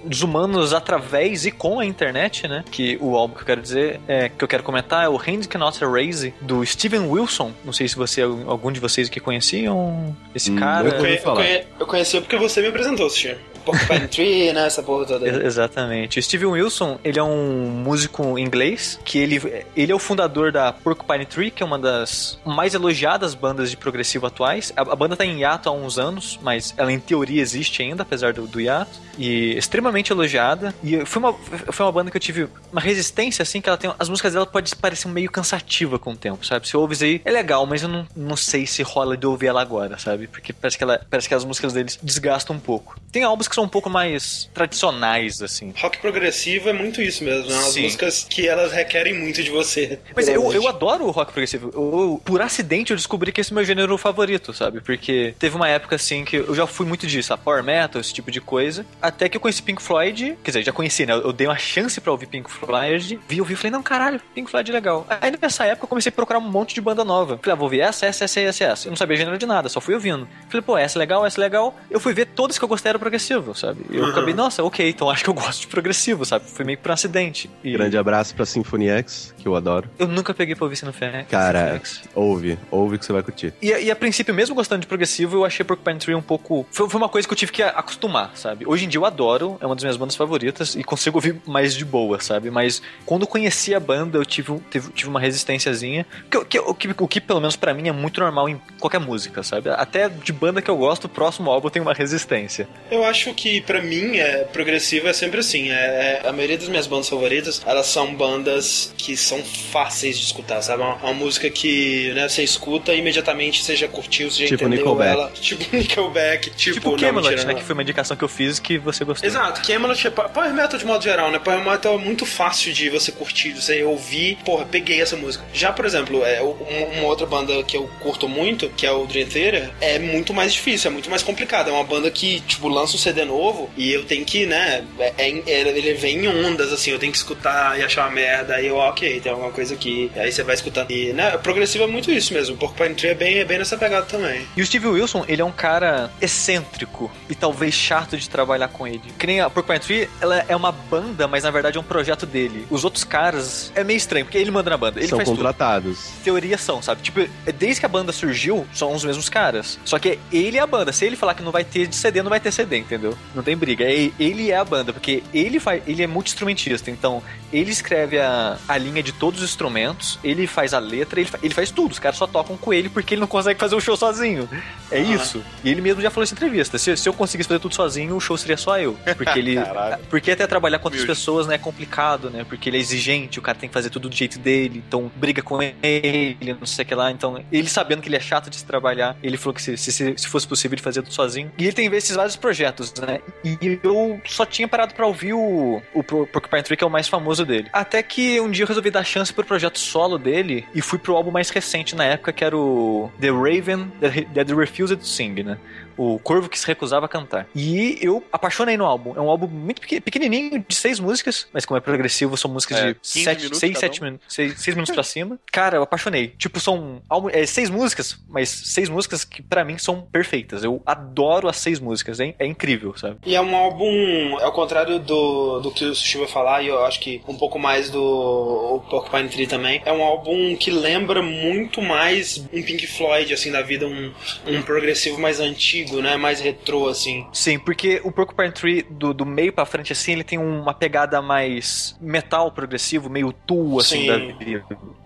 dos humanos através e com a internet, né? Que o álbum que eu quero dizer, é, que eu quero comentar é o Hand Cannot Erase, do Steven Wilson. Não sei se você, algum de vocês que conheciam esse Hum, cara. Eu, conhe, eu, conhe, eu conheci porque você me apresentou, Steve. Porcupine Tree, né? Essa porra toda. Ex- exatamente. O Steven Wilson, ele é um músico inglês, que ele, ele é o fundador da Porcupine Tree, que é uma das mais elogiadas bandas de progressivo atuais. A, a banda tá em hiato há uns anos, mas ela em teoria existe ainda, apesar do, do hiato. E extremamente elogiada. E foi uma, foi uma banda que eu tive uma resistência, assim, que ela tem... As músicas dela podem parecer meio cansativa com o tempo, sabe? Se ouve isso aí, é legal, mas eu não, não sei se rola de ouvir ela agora, sabe? Porque parece que, ela, parece que as músicas deles desgastam um pouco. Tem álbuns que são um pouco mais tradicionais, assim. Rock progressivo é muito isso mesmo, né? As Sim. músicas que elas requerem muito de você. Mas eu, eu adoro o rock progressivo. Eu, por acidente eu descobri que esse é o meu gênero favorito, sabe? Porque teve uma época assim que eu já fui muito disso, a power metal, esse tipo de coisa. Até que eu conheci Pink Floyd. Quer dizer, já conheci, né? Eu dei uma chance pra ouvir Pink Floyd. Vi, ouvi e falei, não, caralho, Pink Floyd é legal. Aí nessa época eu comecei a procurar um monte de banda nova. Falei, ah, vou ouvir essa, essa, essa, essa, essa. Eu não sabia gênero de nada, só fui ouvindo. Falei, pô, essa é legal, essa é legal. Eu fui ver todas que eu gostei era progressivo, sabe? Eu uhum. acabei, nossa, ok, então acho que eu gosto de progressivo, sabe? Foi meio por um acidente. E... Grande abraço pra Symphony X, que eu adoro. Eu nunca peguei pra ouvir Symphony X. Cara, ouve, ouve que você vai curtir. E, e a princípio, mesmo gostando de progressivo, eu achei Porcupine Tree um pouco... Foi, foi uma coisa que eu tive que acostumar, sabe? Hoje em dia eu adoro, é uma das minhas bandas favoritas e consigo ouvir mais de boa, sabe? Mas quando eu conheci a banda, eu tive, tive, tive uma resistênciazinha. Que, que, o, que, o que, pelo menos pra mim, é muito normal em qualquer música, sabe? Até de banda que eu gosto, o próximo álbum tem uma resistência. Eu acho que, pra mim, é, progressivo é sempre assim. É, é, a maioria das minhas bandas favoritas, elas são bandas que são fáceis de escutar, sabe? Uma, uma música que, né, você escuta e imediatamente você já curtiu, você já tipo entendeu Nickelback. ela. Tipo Nickelback. Tipo, tipo Camelot, né? Que foi uma indicação que eu fiz que você gostou. Exato. Camelot é Power Metal de modo geral, né? Power Metal é muito fácil de você curtir, de você ouvir. Porra, peguei essa música. Já, por exemplo, é, uma, uma outra banda que eu curto muito, que é o Dream Theater, é muito mais difícil, é muito mais complicado. É uma banda que, tipo, lança um C D novo e eu tenho que, né, é, é, ele vem em ondas, assim, eu tenho que escutar e achar uma merda, aí eu, ok, tem alguma coisa aqui, aí você vai escutando. E, né, progressivo é muito isso mesmo, o Porcupine Tree é bem, é bem nessa pegada também. E o Steve Wilson, ele é um cara excêntrico e talvez chato de trabalhar com ele. Que nem a Porcupine Tree, ela é uma banda, mas na verdade é um projeto dele. Os outros caras, é meio estranho, porque ele manda na banda, ele são faz contratados. Tudo. Teoria são, sabe? Tipo, desde que a banda surgiu, são os mesmos caras. Só que ele é a banda. Se ele falar que não vai ter de C D, não vai ter C D, entendeu? Não tem briga. Ele é a banda, porque ele faz, ele é multi-instrumentista, então ele escreve a, a linha de todos os instrumentos, ele faz a letra, ele, ele faz tudo. Os caras só tocam com ele porque ele não consegue fazer o show sozinho. É uhum. isso. E ele mesmo já falou nessa entrevista. Se, se eu conseguisse fazer tudo sozinho, o show seria só eu. Porque ele... porque até trabalhar com outras Meu pessoas, né, é complicado, né? Porque ele é exigente, o cara tem que fazer tudo do jeito dele, então briga com ele, não sei o que lá. Então, ele sabendo que ele é chato de se trabalhar, ele falou que se, se, se fosse possível ele fazia tudo sozinho. E ele tem esses vários projetos, né? E eu só tinha parado pra ouvir o, o Porcupine Tree, que é o mais famoso dele. Até que um dia eu resolvi dar chance pro projeto solo dele e fui pro álbum mais recente na época, que era o The Raven That Refused to Sing, né? O Corvo que se recusava a cantar. E eu apaixonei no álbum. É um álbum muito pequenininho, de seis músicas, mas como é progressivo, são músicas é, de sete, seis, sete minutos, seis, seis minutos pra cima. Cara, eu apaixonei. Tipo, são álbum, é, seis músicas, mas seis músicas que pra mim são perfeitas. Eu adoro as seis músicas, é, é incrível, sabe? E é um álbum, ao contrário do, do que o Sushi vai falar, e eu acho que um pouco mais do o Porcupine Tree também, é um álbum que lembra muito mais um Pink Floyd, assim, da vida, um, um progressivo mais antigo, né? Mais retrô, assim. Sim, porque o Porcupine Tree, do, do meio pra frente, assim, ele tem uma pegada mais metal progressivo, meio tu, assim, Sim. da vida.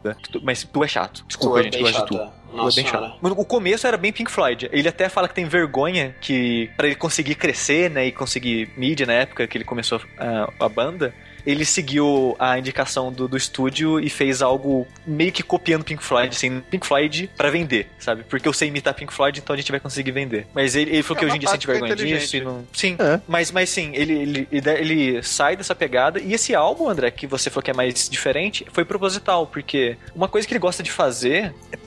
Mas tu é chato. Desculpa, tu gente, é eu gosto de tu. Nossa, é bem chato. O começo era bem Pink Floyd. Ele até fala que tem vergonha que, pra ele conseguir crescer, né, e conseguir mídia na época que ele começou a, a banda, ele seguiu a indicação do, do estúdio e fez algo meio que copiando Pink Floyd, assim, Pink Floyd pra vender, sabe? Porque eu sei imitar Pink Floyd, então a gente vai conseguir vender. Mas ele, ele falou é que hoje em dia sente vergonha disso e não... Sim, é. mas, mas sim, ele, ele, ele sai dessa pegada. E esse álbum, André, que você falou que é mais diferente, foi proposital, porque uma coisa que ele gosta de fazer é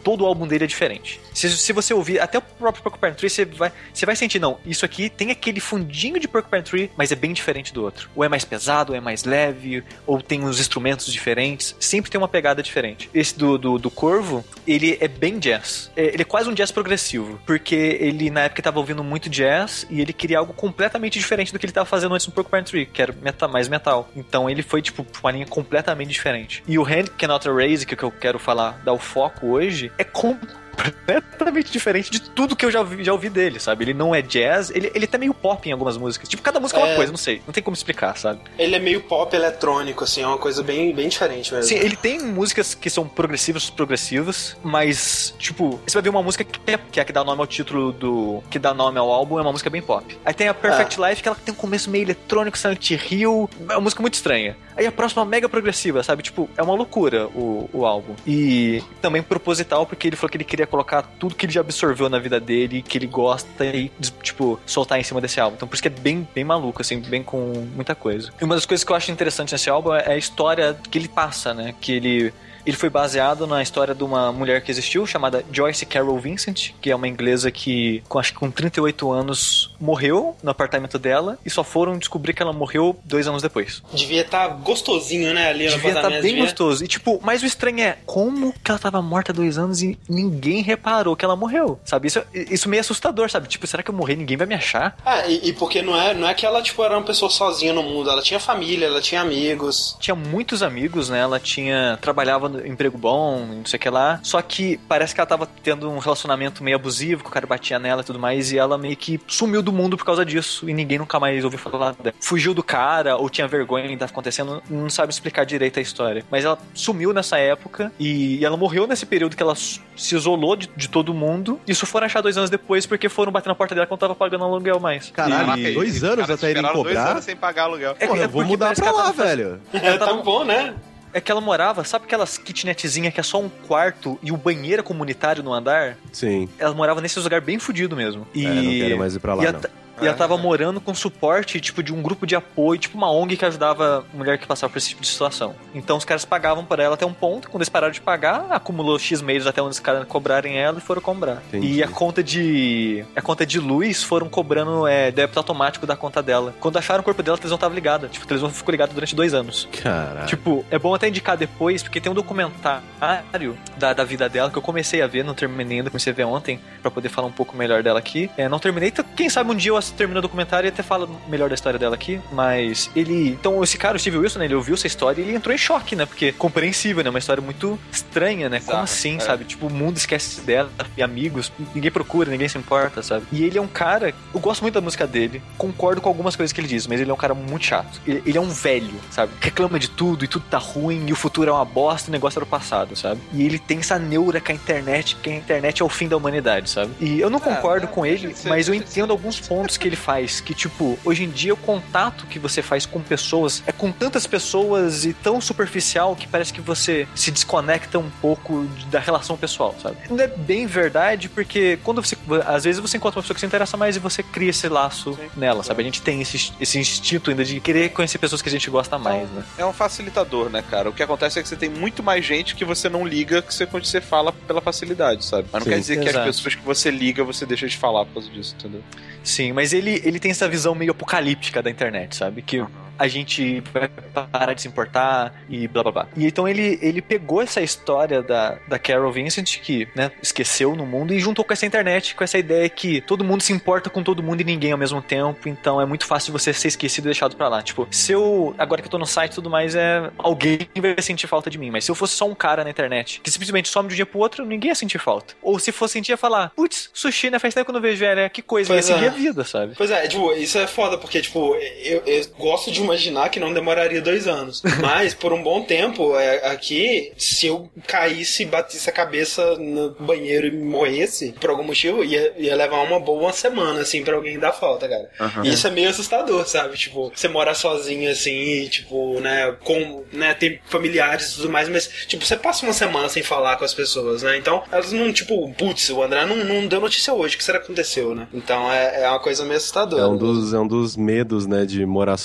todo o álbum dele é diferente. Se, se você ouvir até o próprio Porcupine Tree, você vai, você vai sentir, não, isso aqui tem aquele fundinho de Porcupine Tree, mas é bem diferente do outro. Ou é mais pesado, ou é mais leve, ou tem uns instrumentos diferentes. Sempre tem uma pegada diferente. Esse do, do, do Corvo, ele é bem jazz. É, ele é quase um jazz progressivo, porque ele na época estava ouvindo muito jazz e ele queria algo completamente diferente do que ele estava fazendo antes no Porcupine Tree, que era metal, mais metal. Então ele foi, tipo, uma linha completamente diferente. E o Hand Cannot Erase, que, que eu quero falar, dar o foco hoje, é completamente diferente de tudo que eu já ouvi, já ouvi dele, sabe? Ele não é jazz, ele, ele tá meio pop em algumas músicas. Tipo, cada música é, é uma coisa, não sei. Não tem como explicar, sabe? Ele é meio pop eletrônico, assim, é uma coisa bem, bem diferente mesmo. Sim, ele tem músicas que são progressivas, progressivas, mas, tipo, você vai ver uma música que é, que é a que dá nome ao título do... que dá nome ao álbum, é uma música bem pop. Aí tem a Perfect é. Life, que ela tem um começo meio eletrônico, Silent Hill, é uma música muito estranha. Aí a próxima é mega progressiva, sabe? Tipo, é uma loucura o, o álbum. E também proposital, porque ele falou que ele queria colocar tudo que ele já absorveu na vida dele, que ele gosta, e, tipo, soltar em cima desse álbum. Então por isso que é bem, bem maluco, assim, bem com muita coisa. E uma das coisas que eu acho interessante nesse álbum é a história que ele passa, né? Que ele... Ele foi baseado na história de uma mulher que existiu, chamada Joyce Carol Vincent, que é uma inglesa que, com, acho que com trinta e oito anos, morreu no apartamento dela e só foram descobrir que ela morreu dois anos depois. Devia estar tá gostosinho, né, ali no Devia estar tá bem devia... gostoso. E tipo, mas o estranho é, como que ela tava morta há dois anos e ninguém reparou que ela morreu, sabe? Isso, isso meio assustador, sabe? Tipo, será que eu morri e ninguém vai me achar? Ah, e, e porque não é, não é que ela, tipo, era uma pessoa sozinha no mundo. Ela tinha família, ela tinha amigos. Tinha muitos amigos, né? Ela tinha... Trabalhava emprego bom, não sei o que lá, só que parece que ela tava tendo um relacionamento meio abusivo, que o cara batia nela e tudo mais, e ela meio que sumiu do mundo por causa disso, e ninguém nunca mais ouviu falar dela. Fugiu do cara, ou tinha vergonha do que tava acontecendo, não sabe explicar direito a história. Mas ela sumiu nessa época, e, e ela morreu nesse período que ela se isolou de, de todo mundo, e isso foram achar dois anos depois, porque foram bater na porta dela quando tava pagando aluguel mais. Caralho, e... dois anos até irem cobrar? dois anos sem pagar aluguel. É, Porra, é eu vou mudar pra lá, velho. É, tá bom, né? É que ela morava, sabe aquelas kitnetzinhas que é só um quarto e o banheiro é comunitário no andar? Sim. Ela morava nesse lugar bem fudido mesmo. E... É, não quero mais ir pra lá, e não. A... E ela tava morando com suporte, tipo, de um grupo de apoio, tipo uma O N G que ajudava a mulher que passava por esse tipo de situação. Então os caras pagavam pra ela até um ponto, quando eles pararam de pagar, acumulou X meses até onde os caras cobrarem ela e foram cobrar. Entendi. E a conta de... a conta de luz foram cobrando é, débito automático da conta dela. Quando acharam o corpo dela, a televisão tava ligada. Tipo, a televisão ficou ligada durante dois anos. Caralho. Tipo, é bom até indicar depois, porque tem um documentário da, da vida dela que eu comecei a ver, não terminei ainda, comecei a ver ontem, pra poder falar um pouco melhor dela aqui. É, não terminei, então, quem sabe um dia eu termino o documentário e até falo melhor da história dela aqui, mas ele... Então, esse cara, o Steve Wilson, né, ele ouviu essa história e ele entrou em choque, né, porque compreensível, né, uma história muito estranha, né, como assim, é. sabe? Tipo, o mundo esquece dela e amigos, ninguém procura, ninguém se importa, sabe? E ele é um cara... Eu gosto muito da música dele, concordo com algumas coisas que ele diz, mas ele é um cara muito chato. Ele, ele é um velho, sabe? Reclama de tudo e tudo tá ruim e o futuro é uma bosta e o negócio era o passado, sabe? E ele tem essa neura com a internet, que a internet é o fim da humanidade, sabe? E eu não concordo ah, com ele, ser, mas eu entendo alguns pontos que ele faz, que tipo, hoje em dia o contato que você faz com pessoas é com tantas pessoas e tão superficial que parece que você se desconecta um pouco da relação pessoal, sabe? Não é bem verdade, porque quando você, às vezes você encontra uma pessoa que se interessa mais e você cria esse laço Sim, nela, é. sabe? A gente tem esse, esse instinto ainda de querer conhecer pessoas que a gente gosta mais, né? É um facilitador, né, cara? O que acontece é que você tem muito mais gente que você não liga, que você, quando você fala pela facilidade, sabe? Mas não Sim, quer dizer exato. que as pessoas que você liga, você deixa de falar por causa disso, entendeu? Sim, mas ele, ele tem essa visão meio apocalíptica da internet, sabe? Que uhum. a gente vai parar de se importar e blá blá blá. E então ele, ele pegou essa história da, da Carol Vincent, que, né, esqueceu no mundo, e juntou com essa internet, com essa ideia que todo mundo se importa com todo mundo e ninguém ao mesmo tempo, então é muito fácil você ser esquecido e deixado pra lá. Tipo, se eu, agora que eu tô no site e tudo mais, é, alguém vai sentir falta de mim, mas se eu fosse só um cara na internet, que simplesmente some de um dia pro outro, ninguém ia sentir falta. Ou se fosse sentir, ia falar, putz, sushi, né, faz tempo que eu não vejo ela, que coisa, pois ia é. seguir a vida, sabe? Pois é, tipo, isso é foda, porque, tipo, eu, eu gosto de imaginar que não demoraria dois anos. Mas, por um bom tempo, é, aqui, se eu caísse, batisse a cabeça no banheiro e morresse, por algum motivo, ia, ia levar uma boa semana, assim, pra alguém dar falta, cara. Uhum. E isso é meio assustador, sabe? Tipo, você mora sozinho, assim, e, tipo, né, com, né, tem familiares e tudo mais, mas, tipo, você passa uma semana sem falar com as pessoas, né? Então, elas não, tipo, putz, o André não, não deu notícia hoje, o que será que aconteceu, né? Então, é, é uma coisa meio assustadora. É um dos, é um dos medos, né, de morar sozinho,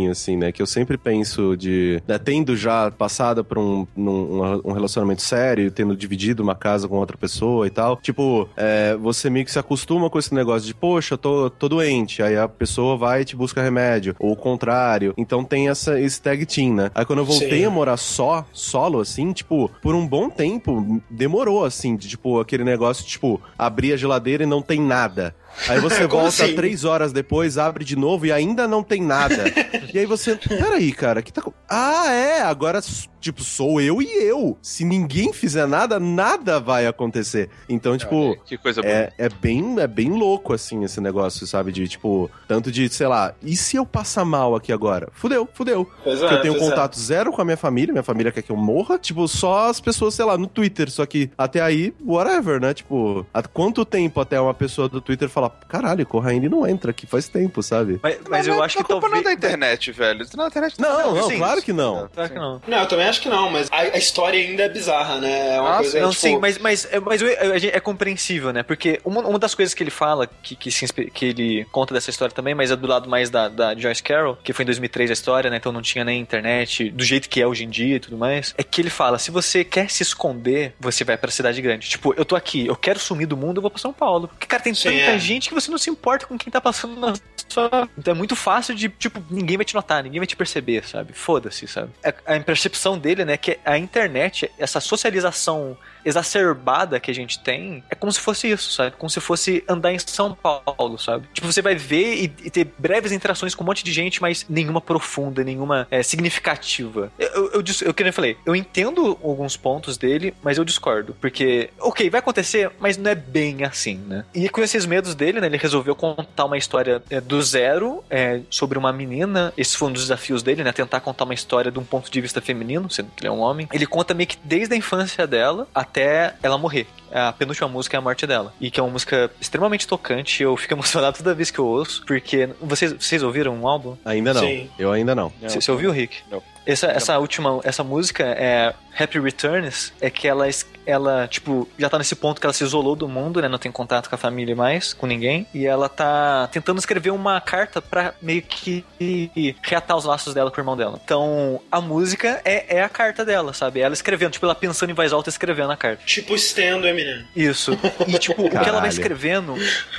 mim, assim, né? Que eu sempre penso de... Né, tendo já passado por um, num, um relacionamento sério, tendo dividido uma casa com outra pessoa e tal. Tipo, é, você meio que se acostuma com esse negócio de, poxa, eu tô, tô doente. Aí a pessoa vai e te busca remédio. Ou o contrário. Então tem essa, esse tag team, né? Aí quando eu voltei Sim. a morar só, solo, assim, tipo, por um bom tempo, demorou, assim, de, tipo, aquele negócio, tipo, abrir a geladeira e não tem nada. Aí você volta assim? três horas depois, abre de novo e ainda não tem nada. E aí você, peraí, cara, que tá... Ah, é, agora, tipo, sou eu e eu. Se ninguém fizer nada, nada vai acontecer. Então, tipo, ah, que coisa boa. É, é, bem, é bem louco, assim, esse negócio, sabe? De, tipo, tanto de, sei lá, e se eu passar mal aqui agora? Fudeu, fudeu. Pois Porque é, eu tenho pois contato é. zero com a minha família, minha família quer que eu morra. Tipo, só as pessoas, sei lá, no Twitter. Só que até aí, whatever, né? Tipo, há quanto tempo até uma pessoa do Twitter falar, caralho, Corraine não entra aqui faz tempo, sabe? Mas, mas eu acho que culpa talvez... não é da internet, velho. Não, a internet não, não, não sim, claro que não. Claro que não. Não, eu também acho que não, mas a, a história ainda é bizarra, né? É uma Nossa, coisa, não, tipo... sim, mas, mas, mas é, é compreensível, né? Porque uma, uma das coisas que ele fala, que, que, se, que ele conta dessa história também, mas é do lado mais da, da Joyce Carol, que foi em dois mil e três a história, né? Então não tinha nem internet, do jeito que é hoje em dia e tudo mais. É que ele fala, se você quer se esconder, você vai pra cidade grande. Tipo, eu tô aqui, eu quero sumir do mundo, eu vou pra São Paulo. Porque, cara, tem Sim, tanta é. gente que você não se importa com quem tá passando na sua... Então é muito fácil de, tipo, ninguém vai te notar, ninguém vai te perceber, sabe? Foda-se, sabe? A, a percepção dele, né, que a internet, essa socialização exacerbada que a gente tem, é como se fosse isso, sabe? Como se fosse andar em São Paulo, sabe? Tipo, você vai ver e, e ter breves interações com um monte de gente, mas nenhuma profunda, nenhuma é, significativa. Eu, eu, eu, eu, que nem eu falei, eu entendo alguns pontos dele, mas eu discordo. Porque, ok, vai acontecer, mas não é bem assim, né? E com esses medos dele, né, ele resolveu contar uma história é, do zero, é, sobre uma menina. Esse foi um dos desafios dele, né? Tentar contar uma história de um ponto de vista feminino, sendo que ele é um homem. Ele conta meio que desde a infância dela até ela morrer. A penúltima música é a morte dela. E que é uma música extremamente tocante. Eu fico emocionado toda vez que eu ouço. Porque... Vocês, vocês ouviram um álbum? Ainda não. Sim. Eu ainda não. Você, você ouviu, Rick? Não. Essa, essa última... Essa música é Happy Returns. É que ela, ela, tipo, já tá nesse ponto que ela se isolou do mundo, né? Não tem contato com a família mais, com ninguém. E ela tá tentando escrever uma carta pra meio que reatar os laços dela com o irmão dela. Então, a música é, é a carta dela, sabe? Ela escrevendo, tipo, ela pensando em voz alta, escrevendo a carta. Tipo Stan do Eminem. Isso. E, tipo, o que ela vai Caralho. escrevendo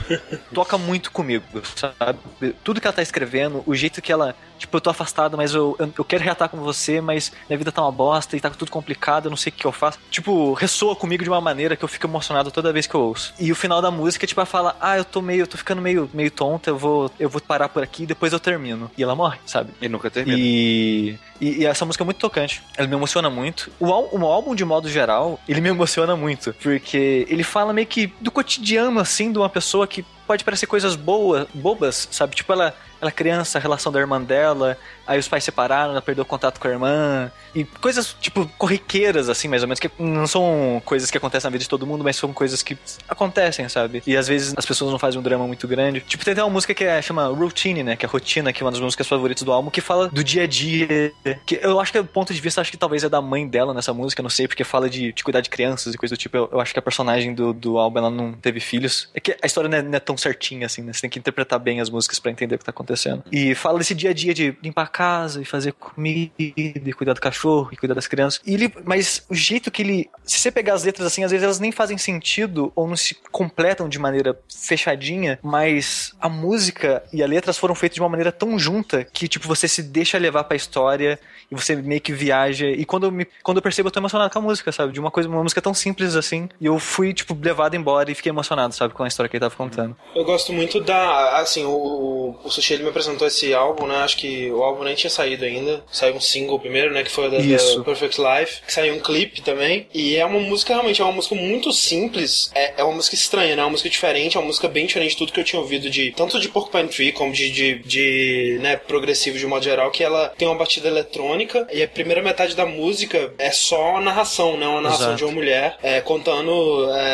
toca muito comigo, sabe? Tudo que ela tá escrevendo, o jeito que ela... Tipo, eu tô afastado, mas eu, eu, eu quero reatar com você, mas minha vida tá uma bosta e tá tudo complicado, eu não sei o que eu faço. Tipo, ressoa comigo de uma maneira que eu fico emocionado toda vez que eu ouço. E o final da música, tipo, ela fala, ah, eu tô meio, eu tô ficando meio, meio tonta, eu vou, eu vou parar por aqui e depois eu termino. E ela morre, sabe? E nunca termina. E... E, e essa música é muito tocante. Ela me emociona muito. O, ál- o álbum, de modo geral, ele me emociona muito. Porque ele fala meio que do cotidiano, assim, de uma pessoa que pode parecer coisas boas, bobas, sabe? Tipo, ela, ela criança, a relação da irmã dela, aí os pais separaram, ela perdeu o contato com a irmã. E coisas, tipo, corriqueiras, assim, mais ou menos, que não são coisas que acontecem na vida de todo mundo, mas são coisas que acontecem, sabe? E às vezes as pessoas não fazem um drama muito grande. Tipo, tem até uma música que é, chama Routine, né? Que é Rotina, que é uma das músicas favoritas do álbum, que fala do dia a dia. Que eu acho que o ponto de vista, acho que talvez é da mãe dela nessa música, não sei, porque fala de, de cuidar de crianças e coisa do tipo. Eu, eu acho que a personagem do, do álbum, ela não teve filhos. É que a história não é, não é tão certinha, assim, né? Você tem que interpretar bem as músicas pra entender o que tá acontecendo. E fala desse dia a dia de limpar a casa e fazer comida e cuidar do cachorro e cuidar das crianças. E ele, mas o jeito que ele... Se você pegar as letras assim, às vezes elas nem fazem sentido ou não se completam de maneira fechadinha, mas a música e as letras foram feitas de uma maneira tão junta que, tipo, você se deixa levar pra história e você meio que viaja. E quando eu, me, quando eu percebo, eu tô emocionado com a música, sabe? De uma coisa, uma música tão simples assim. E eu fui, tipo, levado embora e fiquei emocionado, sabe? Com a história que ele tava contando. Eu gosto muito da... Assim, o, o Sushi, ele me apresentou esse álbum, né? Acho que o álbum nem tinha saído ainda. Saiu um single primeiro, né? Que foi o da, da Perfect Life. Que saiu um clipe também. E é uma música, realmente, é uma música muito simples. É, é uma música estranha, né? É uma música diferente. É uma música bem diferente de tudo que eu tinha ouvido de... Tanto de Porcupine Tree, como de... de, de né, progressivo de modo geral. Que ela tem uma batida eletrônica. E a primeira metade da música é só narração, né? Uma narração Exato. De uma mulher é, contando... É,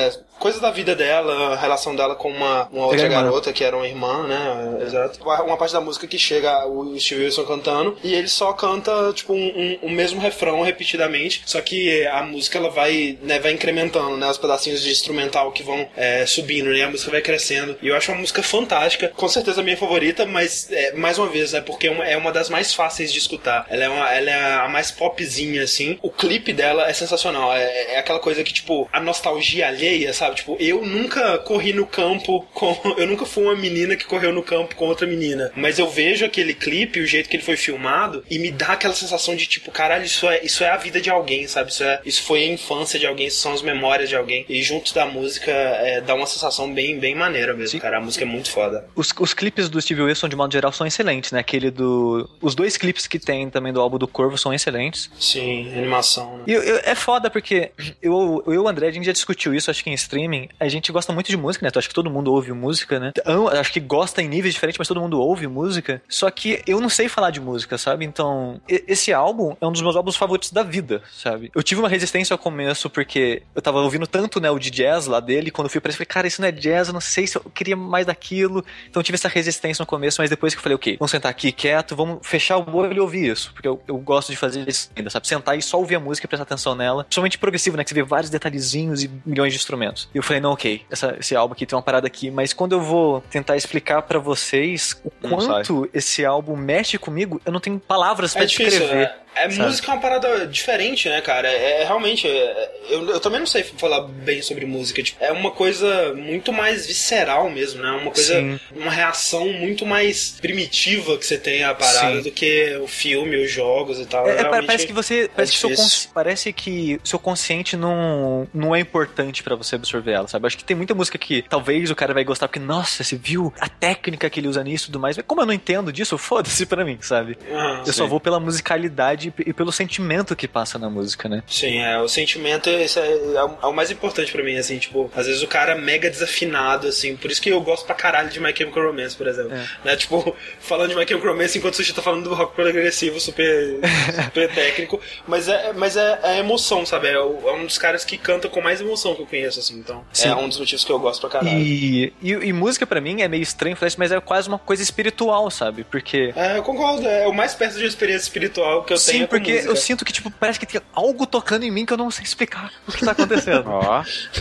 coisa da vida dela, a relação dela com uma, uma outra garota que era uma irmã, né? Exato. Uma parte da música que chega o Steve Wilson cantando e ele só canta, tipo, um, um, um mesmo refrão repetidamente, só que a música, ela vai, né, vai incrementando, né? Os pedacinhos de instrumental que vão é, subindo, né? A música vai crescendo. E eu acho uma música fantástica, com certeza a minha favorita, mas, é, mais uma vez, é porque é uma, é uma das mais fáceis de escutar. Ela é, uma, ela é a mais popzinha, assim. O clipe dela é sensacional. É, é aquela coisa que, tipo, a nostalgia alheia, sabe? Tipo, eu nunca corri no campo com... Eu nunca fui uma menina que correu no campo com outra menina. Mas eu vejo aquele clipe, o jeito que ele foi filmado, e me dá aquela sensação de, tipo, caralho, isso é, isso é a vida de alguém, sabe? Isso, é, isso foi a infância de alguém, isso são as memórias de alguém. E junto da música, é, dá uma sensação bem, bem maneira mesmo, Sim. cara. A música é muito foda. Os, os clipes do Steve Wilson, de modo geral, são excelentes, né? Aquele do... Os dois clipes que tem também do álbum do Corvo são excelentes. Sim, animação, né? E eu, eu, é foda porque eu, eu e o André, a gente já discutiu isso, acho que em streaming. A gente gosta muito de música, né? Eu acho que todo mundo ouve música, né? Eu acho que gosta em níveis diferentes, mas todo mundo ouve música. Só que eu não sei falar de música, sabe? Então, esse álbum é um dos meus álbuns favoritos da vida, sabe? Eu tive uma resistência ao começo porque eu tava ouvindo tanto, né, o de jazz lá dele, quando eu fui pra ele, eu falei, cara, isso não é jazz, eu não sei se eu queria mais daquilo. Então eu tive essa resistência no começo, mas depois que eu falei, ok, vamos sentar aqui quieto, vamos fechar o olho e ouvir isso, porque eu, eu gosto de fazer isso ainda, sabe? Sentar e só ouvir a música e prestar atenção nela. Principalmente progressivo, né, que você vê vários detalhezinhos e milhões de instrumentos. E eu falei, não, ok, essa, esse álbum aqui tem uma parada aqui, mas quando eu vou tentar explicar pra vocês o não quanto sai. Esse álbum mexe comigo, eu não tenho palavras pra é descrever. Difícil, né? É, música é uma parada diferente, né, cara? É, é realmente... É, eu, eu também não sei falar bem sobre música. Tipo, é uma coisa muito mais visceral mesmo, né? Uma coisa... Sim. Uma reação muito mais primitiva que você tem à parada Sim. do que o filme, os jogos e tal. É, é, parece que você... Parece, é que seu consci, parece que seu consciente não, não é importante pra você absorver ela, sabe? Acho que tem muita música que talvez o cara vai gostar porque, nossa, você viu a técnica que ele usa nisso e tudo mais. Mas como eu não entendo disso, foda-se pra mim, sabe? Ah, eu sim. só vou pela musicalidade e pelo sentimento que passa na música, né? Sim, é, o sentimento esse é, é, é o mais importante pra mim, assim, tipo, às vezes o cara é mega desafinado, assim, por isso que eu gosto pra caralho de My Chemical Romance, por exemplo, é. né, tipo, falando de My Chemical Romance enquanto o Sushi tá falando do rock progressivo, super, super técnico, mas, é, mas é, é emoção, sabe, é, é um dos caras que canta com mais emoção que eu conheço, assim, então, Sim. é um dos motivos que eu gosto pra caralho. E, e, e música pra mim é meio estranho, mas é quase uma coisa espiritual, sabe, porque... É, eu concordo, é o mais perto de uma experiência espiritual que eu Sim, tenho porque música. Eu sinto que, tipo, parece que tem algo tocando em mim que eu não sei explicar o que tá acontecendo. Ó.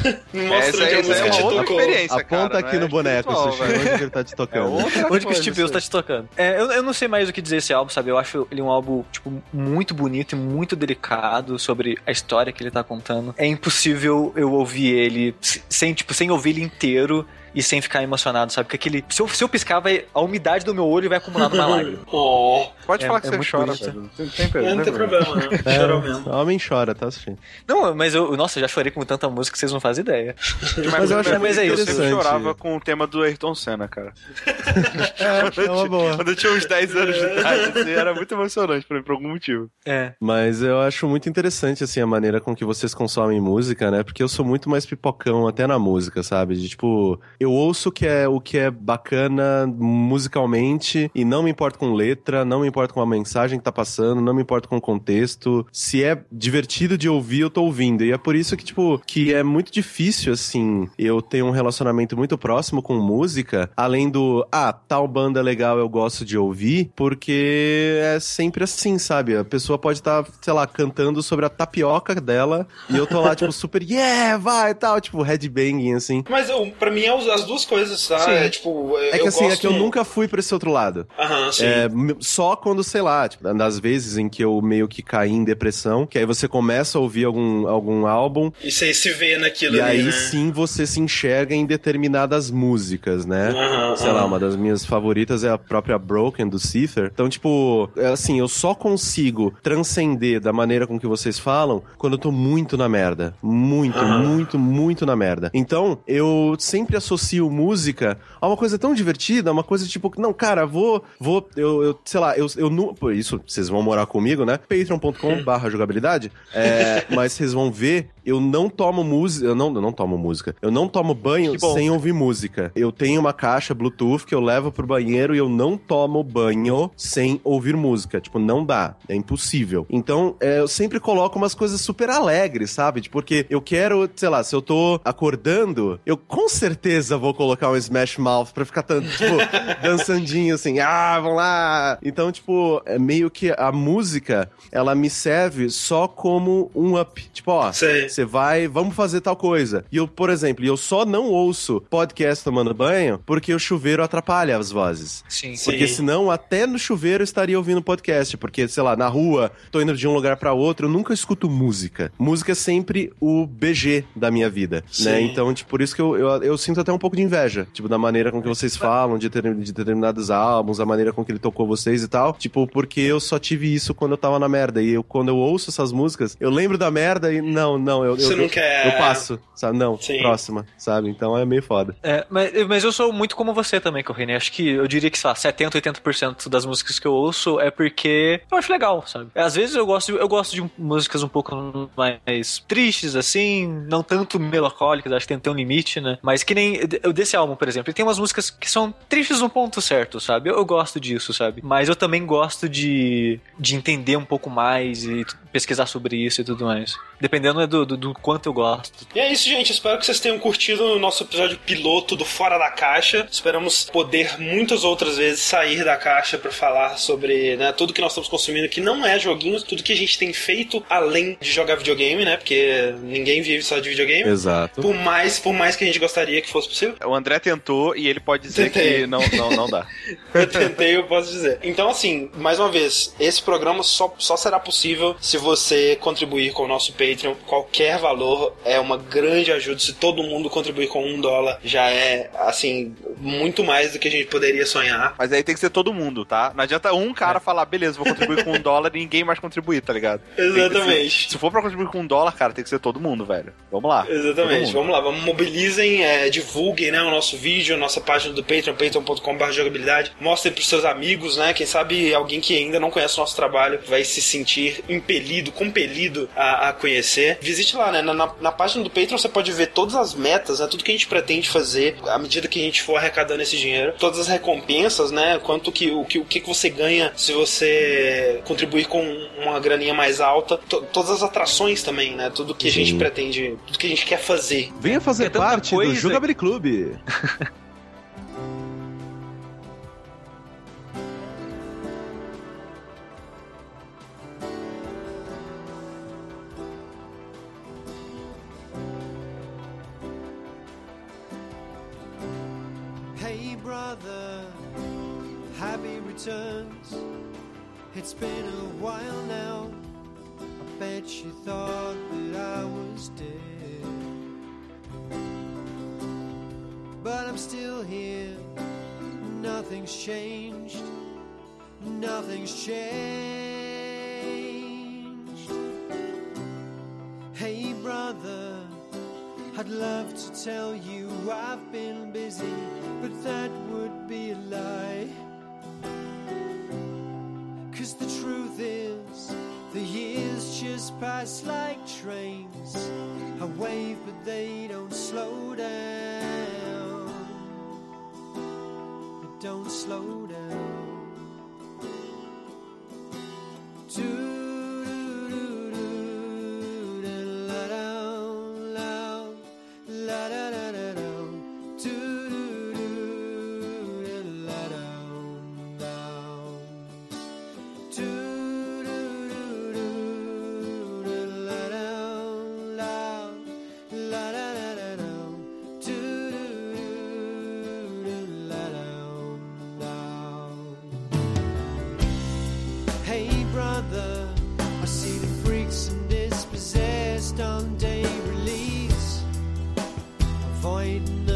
Mostra onde a música te tocou. Aponta cara, aqui no boneco, Sushi, onde ele tá te tocando. É onde que o Steve Wilson tá te tocando. É, eu, eu não sei mais o que dizer esse álbum, sabe? Eu acho ele um álbum, tipo, muito bonito e muito delicado sobre a história que ele tá contando. É impossível eu ouvir ele sem, tipo, sem ouvir ele inteiro e sem ficar emocionado, sabe? Porque aquele... Se eu, se eu piscar, vai, a umidade do meu olho vai acumular numa lágrima. Oh. Pode é, falar que é você chora, bonito. velho. Não tem, problema. Não tem problema, né? É, Chorou mesmo. Homem chora, tá assistindo. Não, mas eu... Nossa, eu já chorei com tanta música que vocês não fazem ideia. Mas, mas eu acho mais é eu interessante. sempre chorava com o tema do Ayrton Senna, cara. É, é uma boa. Quando eu tinha uns dez anos de idade, assim, era muito emocionante pra mim, por algum motivo. É. Mas eu acho muito interessante, assim, a maneira com que vocês consomem música, né? Porque eu sou muito mais pipocão até na música, sabe? De, tipo, eu ouço que é, o que é bacana musicalmente e não me importo com letra, não me importo com a mensagem que tá passando, não me importo com o contexto. Se é divertido de ouvir, eu tô ouvindo. E é por isso que, tipo, que é muito difícil, assim, eu ter um relacionamento muito próximo com música, além do, ah, tal banda legal eu gosto de ouvir, porque é sempre assim, sabe? A pessoa pode estar, tá, sei lá, cantando sobre a tapioca dela e eu tô lá, tipo, super, yeah, vai e tal, tipo, headbanging, assim. Mas eu, pra mim é as duas coisas, tá? Sim. É, tipo, é que eu assim, gosto... é que eu nunca fui pra esse outro lado. Aham, sim. É, só quando, sei lá, tipo, das vezes em que eu meio que caí em depressão, que aí você começa a ouvir algum, algum álbum. E você se vê naquilo e ali, aí né? sim você se enxerga em determinadas músicas, né? Aham, sei aham. lá, uma das minhas favoritas é a própria Broken, do Seether. Então, tipo, é assim, eu só consigo transcender da maneira com que vocês falam quando eu tô muito na merda. Muito, Aham. muito, muito na merda. Então, eu sempre associo música a uma coisa tão divertida, uma coisa tipo, não, cara, vou, vou, eu, eu sei lá, eu, eu não, por isso, vocês vão morar comigo, né? patreon ponto com barra jogabilidade, é, mas vocês vão ver eu não tomo música, eu não, eu não tomo música, eu não tomo banho sem ouvir música. Eu tenho uma caixa Bluetooth que eu levo pro banheiro e eu não tomo banho sem ouvir música. Tipo, não dá, é impossível. Então, é, eu sempre coloco umas coisas super alegres, sabe? Tipo, porque eu quero, sei lá, se eu tô acordando, eu com certeza vou colocar um Smash Mouth pra ficar tanto, tipo, dançandinho assim, ah, vamos lá! Então, tipo, é meio que a música, ela me serve só como um up. Tipo, ó, você vai, vamos fazer tal coisa. E eu, por exemplo, eu só não ouço podcast tomando banho porque o chuveiro atrapalha as vozes. Sim. Porque Sim. senão, até no chuveiro eu estaria ouvindo podcast. Porque, sei lá, na rua, tô indo de um lugar pra outro, eu nunca escuto música. Música é sempre o B G da minha vida, Sim. né? Então, tipo, por isso que eu, eu, eu sinto até um pouco de inveja. Tipo, da maneira com que vocês falam de, ter, de determinados álbuns, a maneira com que ele tocou vocês e tal. Tipo, porque eu só tive isso quando eu tava na merda. E eu, quando eu ouço essas músicas, eu lembro da merda e não, não, eu, Você eu, não eu, quer... eu passo, sabe? Não, Sim. próxima, sabe? Então é meio foda. É, mas, mas eu sou muito como você também, Corrine. Acho que eu diria que, sei lá, setenta, oitenta por cento das músicas que eu ouço é porque eu acho legal, sabe? Às vezes eu gosto, de, eu gosto de músicas um pouco mais tristes, assim, não tanto melancólicas, acho que tem, tem um limite, né? Mas que nem eu desse álbum, por exemplo, ele tem umas músicas que são tristes no ponto certo, sabe? Eu, eu gosto disso, sabe? Mas eu também gosto de, de entender um pouco mais e pesquisar sobre isso e tudo mais. Dependendo do, do, do quanto eu gosto. E é isso, gente. Espero que vocês tenham curtido o nosso episódio piloto do Fora da Caixa. Esperamos poder muitas outras vezes sair da caixa pra falar sobre, né, tudo que nós estamos consumindo, que não é joguinhos, tudo que a gente tem feito além de jogar videogame, né? Porque ninguém vive só de videogame. Exato. Por mais, por mais que a gente gostaria que fosse possível. O André tentou e ele pode dizer Tentei. que não, não, não dá. Eu tentei, eu posso dizer. Então, assim, mais uma vez, esse programa só, só será possível se você contribuir com o nosso Patreon. Qualquer valor é uma grande ajuda. Se todo mundo contribuir com um dólar, já é, assim, muito mais do que a gente poderia sonhar. Mas aí tem que ser todo mundo, tá? Não adianta um cara é. falar, beleza, vou contribuir com um dólar e ninguém mais contribuir, tá ligado? Exatamente. Ser, se for pra contribuir com um dólar, cara, tem que ser todo mundo, velho. Vamos lá. Exatamente. Vamos lá. Vamos, mobilizem, é, divulguem, né, o nosso vídeo, a nossa página do Patreon, patreon ponto com barra jogabilidade. Mostrem pros seus amigos, né? Quem sabe alguém que ainda não conhece o nosso trabalho vai se sentir impelido, compelido a, a conhecer. Visite lá, né? Na, na, na página do Patreon você pode ver todas as metas, né? Tudo que a gente pretende fazer à medida que a gente for arrecadando esse dinheiro. Todas as recompensas, né? Quanto que o que, o que você ganha se você contribuir com uma graninha mais alta. T- todas as atrações também, né? Tudo que Sim. a gente pretende, tudo que a gente quer fazer. Venha fazer é parte coisa... do Jogabilidade Clube. Hey brother, happy returns. It's been a while now. I bet you thought that I was dead, but I'm still here. Nothing's changed. Nothing's changed. Hey brother, I'd love to tell you I've been busy, but that would be a lie. 'Cause the truth is, the years just pass like trains. I wave but they don't slow down. They don't slow down. Do on day release, avoiding